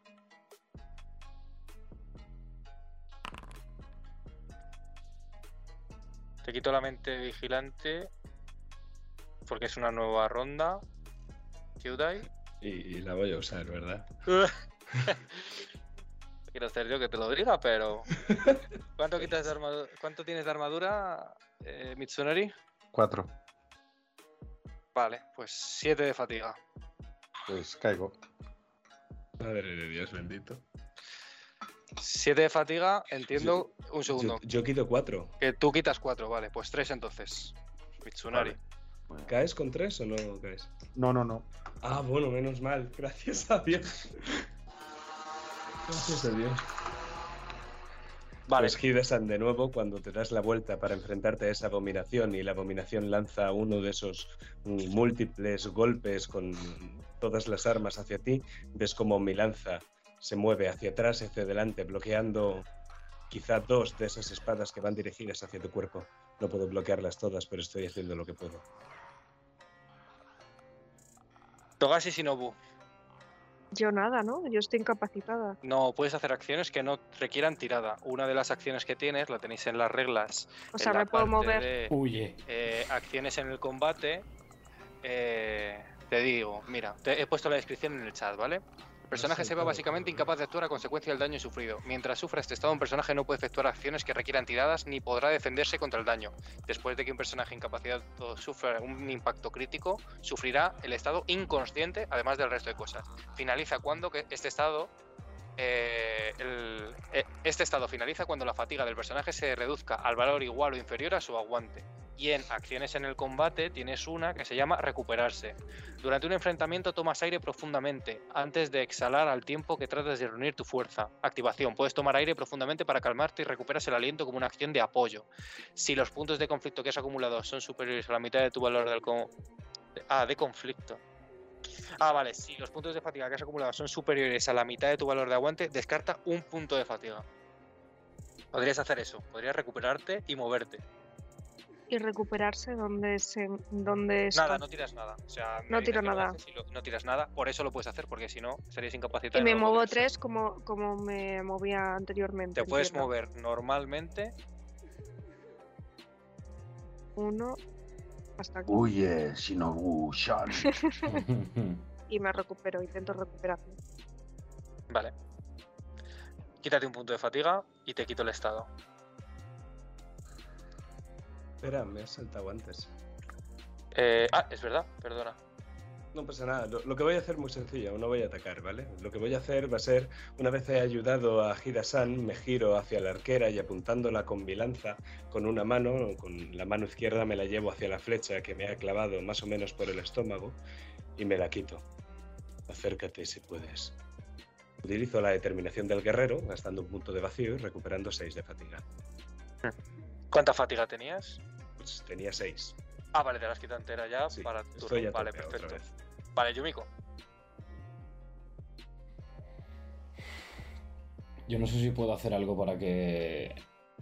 Te quito la mente vigilante porque es una nueva ronda. Kyudai. Y la voy a usar, ¿verdad? Quiero hacer yo que te lo diga, pero ¿cuánto quitas de armadura? ¿Cuánto tienes de armadura, Mitsunari? 4. Vale, pues 7 de fatiga. Pues caigo. Madre de Dios bendito. 7 de fatiga, entiendo. Un segundo. Yo quito 4. Que tú quitas 4, vale, pues 3 entonces. Mitsunari. Vale. ¿Caes con 3 o no caes? No. Ah, bueno, menos mal. Gracias a Dios. Gracias a Dios. Vale. Pues Hidesan, de nuevo, cuando te das la vuelta para enfrentarte a esa abominación y la abominación lanza uno de esos múltiples golpes con todas las armas hacia ti, ves como mi lanza se mueve hacia atrás y hacia adelante, bloqueando quizá 2 de esas espadas que van dirigidas hacia tu cuerpo. No puedo bloquearlas todas, pero estoy haciendo lo que puedo. Togashi Shinobu. Yo nada, ¿no? Yo estoy incapacitada. No puedes hacer acciones que no requieran tirada. Una de las acciones que tienes, la tenéis en las reglas. O sea, me puedo mover. De, Huye. acciones en el combate. Te digo, mira, te he puesto la descripción en el chat, ¿vale? El personaje se ve básicamente incapaz de actuar a consecuencia del daño sufrido. Mientras sufra este estado, un personaje no puede efectuar acciones que requieran tiradas ni podrá defenderse contra el daño. Después de que un personaje incapacitado sufra un impacto crítico, sufrirá el estado inconsciente, además del resto de cosas. Finaliza cuando este estado finaliza cuando la fatiga del personaje se reduzca al valor igual o inferior a su aguante. Y en acciones en el combate tienes una que se llama recuperarse. Durante un enfrentamiento tomas aire profundamente antes de exhalar al tiempo que tratas de reunir tu fuerza. Activación. Puedes tomar aire profundamente para calmarte y recuperas el aliento como una acción de apoyo. Si los puntos de conflicto que has acumulado son superiores a la mitad de tu valor de conflicto. Vale, si los puntos de fatiga que has acumulado son superiores a la mitad de tu valor de aguante, descarta un punto de fatiga. Podrías hacer eso, podrías recuperarte y moverte. ¿Y recuperarse dónde está? Nada, no tiras nada. O sea, no tiro nada. No tiras nada, por eso lo puedes hacer, porque si no, estarías incapacitado. Y me muevo 3 como me movía anteriormente. Te puedes mover normalmente. 1 hasta aquí. Huye, Shinobu-chan. Y me recupero, intento recuperarme. Vale. Quítate un punto de fatiga y te quito el estado. Espera, me has saltado antes. Es verdad, perdona. No pasa nada. Lo que voy a hacer es muy sencillo, no voy a atacar, ¿vale? Lo que voy a hacer va a ser, una vez he ayudado a Hida-san, me giro hacia la arquera y apuntándola con mi lanza, con una mano, con la mano izquierda me la llevo hacia la flecha que me ha clavado más o menos por el estómago y me la quito. Acércate si puedes. Utilizo la determinación del guerrero, gastando un punto de vacío y recuperando 6 de fatiga. ¿Cuánta fatiga tenías? Pues tenía 6. Vale, te la has quitado entera ya Sí, para tu estoy a Vale, tope perfecto. otra vez. Vale, Yumiko. Yo no sé si puedo hacer algo para que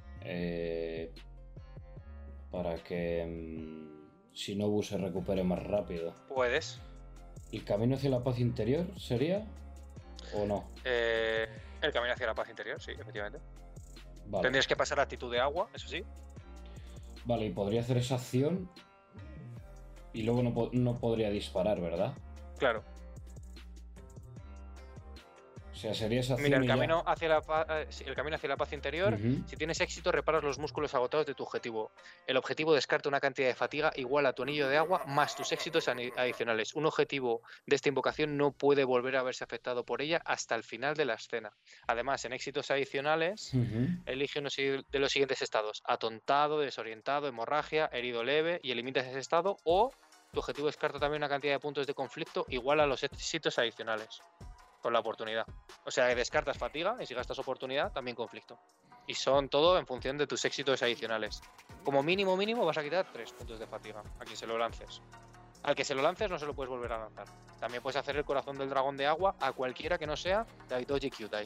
Shinobu se recupere más rápido. Puedes. ¿El camino hacia la paz interior sería? ¿O no? El camino hacia la paz interior, sí, efectivamente. Vale. Tendrías que pasar la actitud de agua, eso sí. Vale, y podría hacer esa acción y luego no podría disparar, ¿verdad? Claro. sea, sería esa Mira, acción y ya. el camino hacia la paz interior. Ujú. Si tienes éxito, reparas los músculos agotados de tu objetivo. El objetivo descarta una cantidad de fatiga igual a tu anillo de agua más tus éxitos adicionales. Un objetivo de esta invocación no puede volver a verse afectado por ella hasta el final de la escena. Además, en éxitos adicionales, Ujú. elige uno de los siguientes estados: atontado, desorientado, hemorragia, herido leve, y eliminas ese estado, o tu objetivo descarta también una cantidad de puntos de conflicto igual a los éxitos adicionales con la oportunidad. O sea, descartas fatiga y si gastas oportunidad, también conflicto. Y son todo en función de tus éxitos adicionales. Como mínimo vas a quitar 3 puntos de fatiga a quien se lo lances. Al que se lo lances no se lo puedes volver a lanzar. También puedes hacer el corazón del dragón de agua a cualquiera que no sea Daidoji Kyutai.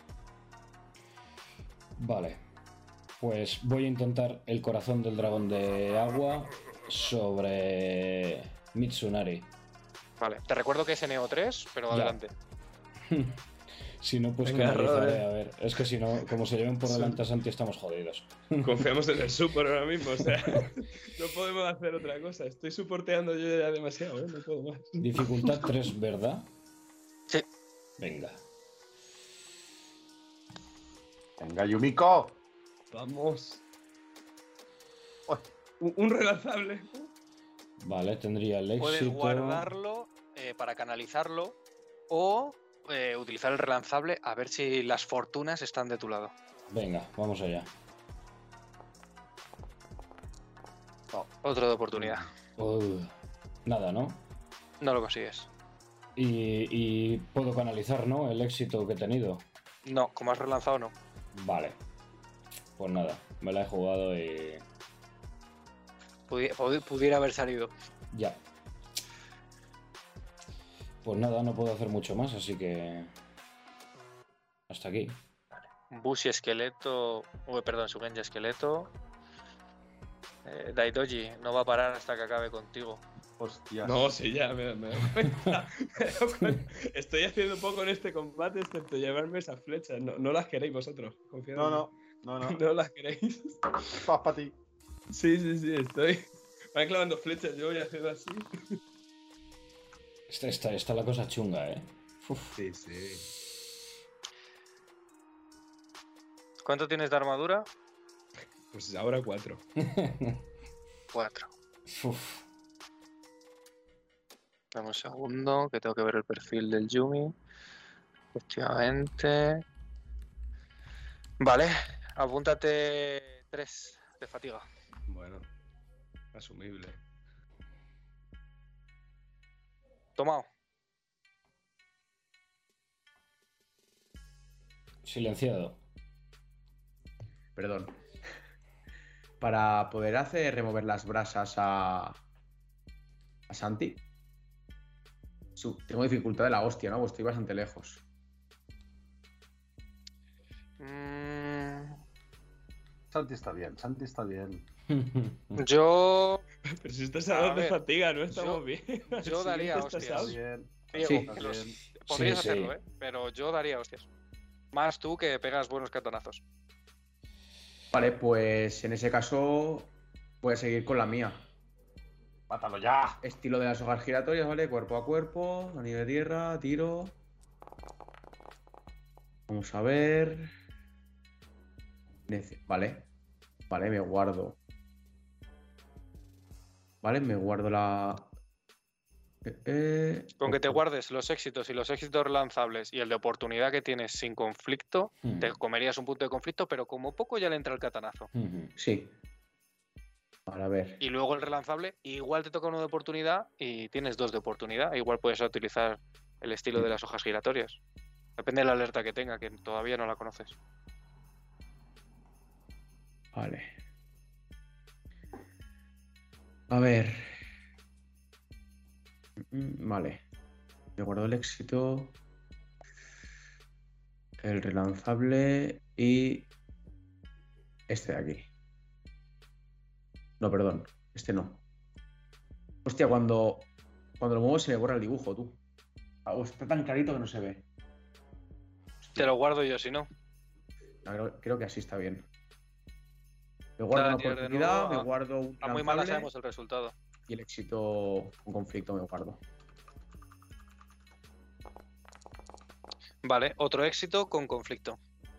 Vale. Pues voy a intentar el corazón del dragón de agua sobre Mitsunari. Vale, te recuerdo que es NO3, pero Ya. adelante. Si no, pues Venga, canalizaré, Robert. a ver. Es que si no, como se lleven por Sí. delante a Santi, estamos jodidos. Confiamos en el support ahora mismo, o sea, no podemos hacer otra cosa. Estoy soporteando yo ya demasiado, ¿eh? No puedo más. Dificultad 3, ¿verdad? Sí. Venga. Venga, Yumiko. Vamos. Uy. Un relanzable. Vale, tendría el éxito. Puedes guardarlo para canalizarlo o utilizar el relanzable a ver si las fortunas están de tu lado. Venga, vamos allá. Otro de oportunidad. Nada, ¿no? No lo consigues. Y puedo canalizar, ¿no? El éxito que he tenido. No, como has relanzado, no. Vale. Pues nada, me la he jugado y... Pudiera haber salido. ya. Pues nada, no puedo hacer mucho más, así que... hasta aquí. Bushi esqueleto. Perdón, Sugenja esqueleto. Daidoji no va a parar hasta que acabe contigo. Hostias. No, sí, ya me doy cuenta. Estoy haciendo poco en este combate, excepto llevarme esas flechas. No las queréis vosotros, confiad en No, mí. no, no, no. No las queréis. Paz para ti. Sí, estoy. Van clavando flechas, yo voy haciendo así. Está la cosa chunga, ¿eh? Uf. Sí. ¿Cuánto tienes de armadura? Pues ahora 4. 4. Uf. Dame un segundo, que tengo que ver el perfil del Yumi. Efectivamente. Vale, apúntate 3 de fatiga. Bueno, asumible. Tomado. Silenciado. Perdón. Para poder remover las brasas a Santi. Tengo dificultad de la hostia, ¿no? Pues estoy bastante lejos. Santi está bien, Santi está bien. Yo Pero si estás A hablando de ver, fatiga, no estamos bien. yo El daría siguiente está hostias. Sao. Bien. Diego, Sí. Está bien. podrías Sí, hacerlo, sí. pero yo daría hostias. Más tú que pegas buenos catonazos. Vale, pues en ese caso voy a seguir con la mía. Mátalo ya. Estilo de las hojas giratorias, ¿vale? Cuerpo a cuerpo, a nivel de tierra, tiro. Vamos a ver. Vale. Vale, me guardo. Vale, me guardo la... Con que te guardes los éxitos y los éxitos relanzables y el de oportunidad que tienes sin conflicto, te comerías un punto de conflicto, pero como poco ya le entra el katanazo. Sí. Vale, a ver. Y luego el relanzable, igual te toca uno de oportunidad y tienes 2 de oportunidad. Igual puedes utilizar el estilo de las hojas giratorias. Depende de la alerta que tenga, que todavía no la conoces. Vale. A ver. Vale. Me guardo el éxito. El relanzable y este de aquí. No, perdón. Este no. Hostia, cuando lo muevo se me borra el dibujo, tú. Está tan clarito que no se ve. Te lo guardo yo, si no. Creo que así está bien. Me guardo una Nada, tío, de oportunidad, nuevo, me guardo un A muy mala lanzable sabemos el resultado. y el éxito, un conflicto me guardo. Vale, otro éxito con conflicto.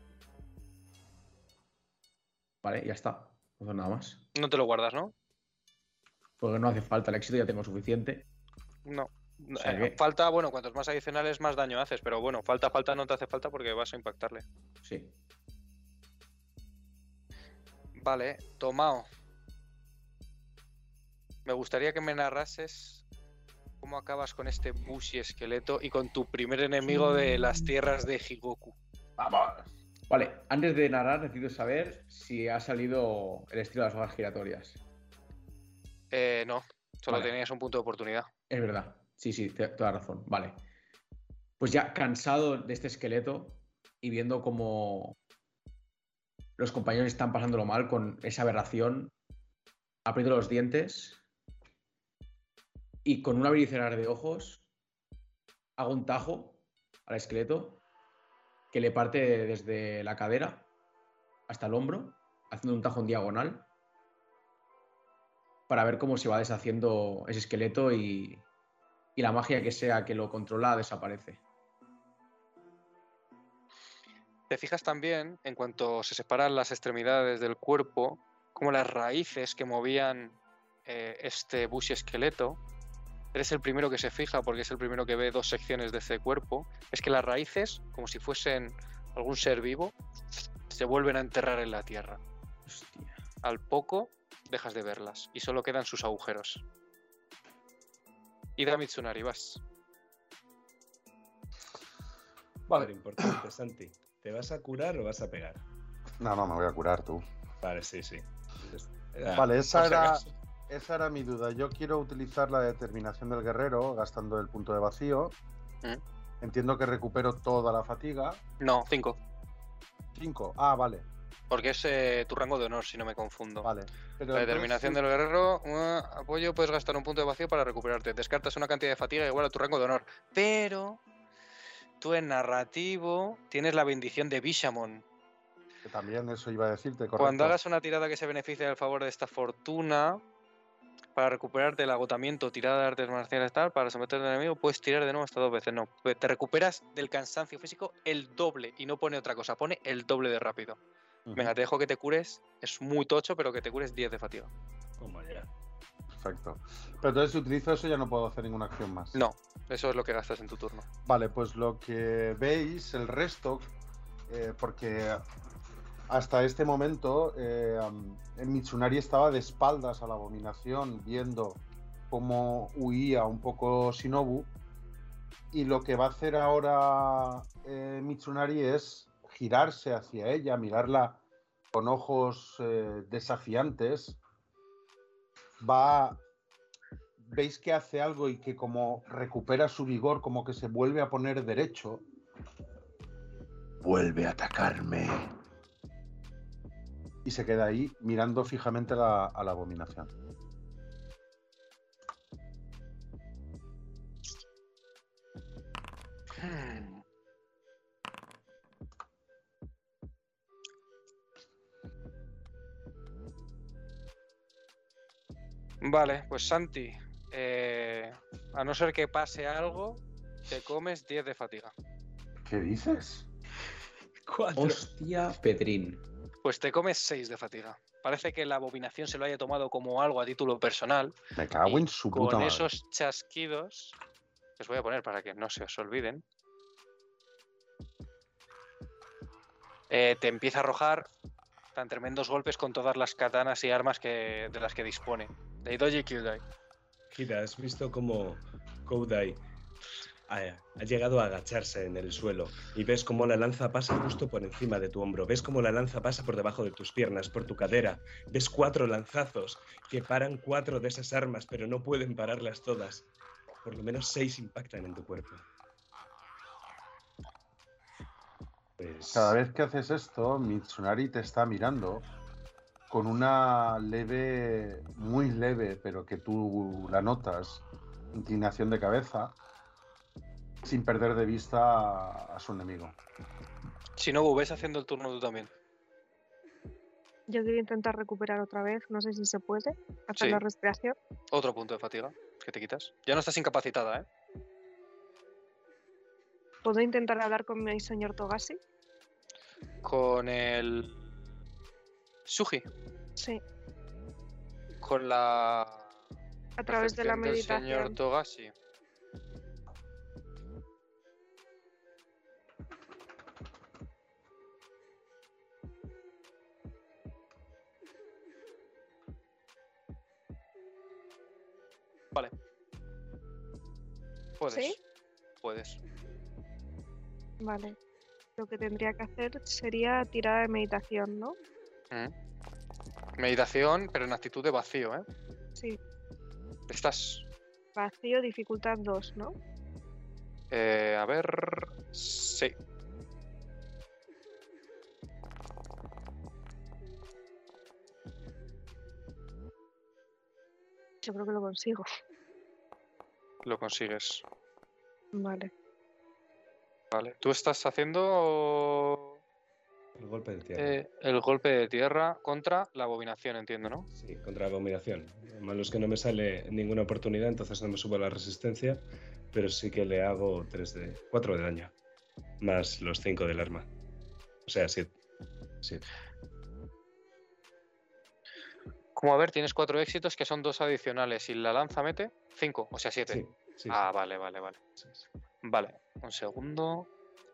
Vale, ya está. No hago nada más. No te lo guardas, ¿no? Porque no hace falta el éxito, ya tengo suficiente. No. O sea que- Falta, bueno, cuantos más adicionales, más daño haces. Pero bueno, falta no te hace falta porque vas a impactarle. Sí. Vale, Tomao. Me gustaría que me narrases cómo acabas con este Bushi esqueleto y con tu primer enemigo de las tierras de Higoku. ¡Vamos! Vale, antes de narrar, necesito saber si ha salido el estilo de las hojas giratorias. No, solo Vale. tenías un punto de oportunidad. Es verdad. Sí, toda razón. Vale. Pues ya cansado de este esqueleto y viendo cómo los compañeros están pasándolo mal con esa aberración, aprieto los dientes y con un abrir y cerrar de ojos hago un tajo al esqueleto que le parte desde la cadera hasta el hombro, haciendo un tajo en diagonal para ver cómo se va deshaciendo ese esqueleto y la magia que sea que lo controla desaparece. Te fijas también, en cuanto se separan las extremidades del cuerpo, como las raíces que movían este Bushi esqueleto. Eres el primero que se fija, porque es el primero que ve dos secciones de ese cuerpo. Es que las raíces, como si fuesen algún ser vivo, se vuelven a enterrar en la tierra. Hostia. Al poco dejas de verlas y solo quedan sus agujeros. Ida Mitsunari, vas. Vale, importante, Santi. ¿Te vas a curar o vas a pegar? No, me voy a curar tú. Vale, sí. Entonces, Vale, por si acaso. esa era mi duda. Yo quiero utilizar la determinación del guerrero gastando el punto de vacío. Entiendo que recupero toda la fatiga. No, 5. 5. Ah, vale. Porque es tu rango de honor, si no me confundo. Vale. Pero La determinación del guerrero, apoyo, puedes gastar un punto de vacío para recuperarte. Descartas una cantidad de fatiga igual a tu rango de honor. Pero tú en narrativo tienes la bendición de Bishamon. Que también eso iba a decirte, correcto. Cuando hagas una tirada que se beneficie al favor de esta fortuna, para recuperarte el agotamiento, tirada de artes marciales tal, para someter al enemigo, puedes tirar de nuevo hasta 2 veces. No, te recuperas del cansancio físico el doble y no pone otra cosa, pone el doble de rápido. Venga, te dejo que te cures, es muy tocho, pero que te cures 10 de fatiga. Toma ya. Perfecto. Pero entonces si utilizo eso ya no puedo hacer ninguna acción más. No, eso es lo que gastas en tu turno. Vale, pues lo que veis, el resto, porque hasta este momento Mitsunari estaba de espaldas a la abominación, viendo cómo huía un poco Shinobu, y lo que va a hacer ahora Mitsunari es girarse hacia ella, mirarla con ojos desafiantes. Veis que hace algo y que como recupera su vigor, como que se vuelve a poner derecho. Vuelve a atacarme. Y se queda ahí mirando fijamente a la abominación. Vale, pues Santi, a no ser que pase algo, te comes 10 de fatiga. ¿Qué dices? 4. Hostia, Petrín. Pues te comes 6 de fatiga. Parece que la abominación se lo haya tomado como algo a título personal. Me cago y en su con puta madre. esos chasquidos, os voy a poner para que no se os olviden. Te empieza a arrojar tan tremendos golpes con todas las katanas y armas de las que dispone. De Doji Kyudai. Gira, ¿has visto cómo Koudai ha llegado a agacharse en el suelo? Y ves cómo la lanza pasa justo por encima de tu hombro. Ves cómo la lanza pasa por debajo de tus piernas, por tu cadera. Ves 4 lanzazos que paran 4 de esas armas, pero no pueden pararlas todas. Por lo menos 6 impactan en tu cuerpo. Pues... Cada vez que haces esto, Mitsunari te está mirando con una leve, muy leve, pero que tú la notas, inclinación de cabeza, sin perder de vista a su enemigo. Shinobu, ves haciendo el turno tú también. Yo quiero intentar recuperar otra vez, no sé si se puede, hacer Sí. la respiración. Otro punto de fatiga que te quitas. Ya no estás incapacitada, ¿eh? ¿Puedo intentar hablar con mi señor Togashi? Con el Suji, Sí, con la a través de la percepción del señor meditación. Togashi. Vale. Puedes. ¿Sí? Puedes. Vale. Lo que tendría que hacer sería tirada de meditación, ¿no? Meditación, pero en actitud de vacío, ¿eh? Sí. Estás... Vacío, dificultad 2, ¿no? a ver... Sí. Yo creo que lo consigo. Lo consigues. Vale. Vale. ¿Tú estás haciendo El golpe de tierra. el golpe de tierra contra la abominación, entiendo, ¿no? Sí, contra la combinación. Lo malo es que no me sale ninguna oportunidad, entonces no me subo la resistencia, pero sí que le hago 4 de daño, más los 5 del arma. O sea, 7. Como a ver, tienes 4 éxitos que son 2 adicionales y la lanza mete 5, o sea 7. Sí, sí. Vale. Sí. Vale, un segundo.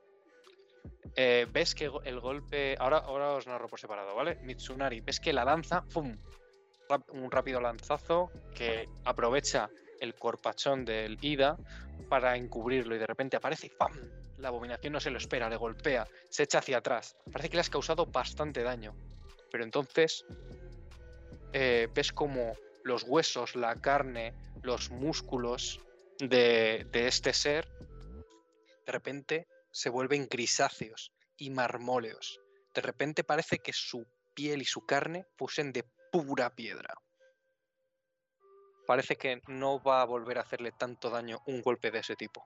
Ves que el golpe... Ahora os narro por separado, ¿vale? Mitsunari, ves que la lanza, ¡pum! Un rápido lanzazo que aprovecha el corpachón del Ida para encubrirlo y de repente aparece y ¡pam! La abominación no se lo espera, le golpea, se echa hacia atrás. Parece que le has causado bastante daño. Pero entonces ves como los huesos, la carne, los músculos de este ser de repente se vuelven grisáceos y marmóleos. De repente parece que su piel y su carne fuesen de pura piedra. Parece que no va a volver a hacerle tanto daño un golpe de ese tipo.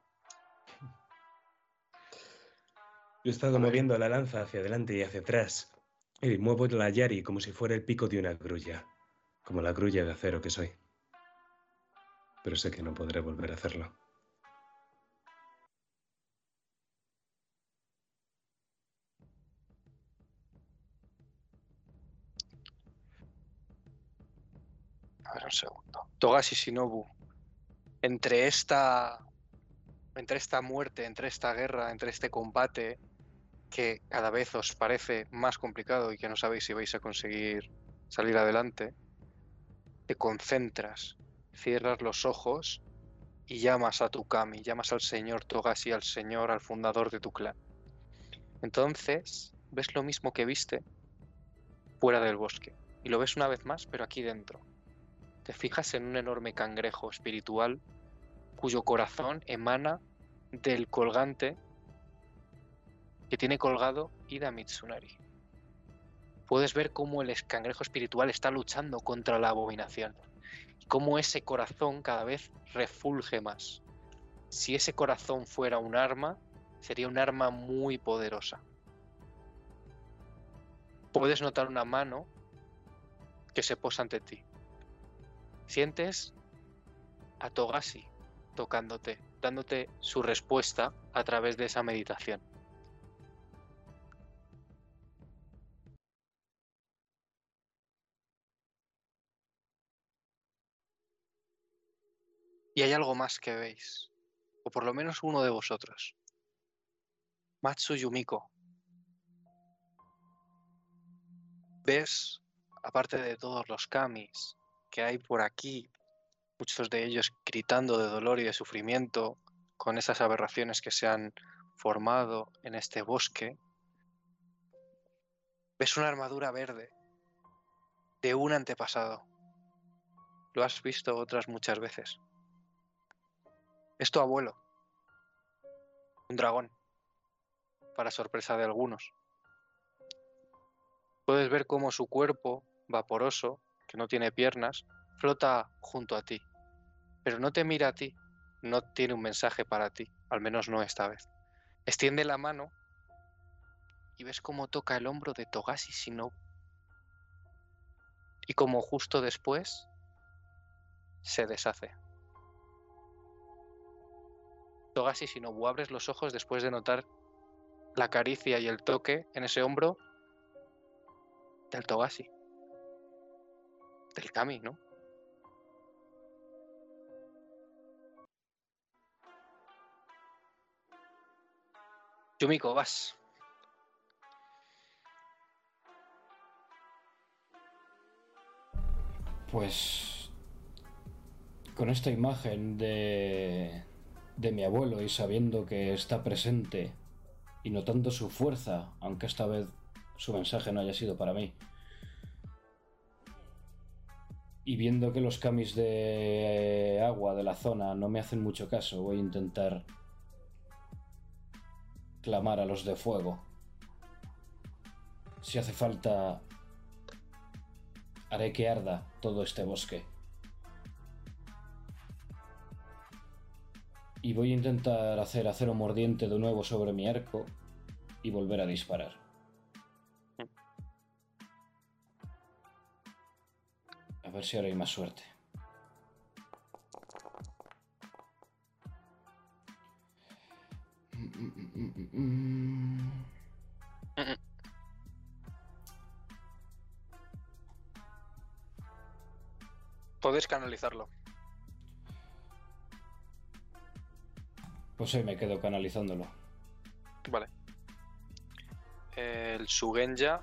Yo he estado moviendo la lanza hacia adelante y hacia atrás. Y muevo la yari como si fuera el pico de una grulla. Como la grulla de acero que soy. Pero sé que no podré volver a hacerlo. A ver, un segundo. Togashi Shinobu, entre esta muerte, entre esta guerra, entre este combate que cada vez os parece más complicado y que no sabéis si vais a conseguir salir adelante, te concentras, cierras los ojos y llamas a tu kami, llamas al señor Togashi, al fundador de tu clan. Entonces, ves lo mismo que viste fuera del bosque. Y lo ves una vez más, pero aquí dentro. Te fijas en un enorme cangrejo espiritual cuyo corazón emana del colgante que tiene colgado Ida Mitsunari. Puedes ver cómo el cangrejo espiritual está luchando contra la abominación. Y cómo ese corazón cada vez refulge más. Si ese corazón fuera un arma, sería un arma muy poderosa. Puedes notar una mano que se posa ante ti. Sientes a Togashi tocándote, dándote su respuesta a través de esa meditación. Y hay algo más que veis, o por lo menos uno de vosotros. Matsu Yumiko. Ves, aparte de todos los kamis que hay por aquí, muchos de ellos gritando de dolor y de sufrimiento con esas aberraciones que se han formado en este bosque, ves una armadura verde de un antepasado. Lo has visto otras muchas veces. Es tu abuelo, un dragón, para sorpresa de algunos. Puedes ver cómo su cuerpo, vaporoso, que no tiene piernas, flota junto a ti. Pero no te mira a ti, no tiene un mensaje para ti, al menos no esta vez. Extiende la mano y ves cómo toca el hombro de Togashi Shinobu. Y como justo después se deshace. Togashi Shinobu, abres los ojos después de notar la caricia y el toque en ese hombro del Togashi. Del Kami, ¿no? Yumiko, vas. Pues con esta imagen de mi abuelo y sabiendo que está presente y notando su fuerza, aunque esta vez su mensaje no haya sido para mí, y viendo que los kamis de agua de la zona no me hacen mucho caso, voy a intentar clamar a los de fuego. Si hace falta, haré que arda todo este bosque. Y voy a intentar hacer acero mordiente de nuevo sobre mi arco y volver a disparar. A ver si ahora hay más suerte. Podéis canalizarlo. Pues hoy me quedo canalizándolo. Vale. El Shugenja.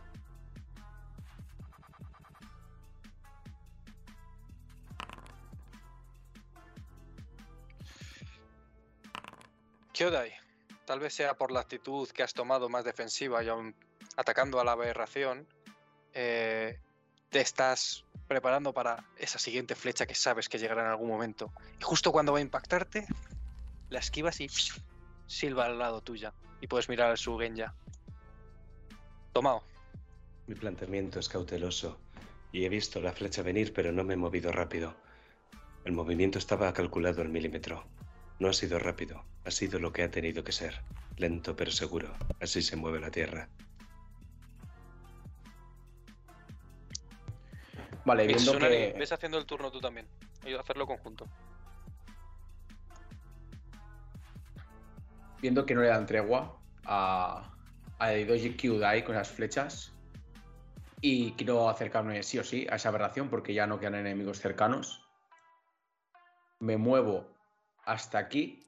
Kyodai, tal vez sea por la actitud que has tomado más defensiva y aún atacando a la aberración, te estás preparando para esa siguiente flecha que sabes que llegará en algún momento. Y justo cuando va a impactarte, la esquivas y silba al lado tuya. Y puedes mirar al Shugenja. Tomao. Mi planteamiento es cauteloso y he visto la flecha venir, pero no me he movido rápido. El movimiento estaba calculado al milímetro. No ha sido rápido, ha sido lo que ha tenido que ser. Lento pero seguro. Así se mueve la tierra. Vale, viendo Tsunari, que... ves haciendo el turno tú también. Ayuda a hacerlo conjunto. Viendo que no le dan tregua a Eidoji Kyudai con las flechas, y quiero acercarme sí o sí a esa aberración porque ya no quedan enemigos cercanos, me muevo hasta aquí,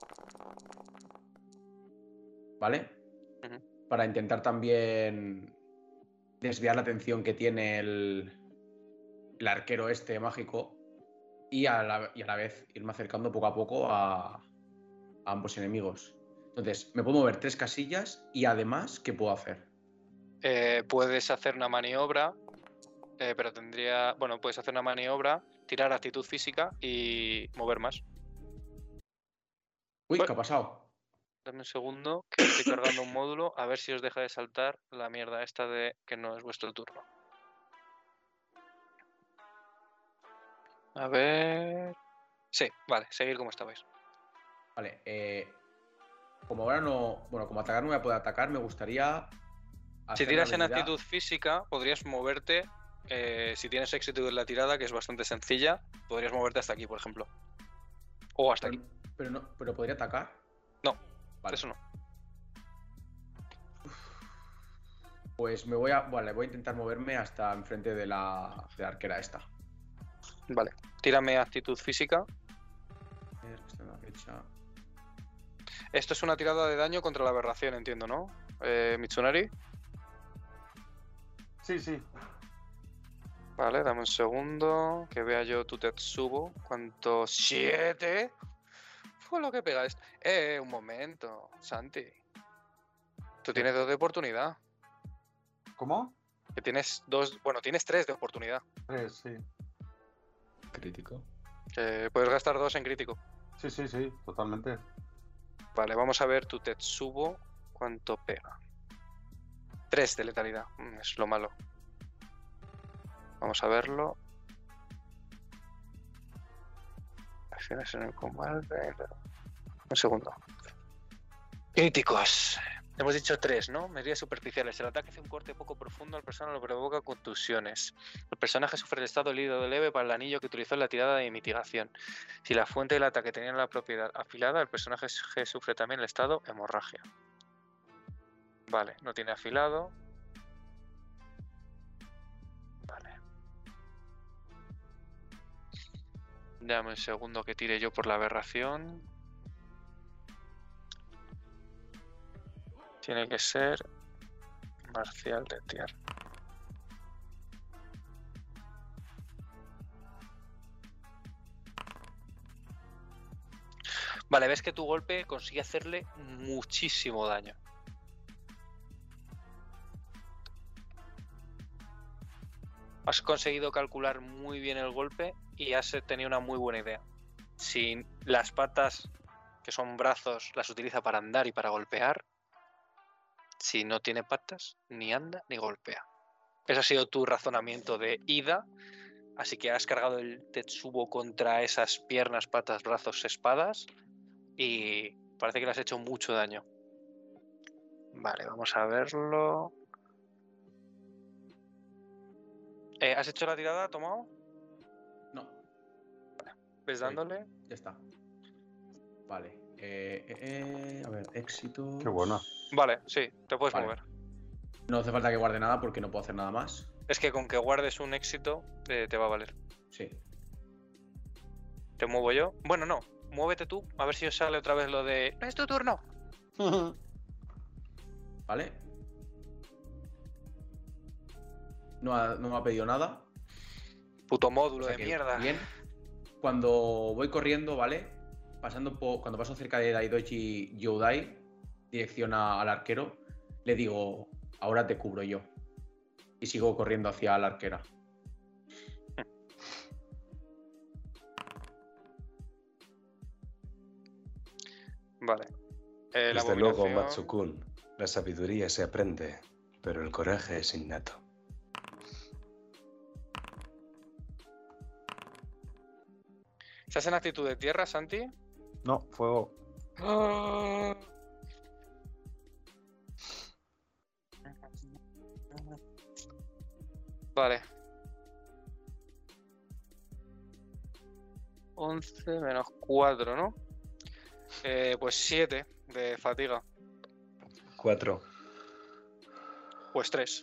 ¿vale? Para intentar también desviar la atención que tiene el arquero este mágico y a la vez irme acercando poco a poco a ambos enemigos. Entonces, me puedo mover 3 casillas y además, ¿qué puedo hacer? Puedes hacer una maniobra, pero tendría... Bueno, puedes hacer una maniobra, tirar actitud física y mover más. Uy, ¿qué ha pasado? Dame un segundo, que estoy cargando un módulo, a ver si os deja de saltar la mierda esta de que no es vuestro turno. A ver... Sí, vale, seguir como estabais. Vale, como ahora no... Bueno, como atacar no voy a poder atacar, me gustaría... Si tiras en actitud física, podrías moverte, si tienes éxito en la tirada, que es bastante sencilla, podrías moverte hasta aquí, por ejemplo. O hasta aquí. ¿Pero podría atacar? No, vale. Eso no. Pues me voy a... Vale, voy a intentar moverme hasta enfrente de la arquera esta. Vale, tírame actitud física. A ver, esta es la fecha. Esto es una tirada de daño contra la aberración, entiendo, ¿no? Mitsunari. Sí. Vale, dame un segundo, que vea yo tu Tetsubo. ¿Cuánto? ¡7! Fue lo que pega esto. Un momento, Santi. Tú tienes 2 de oportunidad. ¿Cómo? Que tienes 2... Bueno, tienes 3 de oportunidad. 3, sí. Crítico. Puedes gastar 2 en crítico. Sí, totalmente. Vale, vamos a ver tu Tetsubo. ¿Cuánto pega? 3 de letalidad. Es lo malo. Vamos a verlo. Acciones en el combate. Un segundo. Críticos. Hemos dicho 3, ¿no? Medidas superficiales. El ataque hace un corte poco profundo al personaje, lo provoca contusiones. El personaje sufre el estado herido leve para el anillo que utilizó en la tirada de mitigación. Si la fuente del ataque tenía la propiedad afilada, el personaje sufre también el estado hemorragia. Vale, no tiene afilado. Vale. Dame un segundo que tire yo por la aberración. Tiene que ser marcial de tierra. Vale, ves que tu golpe consigue hacerle muchísimo daño. Has conseguido calcular muy bien el golpe y has tenido una muy buena idea. Si las patas, que son brazos, las utiliza para andar y para golpear, si no tiene patas, ni anda ni golpea. Ese ha sido tu razonamiento de ida. Así que has cargado el Tetsubo contra esas piernas, patas, brazos, espadas. Y parece que le has hecho mucho daño. Vale, vamos a verlo. ¿Has hecho la tirada, Tomao? No. ¿Ves dándole? Ya está. Vale. A ver, éxito. Qué buena. Vale, sí, te puedes Vale. mover. No hace falta que guarde nada porque no puedo hacer nada más. Es que con que guardes un éxito te va a valer. Sí. ¿Te muevo yo? Bueno, no. Muévete tú, a ver si os sale otra vez lo de... ¡No es tu turno! Vale. No me ha pedido nada. Puto módulo O sea de que, mierda. Bien. Cuando voy corriendo, ¿vale? Cuando paso cerca de Daidoji Youdai, dirección al arquero, le digo, ahora te cubro yo. Y sigo corriendo hacia la arquera. Vale. La Desde luego, abominación- Matsukun, la sabiduría se aprende, pero el coraje es innato. ¿Estás en actitud de tierra, Santi? No, fuego. Vale. 11 menos 4, ¿no? Pues 7 de fatiga. 4. Pues 3.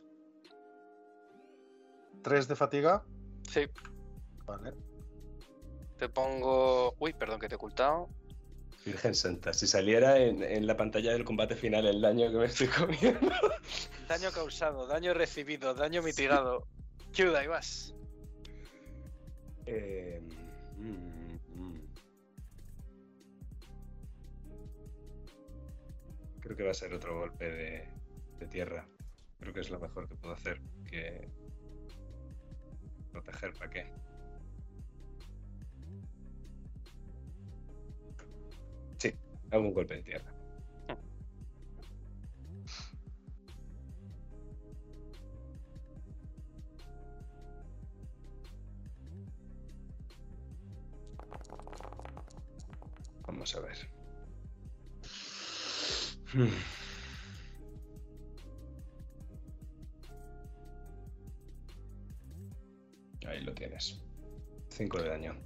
3 de fatiga. Sí. Vale. Te pongo... Uy, perdón que te he ocultado. Virgen Santa, si saliera en la pantalla del combate final el daño que me estoy comiendo. Daño causado, daño recibido, daño mitigado. Kyudai, vas. Creo que va a ser otro golpe de tierra. Creo que es lo mejor que puedo hacer. Que proteger, ¿para qué? Sí, hago un golpe de tierra. Vamos a ver. Ahí lo tienes. 5 de daño.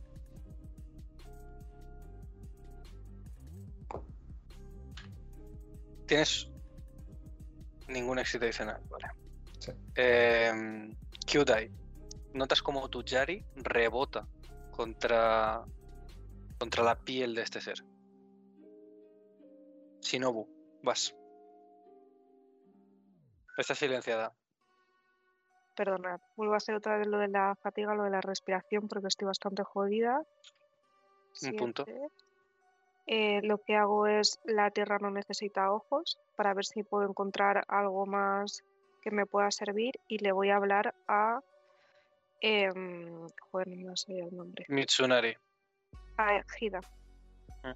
Tienes ningún éxito adicional, vale. Sí. Kyudai, notas como tu Yari rebota contra la piel de este ser. Shinobu, vas. Está silenciada. Perdonad, vuelvo a hacer otra vez lo de la fatiga, lo de la respiración, porque estoy bastante jodida. Un punto. 7. Lo que hago es, la tierra no necesita ojos, para ver si puedo encontrar algo más que me pueda servir, y le voy a hablar a... joder, no me sé el nombre. Mitsunari. A Hida. Ah.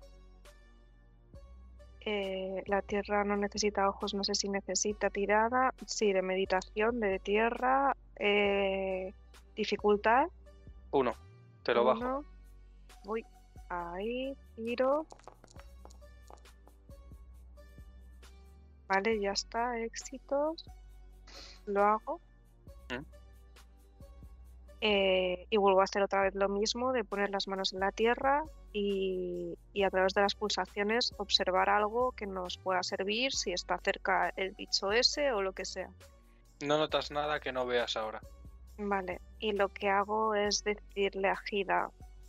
La tierra no necesita ojos, no sé si necesita tirada. Sí, de meditación, de tierra. Dificultad. 1. Te lo bajo. 1. Voy ahí, tiro. Vale, ya está, éxitos. Lo hago. Y vuelvo a hacer otra vez lo mismo, de poner las manos en la tierra y a través de las pulsaciones observar algo que nos pueda servir, si está cerca el bicho ese o lo que sea. No notas nada que no veas ahora. Vale, y lo que hago es decirle a Hida...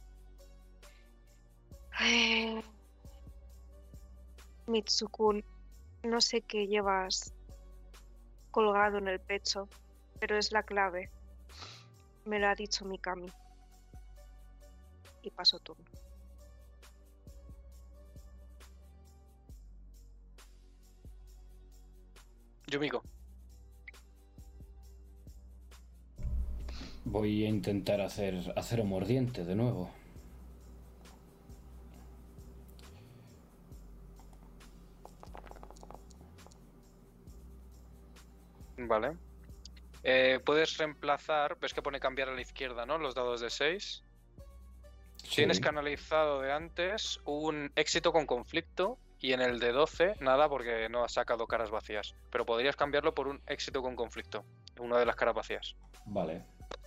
Mitsukun, no sé qué llevas colgado en el pecho, pero es la clave. Me lo ha dicho Mikami. Y paso turno. Yumiko. Voy a intentar hacer acero mordiente de nuevo. Vale. Puedes reemplazar, ves que pone cambiar a la izquierda, ¿no? Los dados de 6. Sí. Tienes canalizado de antes un éxito con conflicto y en el de 12 nada porque no has sacado caras vacías. Pero podrías cambiarlo por un éxito con conflicto, una de las caras vacías. Vale.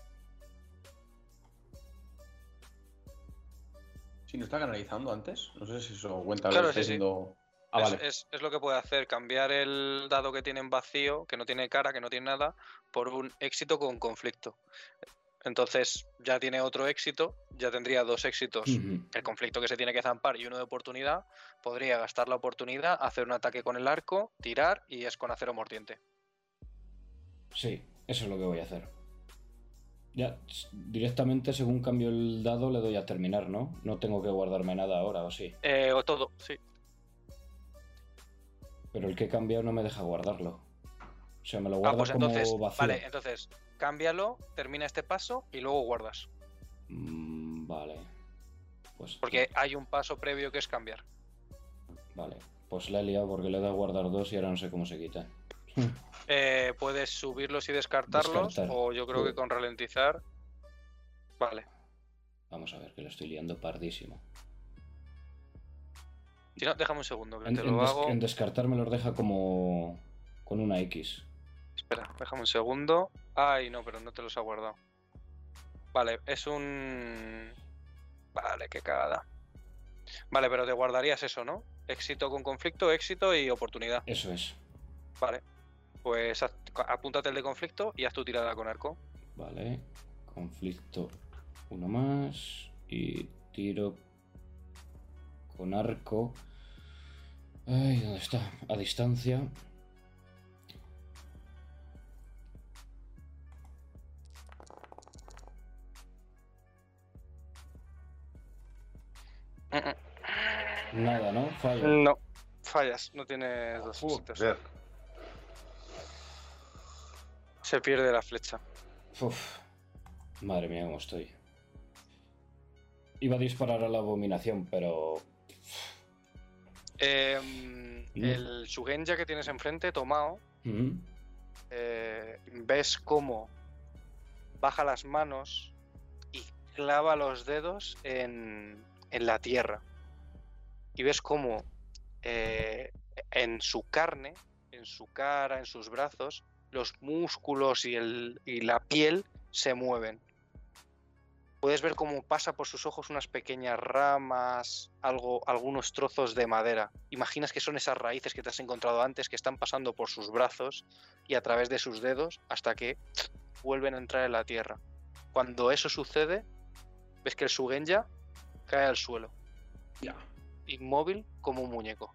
Si no está canalizando antes, no sé si eso cuenta. Claro, lo está sí, sí. haciendo... Ah, vale. Es lo que puede hacer, cambiar el dado que tiene en vacío, que no tiene cara, que no tiene nada, por un éxito con conflicto. Entonces ya tiene otro éxito, ya tendría 2 éxitos. El conflicto que se tiene que zampar y uno de oportunidad. Podría gastar la oportunidad, hacer un ataque con el arco, tirar y es con acero mordiente. Sí, eso es lo que voy a hacer. Ya, directamente según cambio el dado le doy a terminar, ¿no? No tengo que guardarme nada ahora, ¿o sí? O todo, sí. Pero el que he cambiado no me deja guardarlo. O sea, me lo guarda Pues como entonces, vacío. vale, entonces cámbialo, termina este paso y luego guardas. Vale. Pues Porque hay un paso previo que es cambiar. vale. Pues la he liado porque le he dado a guardar 2 y ahora no sé cómo se quita. Puedes subirlos y descartarlos, Descartar. o yo creo que con ralentizar. Vale. Vamos a ver, que lo estoy liando pardísimo. Si no, déjame un segundo, que En, te lo hago. en descartar me los deja como con una X. Espera, déjame un segundo. Ay, no, pero no te los ha guardado. Vale, es un... Vale, qué cagada. Vale, pero te guardarías eso, ¿no? Éxito con conflicto, éxito y oportunidad. Eso es. Vale. Pues apúntate el de conflicto y haz tu tirada con arco. Vale. Conflicto uno más. Y tiro con arco. Ay, ¿dónde está? A distancia. Nada, ¿no? Fallo. No, fallas, no tienes 2 éxitos. Joder. Se pierde la flecha. Uf. Madre mía, cómo estoy. Iba a disparar a la abominación, pero... El Shugenja que tienes enfrente, Tomao, ves cómo baja las manos y clava los dedos en la tierra. Y ves cómo en su carne, en su cara, en sus brazos, los músculos y la piel se mueven. Puedes ver cómo pasa por sus ojos unas pequeñas ramas, algunos trozos de madera. Imaginas que son esas raíces que te has encontrado antes que están pasando por sus brazos y a través de sus dedos hasta que vuelven a entrar en la tierra. Cuando eso sucede, ves que el Shugenja cae al suelo. Ya. Inmóvil como un muñeco.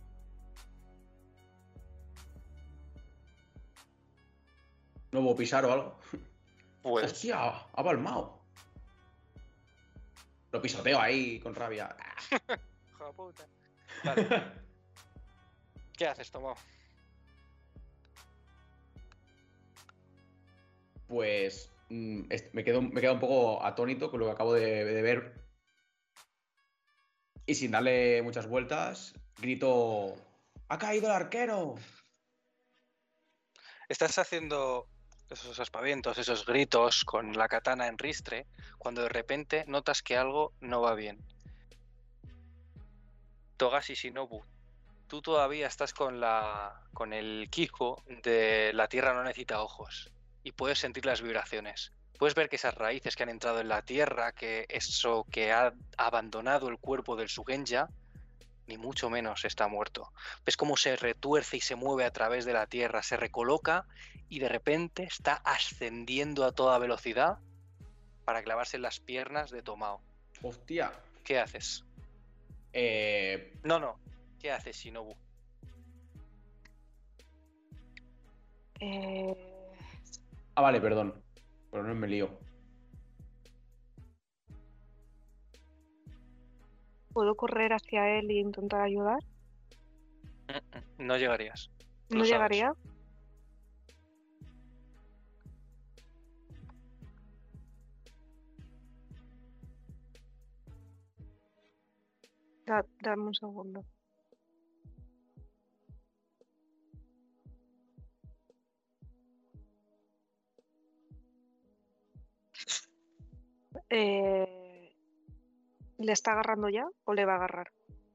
¿No hubo pisar o algo? Pues ¡Hostia! Ha palmado. Lo pisoteo ahí con rabia. hijo de puta. Vale. ¿Qué haces, Tomao? Pues me quedo un poco atónito con lo que acabo de ver. Y sin darle muchas vueltas, grito: ¡ha caído el arquero! Estás haciendo esos aspavientos, esos gritos con la katana en ristre, cuando de repente notas que algo no va bien. Togashi Shinobu tú todavía estás con el quijo de la tierra no necesita ojos y puedes sentir las vibraciones. Puedes ver que esas raíces que han entrado en la tierra, que eso que ha abandonado el cuerpo del Shugenja, ni mucho menos está muerto. Ves cómo se retuerce y se mueve a través de la tierra, se recoloca y de repente está ascendiendo a toda velocidad para clavarse en las piernas de Tomao. Hostia. ¿Qué haces? No. ¿Qué haces, Shinobu? Ah, vale, perdón. Pero no me lío. ¿Puedo correr hacia él e intentar ayudar? No llegarías. ¿No llegaría? Dame un segundo. ¿Le está agarrando ya o le va a agarrar?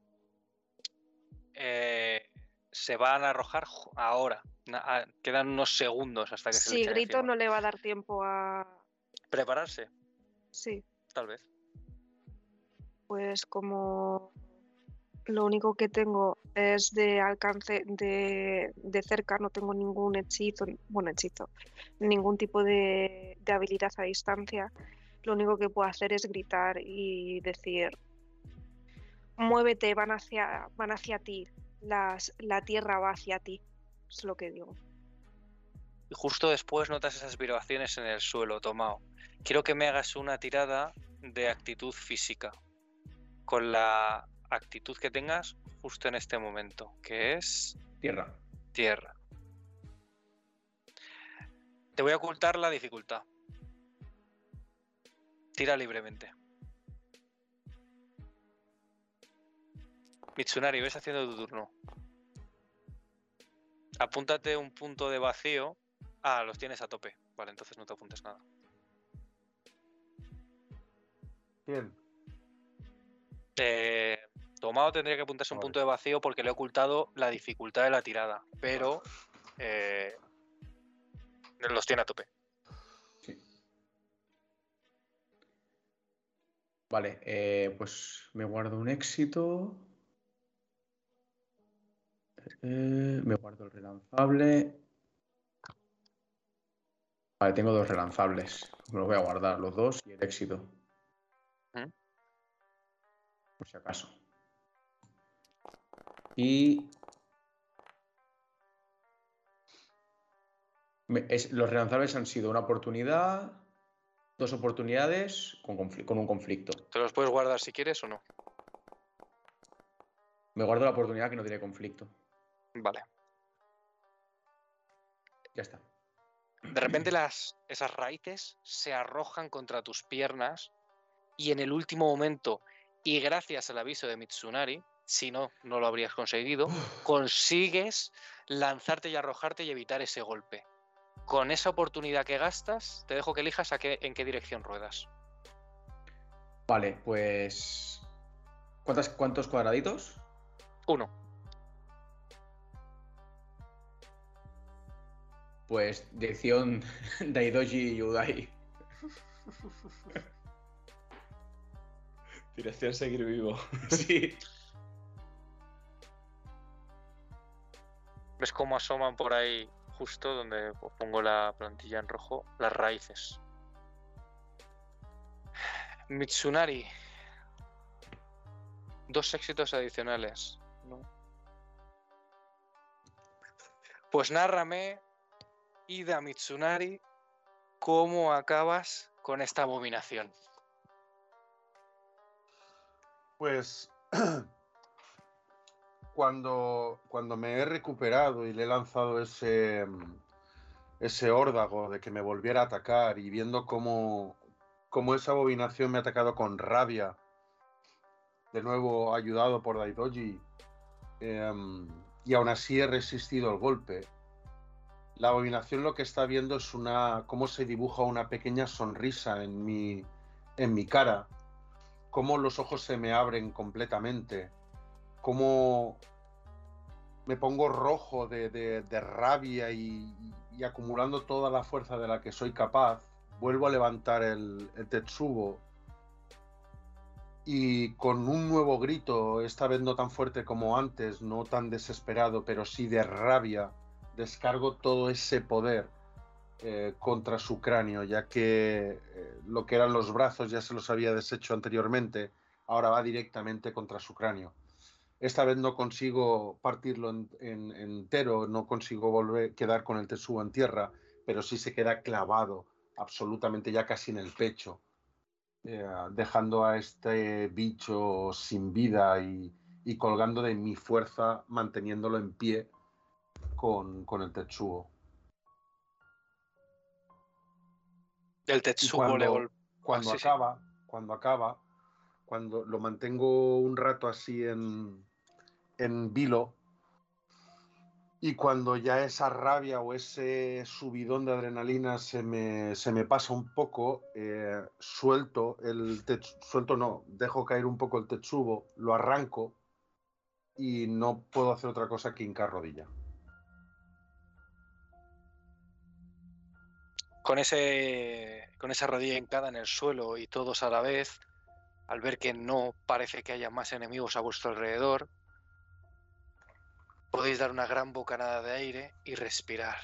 Se van a arrojar ahora. Quedan unos segundos hasta que se le Si echen grito encima. no le va a dar tiempo a... ¿Prepararse? Sí, Tal vez. pues como lo único que tengo es de alcance de cerca, no tengo ningún hechizo, ningún tipo de habilidad a distancia. Lo único que puedo hacer es gritar y decir: muévete, van hacia ti, la tierra va hacia ti, es lo que digo. Y justo después notas esas vibraciones en el suelo, Tomao. Quiero que me hagas una tirada de actitud física, con la actitud que tengas justo en este momento, que es... Tierra. Te voy a ocultar la dificultad. Tira libremente. Mitsunari, ves haciendo tu turno. Apúntate un punto de vacío. Ah, los tienes a tope. Vale, entonces no te apuntes nada. Bien. Tomao tendría que apuntarse un punto de vacío porque le he ocultado la dificultad de la tirada, pero los tiene a tope. Sí. Vale, pues me guardo un éxito. Me guardo el relanzable. Vale, tengo 2 relanzables. Me los voy a guardar, los 2 y el éxito. Por si acaso. Y... los relanzables han sido una oportunidad, 2 oportunidades con un conflicto. ¿Te los puedes guardar si quieres o no? Me guardo la oportunidad que no tiene conflicto. Vale. Ya está. De repente esas raíces se arrojan contra tus piernas y en el último momento, y gracias al aviso de Mitsunari, si no, no lo habrías conseguido, consigues lanzarte y arrojarte y evitar ese golpe. Con esa oportunidad que gastas, te dejo que elijas en qué dirección ruedas. Vale, pues... ¿Cuántos cuadraditos? 1. Pues dirección Daidoji Yudai. Dirección seguir vivo. Sí. ¿Ves cómo asoman por ahí, justo donde pongo la plantilla en rojo, las raíces? Mitsunari. 2 éxitos adicionales. ¿No? Pues nárrame, Ida Mitsunari, cómo acabas con esta abominación. Pues cuando me he recuperado y le he lanzado ese órdago de que me volviera a atacar y viendo cómo esa abominación me ha atacado con rabia, de nuevo ayudado por Daidoji, y aún así he resistido el golpe, la abominación lo que está viendo es cómo se dibuja una pequeña sonrisa en mi cara, cómo los ojos se me abren completamente, cómo me pongo rojo de rabia y acumulando toda la fuerza de la que soy capaz, vuelvo a levantar el Tetsubo y con un nuevo grito, esta vez no tan fuerte como antes, no tan desesperado, pero sí de rabia, descargo todo ese poder contra su cráneo, ya que lo que eran los brazos ya se los había deshecho anteriormente, ahora va directamente contra su cráneo. Esta vez no consigo partirlo entero, no consigo quedar con el Tetsuo en tierra, pero sí se queda clavado absolutamente ya casi en el pecho, dejando a este bicho sin vida y colgando de mi fuerza, manteniéndolo en pie con el Tetsuo. El Y Tetsubo le golpea. cuando sí, sí. acaba, cuando lo mantengo un rato así en vilo, y cuando ya esa rabia o ese subidón de adrenalina se me pasa un poco, dejo caer un poco el Tetsubo, lo arranco y no puedo hacer otra cosa que hincar rodilla. Con esa rodilla hincada en el suelo y todos a la vez, al ver que no parece que haya más enemigos a vuestro alrededor, podéis dar una gran bocanada de aire y respirar.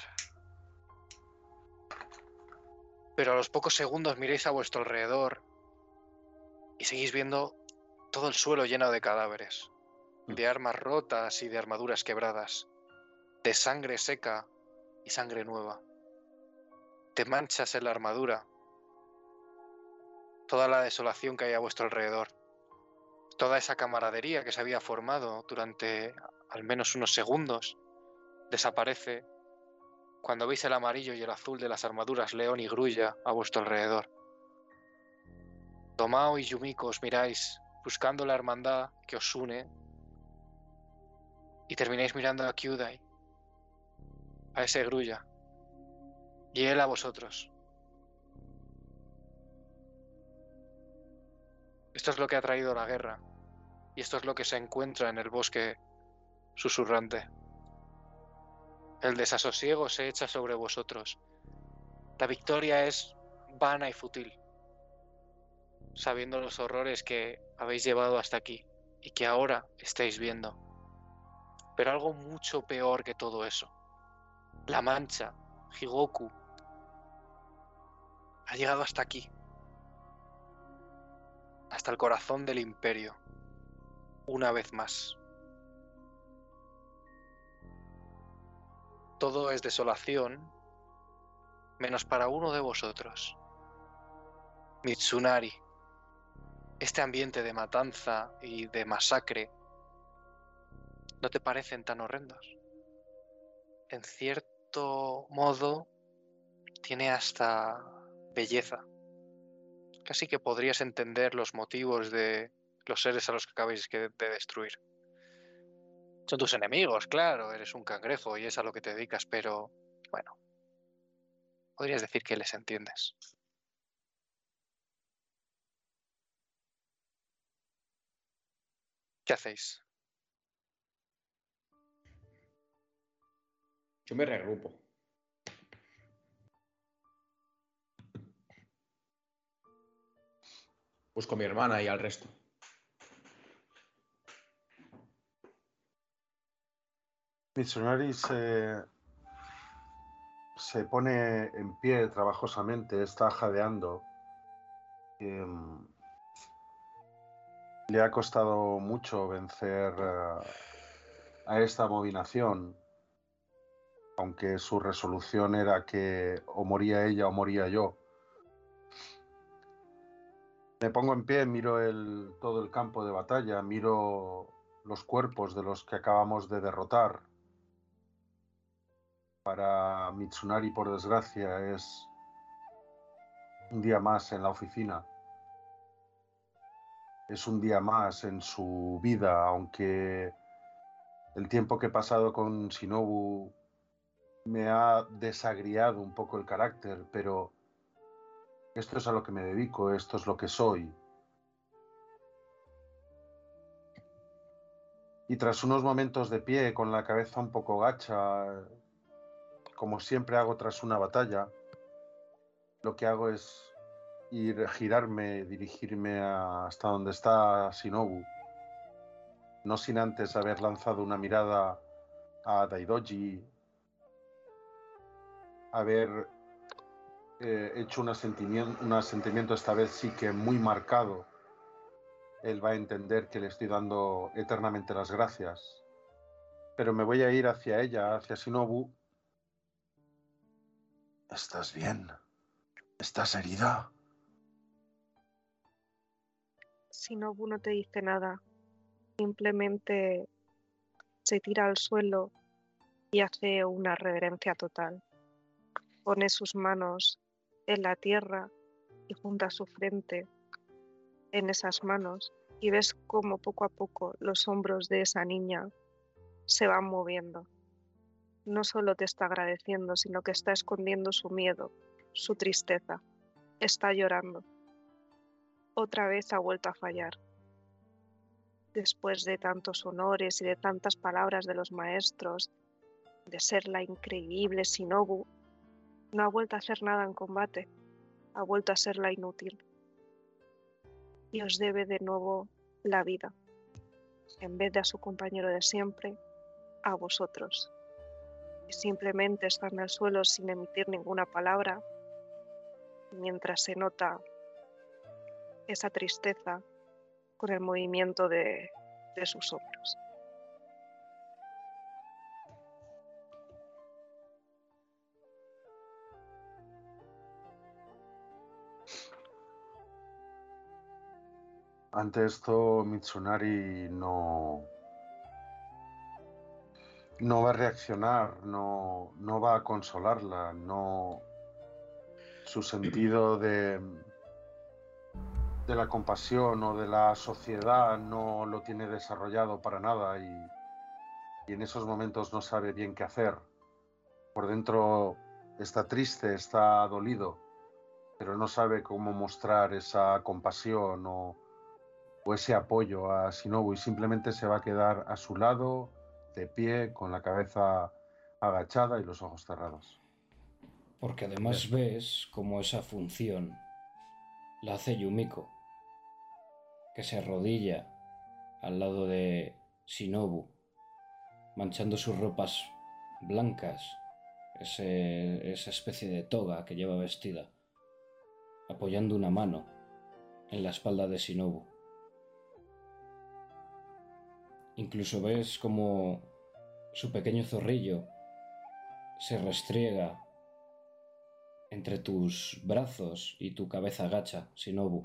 Pero a los pocos segundos miréis a vuestro alrededor y seguís viendo todo el suelo lleno de cadáveres, de armas rotas y de armaduras quebradas, de sangre seca y sangre nueva, de manchas en la armadura, toda la desolación que hay a vuestro alrededor, toda esa camaradería que se había formado durante al menos unos segundos, desaparece cuando veis el amarillo y el azul de las armaduras León y Grulla a vuestro alrededor. Tomao y Yumiko os miráis buscando la hermandad que os une y termináis mirando a Kyudai, a ese Grulla, y él a vosotros. Esto es lo que ha traído la guerra, y esto es lo que se encuentra en el bosque susurrante. El desasosiego se echa sobre vosotros. La victoria es vana y fútil, sabiendo los horrores que habéis llevado hasta aquí y que ahora estáis viendo. Pero algo mucho peor que todo eso. La mancha, Higoku, ha llegado hasta aquí, hasta el corazón del imperio, una vez más. Todo es desolación, menos para uno de vosotros. Mitsunari, este ambiente de matanza y de masacre, ¿no te parecen tan horrendos? En cierto modo, tiene hasta belleza. Casi que podrías entender los motivos de los seres a los que acabáis de destruir. Son tus enemigos, claro, eres un cangrejo y es a lo que te dedicas, pero bueno, podrías decir que les entiendes. ¿Qué hacéis? Yo me regrupo. Busco a mi hermana y al resto. Mitsunari se pone en pie trabajosamente, está jadeando. Le ha costado mucho vencer a esta abominación, aunque su resolución era que o moría ella o moría yo. Me pongo en pie, miro todo el campo de batalla, miro los cuerpos de los que acabamos de derrotar. Para Mitsunari, por desgracia, es un día más en la oficina. Es un día más en su vida, aunque el tiempo que he pasado con Shinobu me ha desagriado un poco el carácter, pero esto es a lo que me dedico, esto es lo que soy. Y tras unos momentos de pie, con la cabeza un poco gacha, como siempre hago tras una batalla, lo que hago es girarme, dirigirme hasta donde está Shinobu, no sin antes haber lanzado una mirada a Daidoji, haber hecho un asentimiento esta vez sí que muy marcado. Él va a entender que le estoy dando eternamente las gracias. Pero me voy a ir hacia ella, hacia Shinobu. ¿Estás bien? ¿Estás herida? Shinobu no te dice nada. Simplemente se tira al suelo y hace una reverencia total. Pone sus manos en la tierra y junta su frente en esas manos y ves cómo poco a poco los hombros de esa niña se van moviendo. No solo te está agradeciendo, sino que está escondiendo su miedo, su tristeza. Está llorando. Otra vez ha vuelto a fallar. Después de tantos honores y de tantas palabras de los maestros, de ser la increíble Shinobu, no ha vuelto a hacer nada en combate. Ha vuelto a ser la inútil. Y os debe de nuevo la vida. En vez de a su compañero de siempre, a vosotros. Y simplemente está en el suelo sin emitir ninguna palabra, mientras se nota esa tristeza con el movimiento de sus hombros. Ante esto, Mitsunari no va a reaccionar, no va a consolarla, no. Su sentido de la compasión o de la sociedad no lo tiene desarrollado para nada y en esos momentos no sabe bien qué hacer. Por dentro está triste, está dolido, pero no sabe cómo mostrar esa compasión o ese apoyo a Shinobu y simplemente se va a quedar a su lado, de pie, con la cabeza agachada y los ojos cerrados. Porque además ves cómo esa función la hace Yumiko, que se arrodilla al lado de Shinobu, manchando sus ropas blancas, esa especie de toga que lleva vestida, apoyando una mano en la espalda de Shinobu. Incluso ves como su pequeño zorrillo se restriega entre tus brazos y tu cabeza agacha, Shinobu.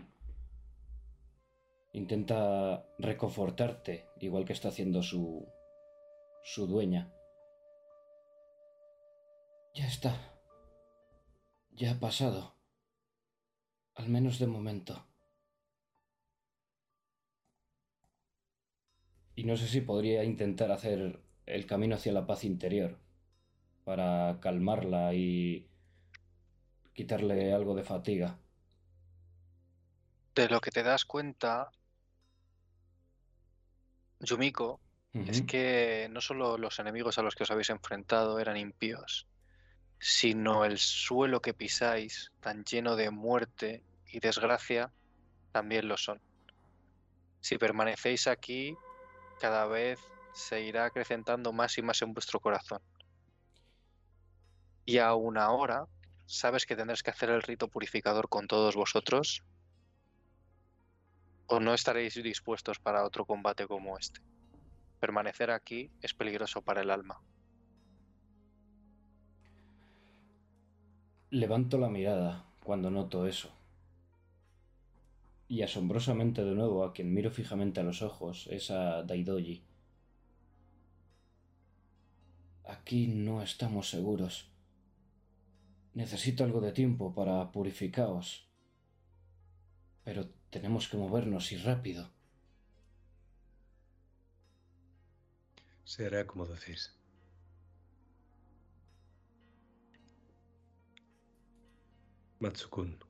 Intenta reconfortarte, igual que está haciendo su dueña. Ya está. Ya ha pasado. Al menos de momento. Y no sé si podría intentar hacer el camino hacia la paz interior para calmarla y quitarle algo de fatiga. De lo que te das cuenta, Yumiko, es que no solo los enemigos a los que os habéis enfrentado eran impíos, sino el suelo que pisáis, tan lleno de muerte y desgracia, también lo son. Si permanecéis aquí, cada vez se irá acrecentando más y más en vuestro corazón. Y aún ahora, sabes que tendrás que hacer el rito purificador con todos vosotros, o no estaréis dispuestos para otro combate como este. Permanecer aquí es peligroso para el alma. Levanto la mirada cuando noto eso. Y asombrosamente de nuevo a quien miro fijamente a los ojos es a Daidoji. Aquí no estamos seguros. Necesito algo de tiempo para purificaros. Pero tenemos que movernos y rápido. Será como decís. Matsukun.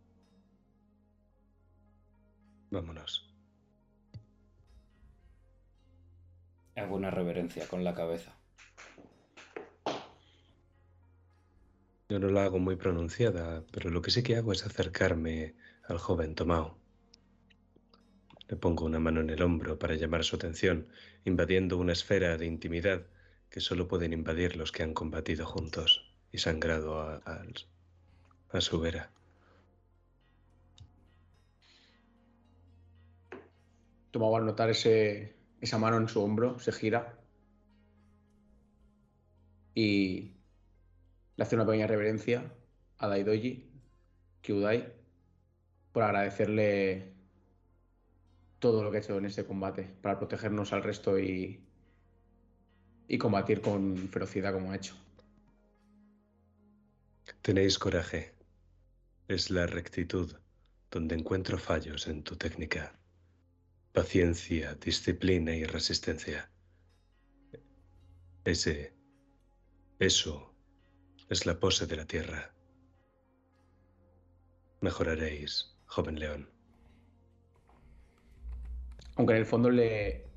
Vámonos. Hago una reverencia con la cabeza. Yo no la hago muy pronunciada, pero lo que sí que hago es acercarme al joven Tomao. Le pongo una mano en el hombro para llamar su atención, invadiendo una esfera de intimidad que solo pueden invadir los que han combatido juntos y sangrado a su vera. Tomaba al notar esa mano en su hombro, se gira y le hace una pequeña reverencia a Daidoji Kyudai por agradecerle todo lo que ha hecho en este combate para protegernos al resto y combatir con ferocidad como ha hecho. Tenéis coraje. Es la rectitud donde encuentro fallos en tu técnica. Paciencia, disciplina y resistencia. Eso es la pose de la tierra. Mejoraréis, joven león. Aunque en el fondo le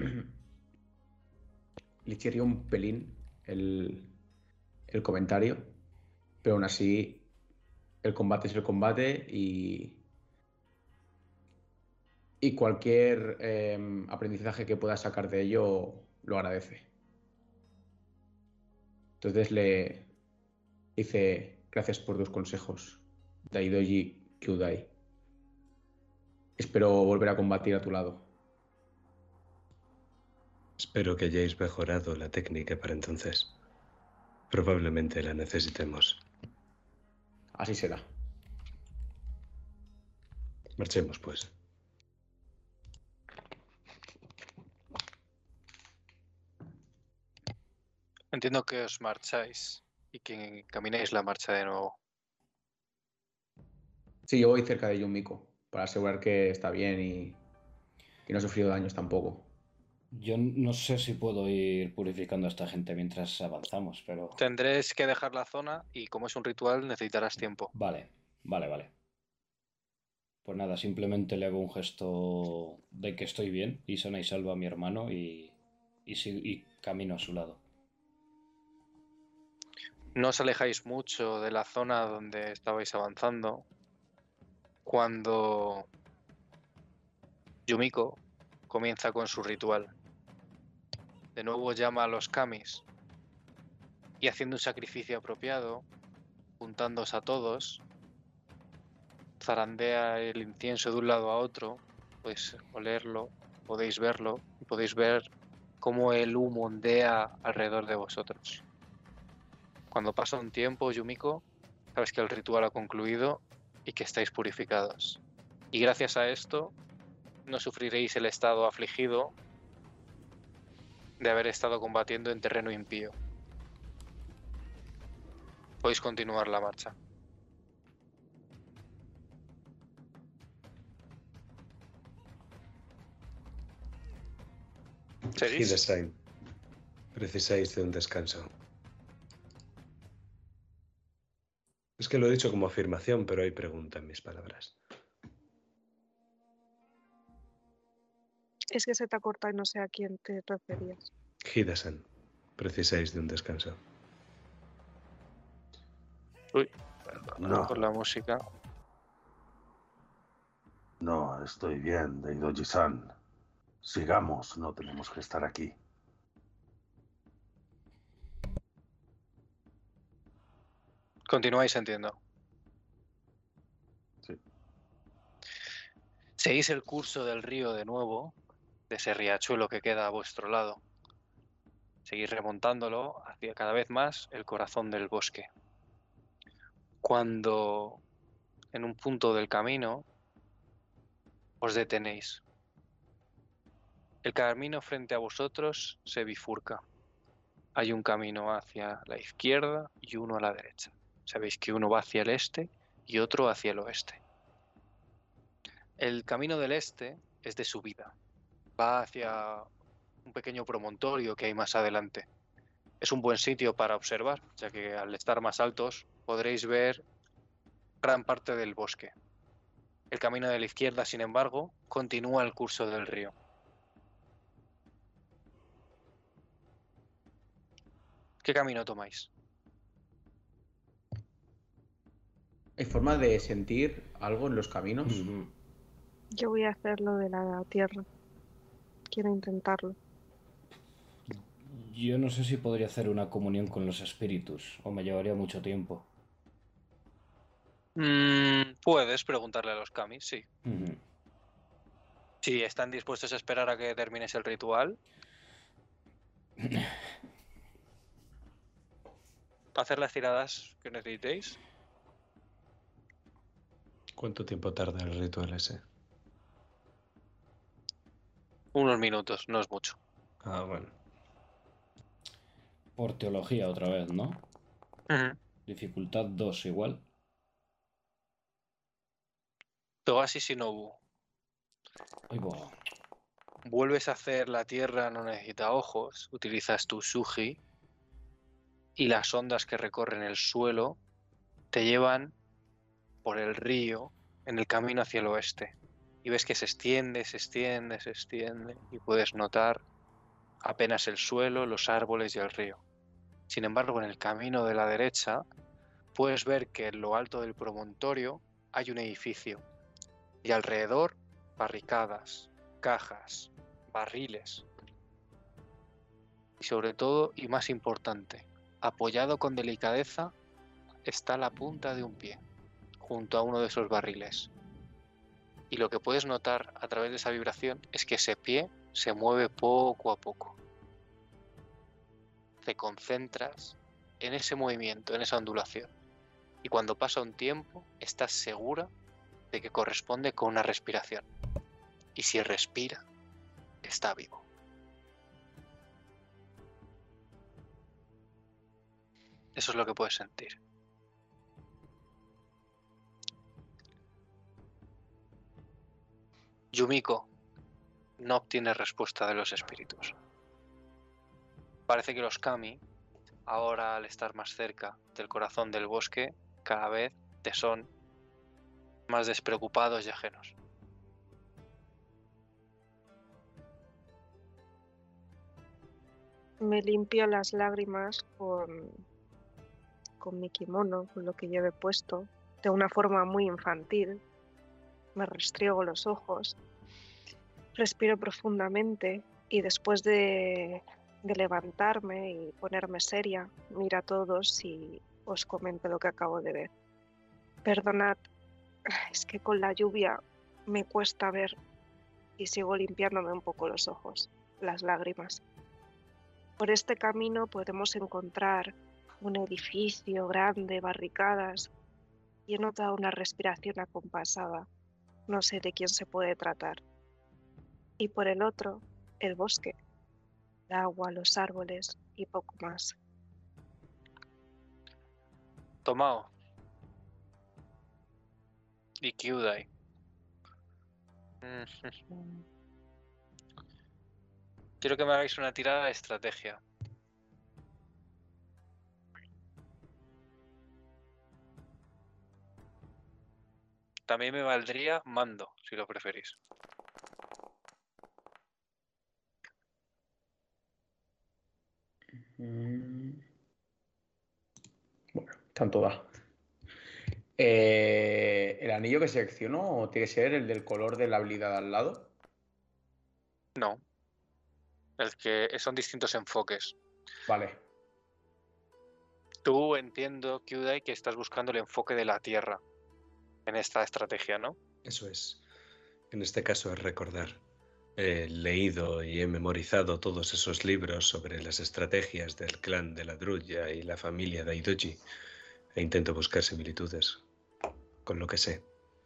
chirrió un pelín el comentario, pero aún así el combate es el combate y cualquier aprendizaje que pueda sacar de ello lo agradece. Entonces le dice: gracias por tus consejos, Daidoji Kyudai. Espero volver a combatir a tu lado. Espero que hayáis mejorado la técnica para entonces. Probablemente la necesitemos. Así será. Marchemos, pues. Entiendo que os marcháis y que caminéis la marcha de nuevo. Sí, yo voy cerca de Yumiko para asegurar que está bien y no ha sufrido daños tampoco. Yo no sé si puedo ir purificando a esta gente mientras avanzamos, pero... Tendréis que dejar la zona y como es un ritual necesitarás tiempo. Vale. Pues nada, simplemente le hago un gesto de que estoy bien y sana y salva a mi hermano y camino a su lado. No os alejáis mucho de la zona donde estabais avanzando cuando Yumiko comienza con su ritual. De nuevo llama a los kamis y haciendo un sacrificio apropiado, juntándoos a todos, zarandea el incienso de un lado a otro, podéis olerlo, podéis verlo y podéis ver cómo el humo ondea alrededor de vosotros. Cuando pasa un tiempo, Yumiko, sabes que el ritual ha concluido y que estáis purificados. Y gracias a esto no sufriréis el estado afligido de haber estado combatiendo en terreno impío. Podéis continuar la marcha. ¿Seguís? Hidesain, precisáis de un descanso. Es que lo he dicho como afirmación, pero hay pregunta en mis palabras. Es que se te ha cortado y no sé a quién te referías. Hidesan, precisáis de un descanso. Uy, No, por la música. no, estoy bien, Daidoji-san. Sigamos, no tenemos que estar aquí. Continuáis, entiendo. Sí. Seguís el curso del río de nuevo, de ese riachuelo que queda a vuestro lado. Seguís remontándolo hacia cada vez más el corazón del bosque. Cuando en un punto del camino os detenéis. El camino frente a vosotros se bifurca. Hay un camino hacia la izquierda y uno a la derecha. Sabéis que uno va hacia el este y otro hacia el oeste. El camino del este es de subida. Va hacia un pequeño promontorio que hay más adelante. Es un buen sitio para observar, ya que al estar más altos podréis ver gran parte del bosque. El camino de la izquierda, sin embargo, continúa el curso del río. ¿Qué camino tomáis? ¿Hay forma de sentir algo en los caminos? Yo voy a hacer lo de la tierra. Quiero intentarlo. Yo no sé si podría hacer una comunión con los espíritus, o me llevaría mucho tiempo. Puedes preguntarle a los Kamis, sí. Ujú. Si están dispuestos a esperar a que termines el ritual. Hacer las tiradas que necesitéis. ¿Cuánto tiempo tarda el ritual ese? Unos minutos, no es mucho. Ah, bueno. Por teología otra vez, ¿no? Ujú. Dificultad 2 igual. Togashi Shinobu. Ay, buah. Vuelves a hacer la tierra, no necesita ojos. Utilizas tu Suji. Y las ondas que recorren el suelo te llevan por el río en el camino hacia el oeste. Y ves que se extiende, se extiende, se extiende. Y puedes notar apenas el suelo, los árboles y el río. Sin embargo, en el camino de la derecha puedes ver que en lo alto del promontorio hay un edificio y alrededor barricadas, cajas, barriles y sobre todo, y más importante, apoyado con delicadeza está la punta de un pie junto a uno de esos barriles. Y lo que puedes notar a través de esa vibración es que ese pie se mueve poco a poco. Te concentras en ese movimiento, en esa ondulación. Y cuando pasa un tiempo, estás segura de que corresponde con una respiración. Y si respira, está vivo. Eso es lo que puedes sentir. Yumiko no obtiene respuesta de los espíritus. Parece que los Kami, ahora al estar más cerca del corazón del bosque, cada vez te son más despreocupados y ajenos. Me limpio las lágrimas con mi kimono, con lo que lleve puesto, de una forma muy infantil. Me restriego los ojos, respiro profundamente y después de levantarme y ponerme seria, miro a todos y os comento lo que acabo de ver. Perdonad, es que con la lluvia me cuesta ver y sigo limpiándome un poco los ojos, las lágrimas. Por este camino podemos encontrar un edificio grande, barricadas, y he notado una respiración acompasada. No sé de quién se puede tratar. Y por el otro, el bosque, el agua, los árboles y poco más. Tomao y Kyudai. Quiero que me hagáis una tirada de estrategia. También me valdría mando, si lo preferís. Bueno, tanto da. ¿El anillo que selecciono tiene que ser el del color de la habilidad al lado? No. El que son distintos enfoques. Vale. Tú entiendo, Kyudai, que estás buscando el enfoque de la Tierra en esta estrategia, ¿no? Eso es. En este caso es recordar. He leído y he memorizado todos esos libros sobre las estrategias del clan de la Druya y la familia Daidoji e intento buscar similitudes con lo que sé.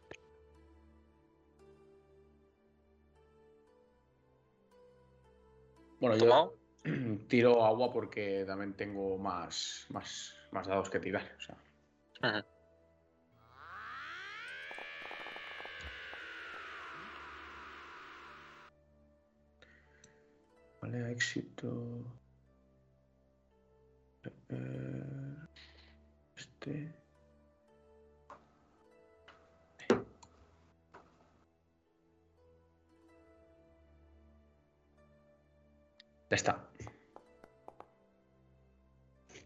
Bueno, ¿Tomao? yo tiro agua porque también tengo más dados que tirar. O sea. Ujú. Vale, éxito. Este. Ya está.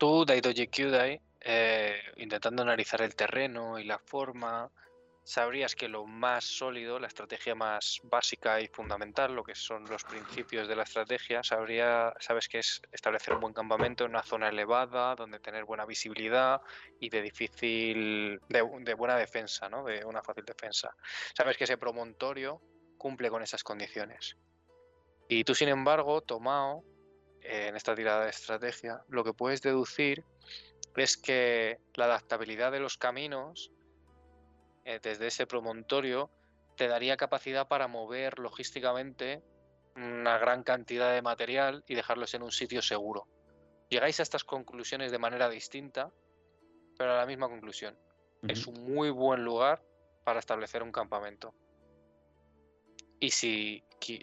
Tú, Daidoji Kyudai, intentando analizar el terreno y la forma, sabrías que lo más sólido, la estrategia más básica y fundamental, lo que son los principios de la estrategia, sabes que es establecer un buen campamento en una zona elevada, donde tener buena visibilidad y de buena defensa, ¿no? De una fácil defensa. Sabes que ese promontorio cumple con esas condiciones. Y tú, sin embargo, Tomao, en esta tirada de estrategia, lo que puedes deducir es que la adaptabilidad de los caminos desde ese promontorio te daría capacidad para mover logísticamente una gran cantidad de material y dejarlos en un sitio seguro. Llegáis a estas conclusiones de manera distinta, pero a la misma conclusión. Es un muy buen lugar para establecer un campamento. Y si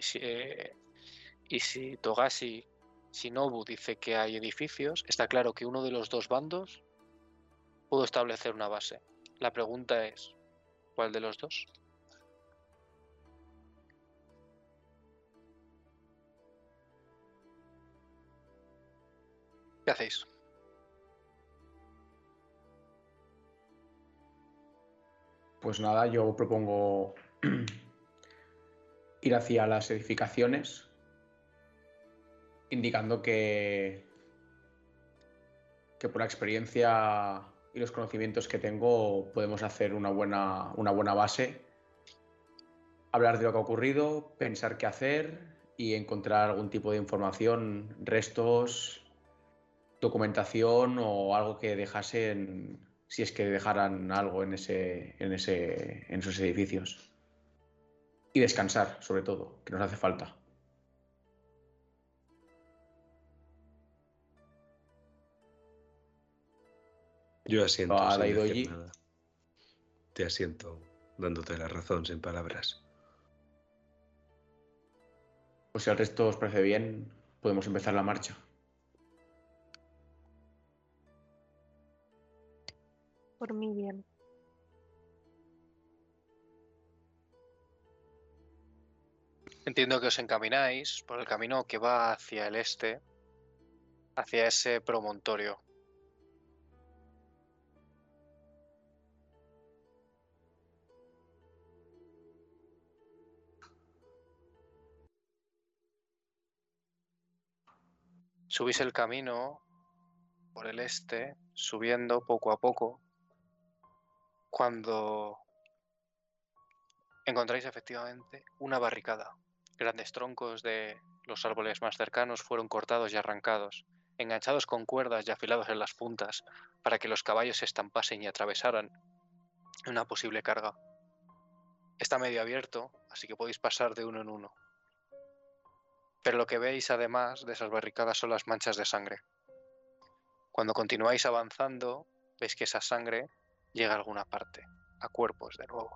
Togashi Shinobu dice que hay edificios, está claro que uno de los dos bandos pudo establecer una base. La pregunta es, ¿cuál de los dos? ¿Qué hacéis? Pues nada, yo propongo ir hacia las edificaciones, indicando que por la experiencia y los conocimientos que tengo podemos hacer una buena base, hablar de lo que ha ocurrido, pensar qué hacer y encontrar algún tipo de información, restos, documentación o algo que dejasen, si es que dejaran algo en esos edificios. Y descansar, sobre todo, que nos hace falta. Yo asiento A sin Daidoji. decir nada. Te asiento, dándote la razón sin palabras. Pues si al resto os parece bien, podemos empezar la marcha. Por mí bien. Entiendo que os encamináis por el camino que va hacia el este, hacia ese promontorio. Subís el camino por el este, subiendo poco a poco, cuando encontráis efectivamente una barricada. Grandes troncos de los árboles más cercanos fueron cortados y arrancados, enganchados con cuerdas y afilados en las puntas, para que los caballos se estampasen y atravesaran una posible carga. Está medio abierto, así que podéis pasar de uno en uno. Pero lo que veis además de esas barricadas son las manchas de sangre. Cuando continuáis avanzando, veis que esa sangre llega a alguna parte, a cuerpos de nuevo.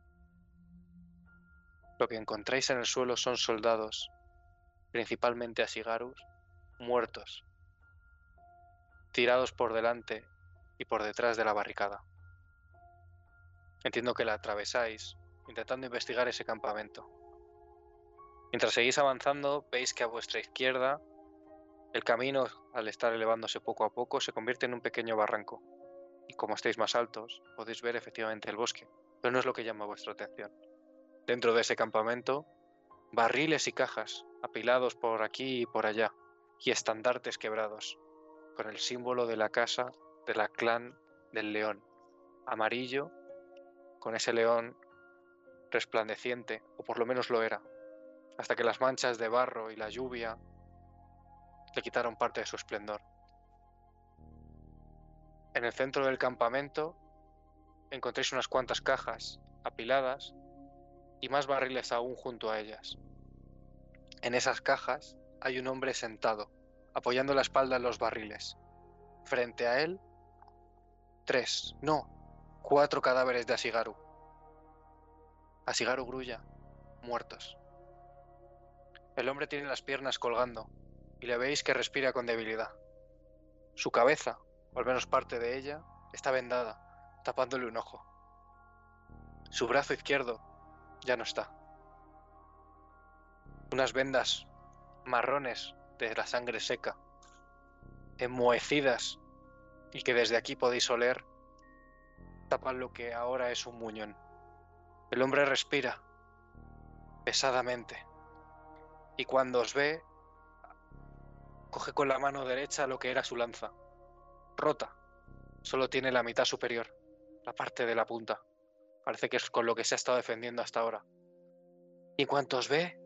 Lo que encontráis en el suelo son soldados, principalmente ashigarus, muertos, tirados por delante y por detrás de la barricada. Entiendo que la atravesáis, intentando investigar ese campamento. Mientras seguís avanzando, veis que a vuestra izquierda el camino, al estar elevándose poco a poco, se convierte en un pequeño barranco. Y como estáis más altos, podéis ver efectivamente el bosque, pero no es lo que llama vuestra atención. Dentro de ese campamento, barriles y cajas apilados por aquí y por allá, y estandartes quebrados, con el símbolo de la casa de la clan del león, amarillo, con ese león resplandeciente, o por lo menos lo era, hasta que las manchas de barro y la lluvia le quitaron parte de su esplendor. En el centro del campamento encontréis unas cuantas cajas apiladas y más barriles aún junto a ellas. En esas cajas hay un hombre sentado, apoyando la espalda en los barriles. Frente a él, 4 cadáveres de Ashigaru. Ashigaru Grulla, muertos. El hombre tiene las piernas colgando y le veis que respira con debilidad. Su cabeza, o al menos parte de ella, está vendada, tapándole un ojo. Su brazo izquierdo ya no está. Unas vendas marrones de la sangre seca, enmohecidas y que desde aquí podéis oler, tapan lo que ahora es un muñón. El hombre respira pesadamente y cuando os ve, coge con la mano derecha lo que era su lanza, rota. Solo tiene la mitad superior, la parte de la punta. Parece que es con lo que se ha estado defendiendo hasta ahora. Y en cuanto os ve,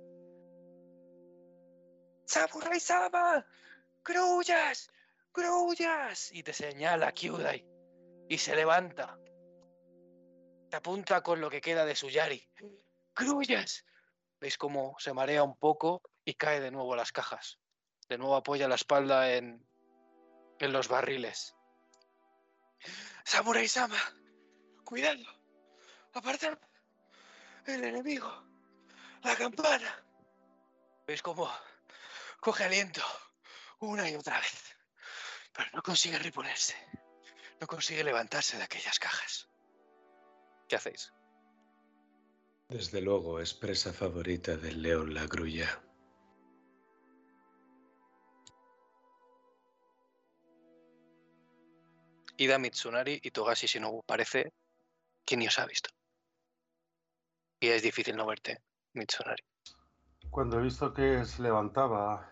¡Samurai-sama! ¡Grullas! ¡Grullas! Y te señala Kyudai. Y se levanta. Te apunta con lo que queda de su yari. ¡Grullas! Veis cómo se marea un poco y cae de nuevo a las cajas. De nuevo apoya la espalda en los barriles. ¡Samurai-sama! ¡Cuidado! ¡Apartad! ¡El enemigo! ¡La campana! ¿Veis cómo coge aliento una y otra vez? Pero no consigue reponerse. No consigue levantarse de aquellas cajas. ¿Qué hacéis? Desde luego es presa favorita del león la grulla. Ida Mitsunari y Togashi Shinobu. Parece que ni os ha visto. Y es difícil no verte, Mitsunari. Cuando he visto que se levantaba,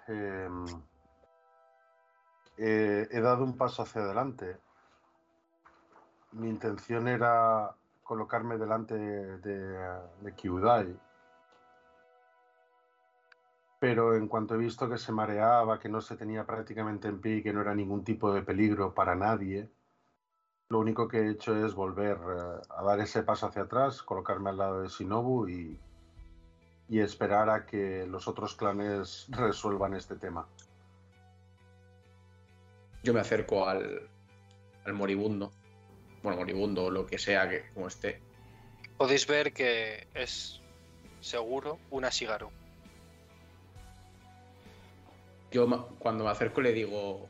he dado un paso hacia adelante. Mi intención era colocarme delante de Kyudai. Pero en cuanto he visto que se mareaba, que no se tenía prácticamente en pie y que no era ningún tipo de peligro para nadie, lo único que he hecho es volver a dar ese paso hacia atrás, colocarme al lado de Shinobu y esperar a que los otros clanes resuelvan este tema. Yo me acerco al moribundo. Bueno, moribundo o lo que sea que como esté. Podéis ver que es seguro una Shigaru. Yo cuando me acerco le digo: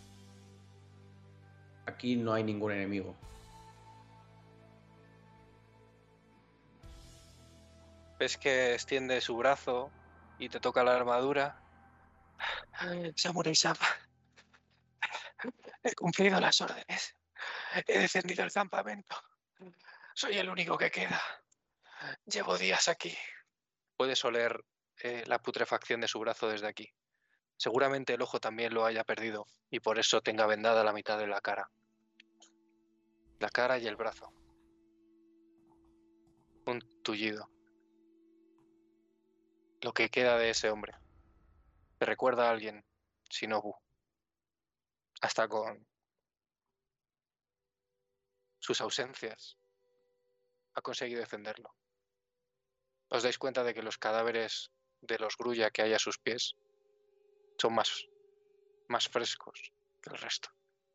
aquí no hay ningún enemigo. Ves que extiende su brazo y te toca la armadura. Samurai-sama, he cumplido las órdenes. He defendido el campamento. Soy el único que queda. Llevo días aquí. Puedes oler la putrefacción de su brazo desde aquí. Seguramente el ojo también lo haya perdido y por eso tenga vendada la mitad de la cara. La cara y el brazo. Un tullido. Lo que queda de ese hombre. Te recuerda a alguien, Shinobu. Hasta con sus ausencias ha conseguido defenderlo. Os dais cuenta de que los cadáveres de los grulla que hay a sus pies son más frescos que el resto.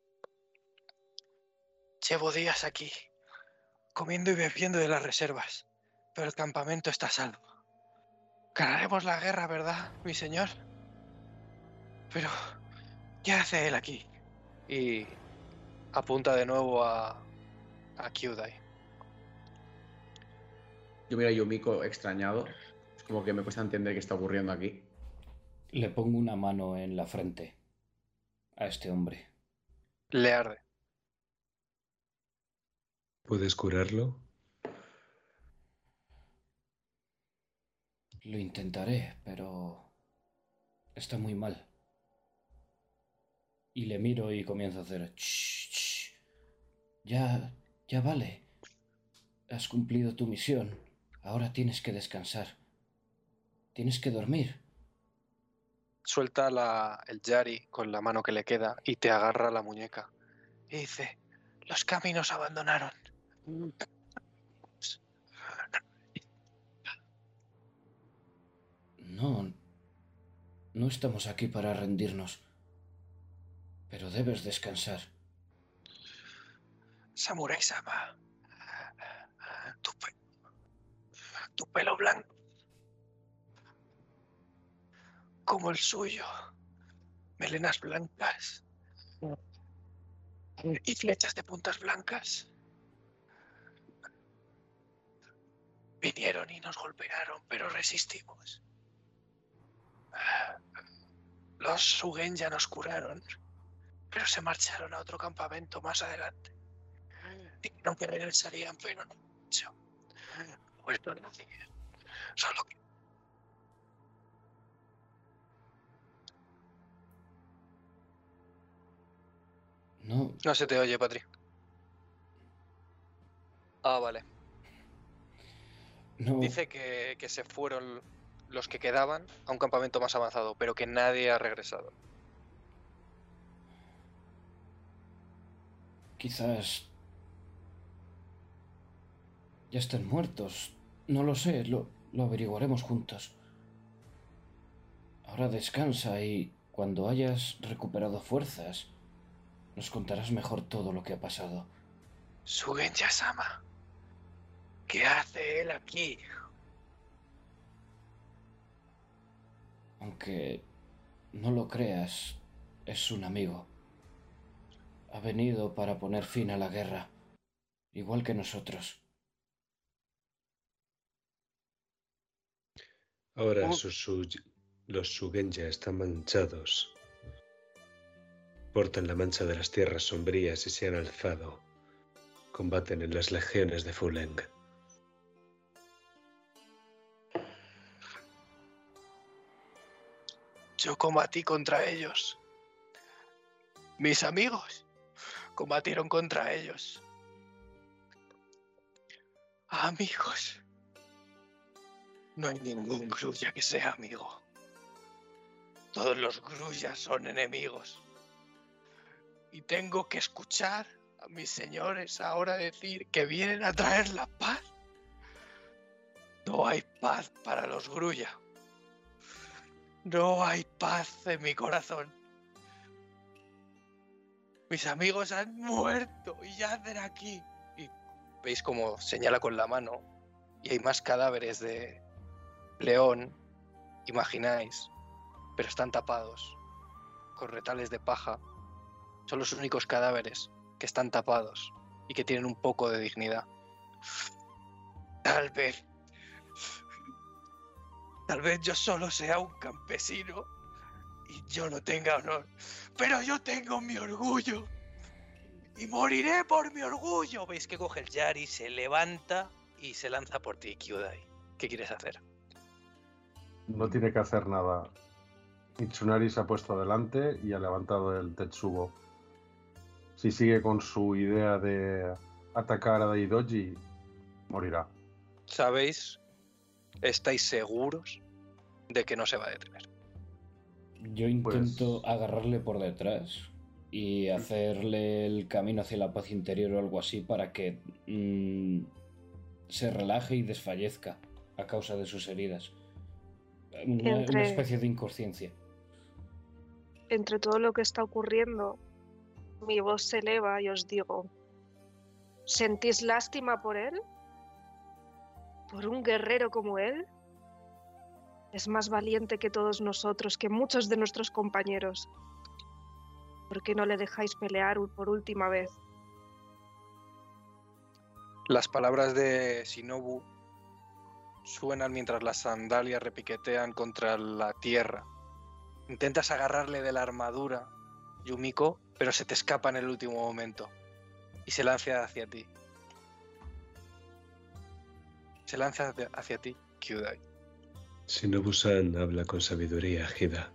Llevo días aquí, comiendo y bebiendo de las reservas, pero el campamento está a salvo. Ganaremos la guerra, ¿verdad, mi señor? Pero, ¿qué hace él aquí? Y apunta de nuevo a Kyudai. Yo miro a Yumiko extrañado. Es como que me cuesta entender qué está ocurriendo aquí. Le pongo una mano en la frente a este hombre. Le arde. ¿Puedes curarlo? Lo intentaré, pero está muy mal. Y le miro y comienzo a hacer... Shh. Ya vale. Has cumplido tu misión. Ahora tienes que descansar. Tienes que dormir. Suelta el yari con la mano que le queda y te agarra la muñeca. Y dice, los caminos abandonaron. No estamos aquí para rendirnos. Pero debes descansar. Samurai-sama, tu pelo blanco, como el suyo, melenas blancas y flechas de puntas blancas. Vinieron y nos golpearon, pero resistimos. Los Sugen ya nos curaron, pero se marcharon a otro campamento más adelante. Dijeron que regresarían, pero no mucho. Vuelto a decir, solo que... No, No se te oye, Patri. Ah, vale. no. Dice que se fueron los que quedaban a un campamento más avanzado, pero que nadie ha regresado. Quizás ya estén muertos. No lo sé, lo averiguaremos juntos. Ahora descansa y cuando hayas recuperado fuerzas, nos contarás mejor todo lo que ha pasado. Sugen Yasama. ¿Qué hace él aquí? Aunque no lo creas, es un amigo. Ha venido para poner fin a la guerra, igual que nosotros. Ahora los Sugenya están manchados. Portan la mancha de las tierras sombrías y se han alzado. Combaten en las legiones de Fuleng. Yo combatí contra ellos. Mis amigos combatieron contra ellos. Amigos. No hay ningún grulla que sea amigo. Todos los grullas son enemigos. Y tengo que escuchar a mis señores ahora decir que vienen a traer la paz. No hay paz para los grulla. No hay paz en mi corazón. Mis amigos han muerto y yacen aquí. Y veis cómo señala con la mano. Y hay más cadáveres de león, imagináis, pero están tapados con retales de paja. Son los únicos cadáveres que están tapados y que tienen un poco de dignidad. Tal vez yo solo sea un campesino y yo no tenga honor, pero yo tengo mi orgullo y moriré por mi orgullo. Veis que coge el Yari, se levanta y se lanza por ti, Kyudai. ¿Qué quieres hacer? No tiene que hacer nada. Mitsunari se ha puesto adelante y ha levantado el Tetsubo. Si sigue con su idea de atacar a Daidoji, morirá. ¿Sabéis? ¿Estáis seguros de que no se va a detener? Yo intento Pues- agarrarle por detrás y hacerle el camino hacia la paz interior o algo así para que se relaje y desfallezca a causa de sus heridas. Una especie de inconsciencia. Entre todo lo que está ocurriendo, mi voz se eleva y os digo, ¿sentís lástima por él? ¿Por un guerrero como él? Es más valiente que todos nosotros, que muchos de nuestros compañeros. ¿Por qué no le dejáis pelear por última vez? Las palabras de Shinobu suenan mientras las sandalias repiquetean contra la tierra. Intentas agarrarle de la armadura, Yumiko, pero se te escapa en el último momento y se lanza hacia ti. Se lanza hacia ti, Kyudai. Shinobu-san habla con sabiduría, Hida.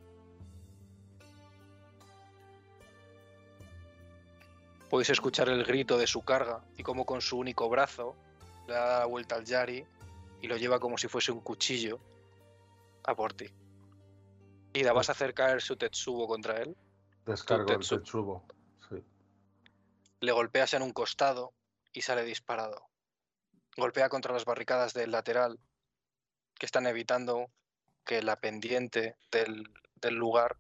Podéis escuchar el grito de su carga y cómo con su único brazo le da la vuelta al Yari y lo lleva como si fuese un cuchillo a por ti. Ida, ¿vas a hacer caer su Tetsubo contra él? Descargo el Tetsubo. Sí. Le golpeas en un costado y sale disparado. Golpea contra las barricadas del lateral que están evitando que la pendiente del lugar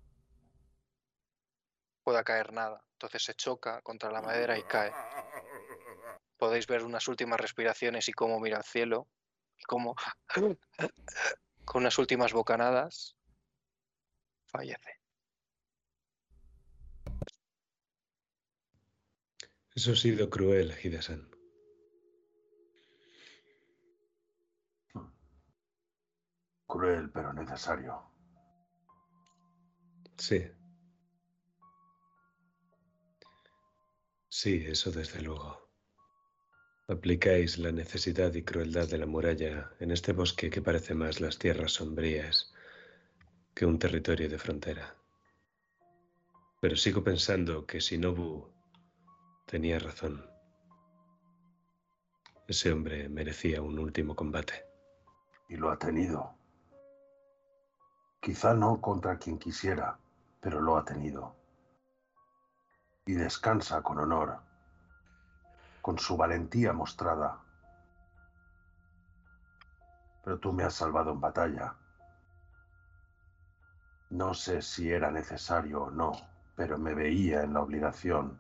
pueda caer nada. Entonces se choca contra la madera y cae. Podéis ver unas últimas respiraciones y cómo mira al cielo y cómo con unas últimas bocanadas fallece. Eso ha sido cruel, Hida-san. Cruel, pero necesario. Sí. Sí, eso desde luego. Aplicáis la necesidad y crueldad de la muralla en este bosque que parece más las tierras sombrías que un territorio de frontera. Pero sigo pensando que Shinobu tenía razón. Ese hombre merecía un último combate. Y lo ha tenido. Quizá no contra quien quisiera, pero lo ha tenido. Y descansa con honor, con su valentía mostrada. Pero tú me has salvado en batalla. No sé si era necesario o no, pero me veía en la obligación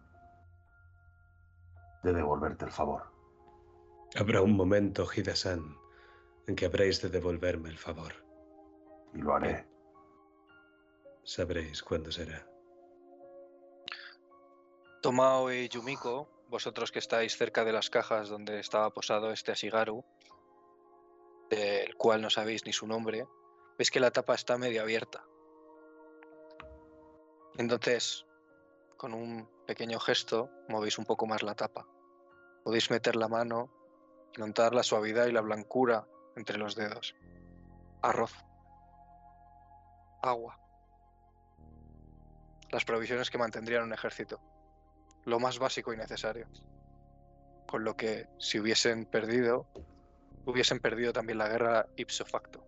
de devolverte el favor. Habrá un momento, Hida-san, en que habréis de devolverme el favor. Y lo haré. Sabréis cuándo será. Tomao y Yumiko, vosotros que estáis cerca de las cajas donde estaba posado este Ashigaru, del cual no sabéis ni su nombre, veis que la tapa está medio abierta. Entonces, con un pequeño gesto, movéis un poco más la tapa. Podéis meter la mano y notar la suavidad y la blancura entre los dedos. Arroz. Agua. Las provisiones que mantendrían un ejército. Lo más básico y necesario. Con lo que, si hubiesen perdido también la guerra ipso facto.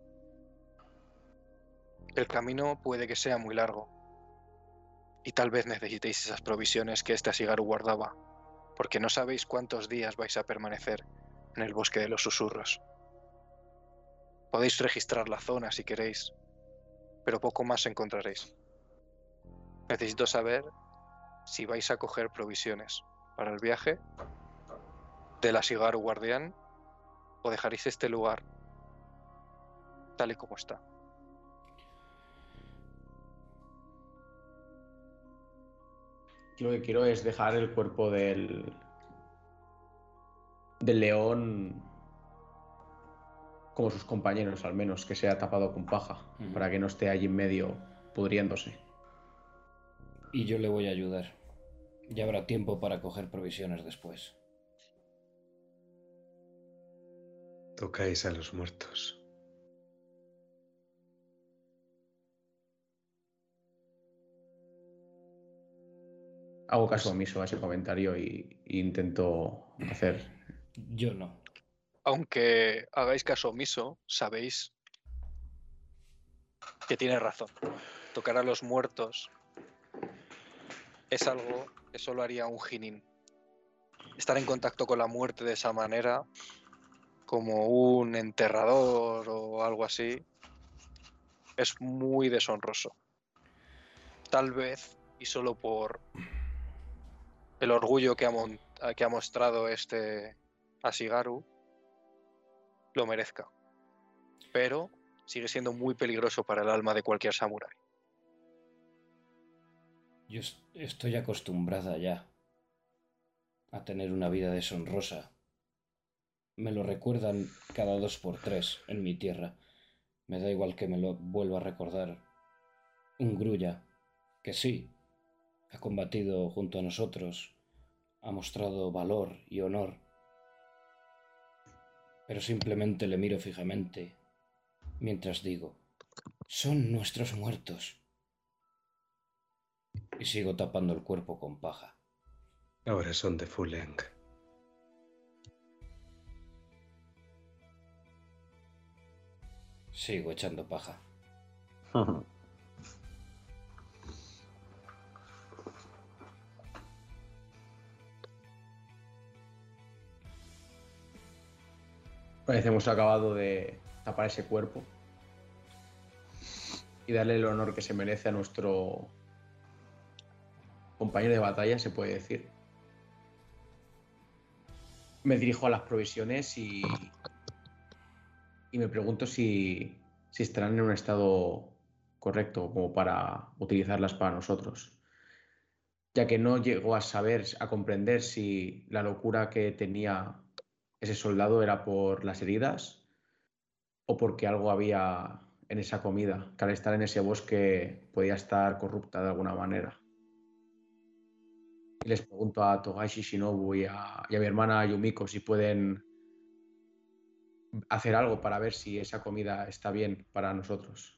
El camino puede que sea muy largo. Y tal vez necesitéis esas provisiones que este Ashigaru guardaba, porque no sabéis cuántos días vais a permanecer en el bosque de los susurros. Podéis registrar la zona si queréis, pero poco más encontraréis. Necesito saber si vais a coger provisiones para el viaje del Ashigaru guardián o dejaréis este lugar tal y como está. Yo lo que quiero es dejar el cuerpo del león como sus compañeros, al menos, que sea tapado con paja, para que no esté allí en medio pudriéndose. Y yo le voy a ayudar. Ya habrá tiempo para coger provisiones después. Tocáis a los muertos. Hago caso omiso a ese comentario y intento hacer... Yo no. Aunque hagáis caso omiso, sabéis que tiene razón. Tocar a los muertos es algo que solo haría un Jinin. Estar en contacto con la muerte de esa manera, como un enterrador o algo así, es muy deshonroso. Tal vez, y solo por el orgullo que ha mostrado este Ashigaru, lo merezca. Pero sigue siendo muy peligroso para el alma de cualquier samurái. Yo estoy acostumbrada ya a tener una vida deshonrosa. Me lo recuerdan cada 2x3 en mi tierra. Me da igual que me lo vuelva a recordar un grulla, que sí, ha combatido junto a nosotros, ha mostrado valor y honor, pero simplemente le miro fijamente mientras digo, son nuestros muertos. Y sigo tapando el cuerpo con paja. Ahora son de Fuleng. Sigo echando paja. Parece que hemos acabado de tapar ese cuerpo y darle el honor que se merece a nuestro compañero de batalla, se puede decir. Me dirijo a las provisiones y me pregunto si estarán en un estado correcto como para utilizarlas para nosotros, ya que no llego a saber, a comprender si la locura que tenía ese soldado era por las heridas o porque algo había en esa comida, que al estar en ese bosque podía estar corrupta de alguna manera. Y les pregunto a Togashi Shinobu y a mi hermana Yumiko si pueden hacer algo para ver si esa comida está bien para nosotros.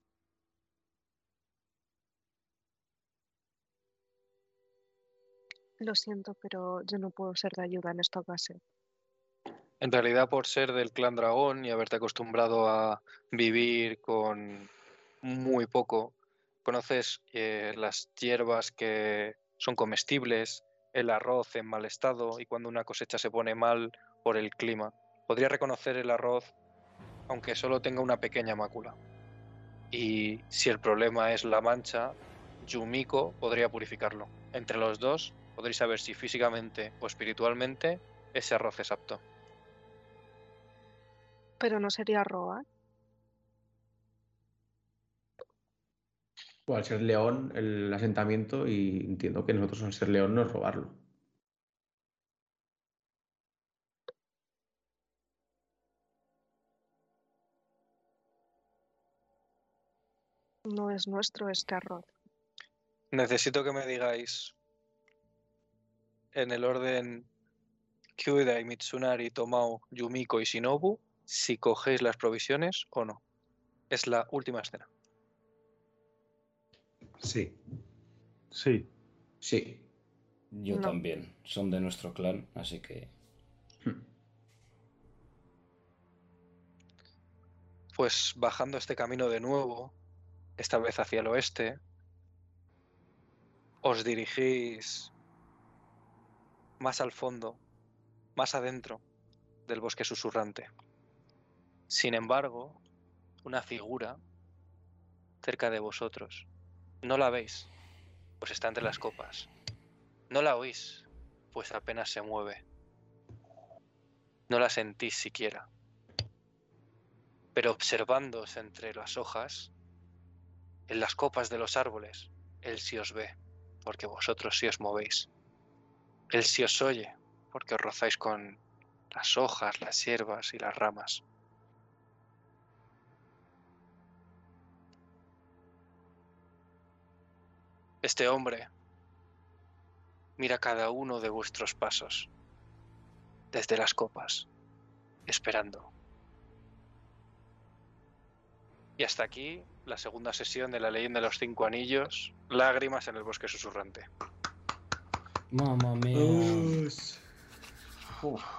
Lo siento, pero yo no puedo ser de ayuda en esta ocasión. En realidad, por ser del clan dragón y haberte acostumbrado a vivir con muy poco, conoces las hierbas que son comestibles, el arroz en mal estado y cuando una cosecha se pone mal por el clima. Podría reconocer el arroz aunque solo tenga una pequeña mácula. Y si el problema es la mancha, Yumiko podría purificarlo. Entre los dos podréis saber si físicamente o espiritualmente ese arroz es apto. Pero no sería robar. O al ser León el asentamiento, y entiendo que nosotros al ser León no es robarlo. No es nuestro este arroz. Necesito que me digáis en el orden Kyuidai, Mitsunari, Tomao, Yumiko y Shinobu si cogéis las provisiones o no. Es la última escena. Sí. Sí. Sí. Yo No. también. Son de nuestro clan, así que... Pues bajando este camino de nuevo, esta vez hacia el oeste, os dirigís más al fondo, más adentro del bosque susurrante. Sin embargo, una figura cerca de vosotros. No la veis, pues está entre las copas. No la oís, pues apenas se mueve. No la sentís siquiera. Pero observándose entre las hojas, en las copas de los árboles, él sí os ve, porque vosotros sí os movéis. Él sí os oye, porque os rozáis con las hojas, las hierbas y las ramas. Este hombre mira cada uno de vuestros pasos, desde las copas, esperando. Y hasta aquí la segunda sesión de la leyenda de los 5 anillos, lágrimas en el bosque susurrante. Mamma mía. Uf.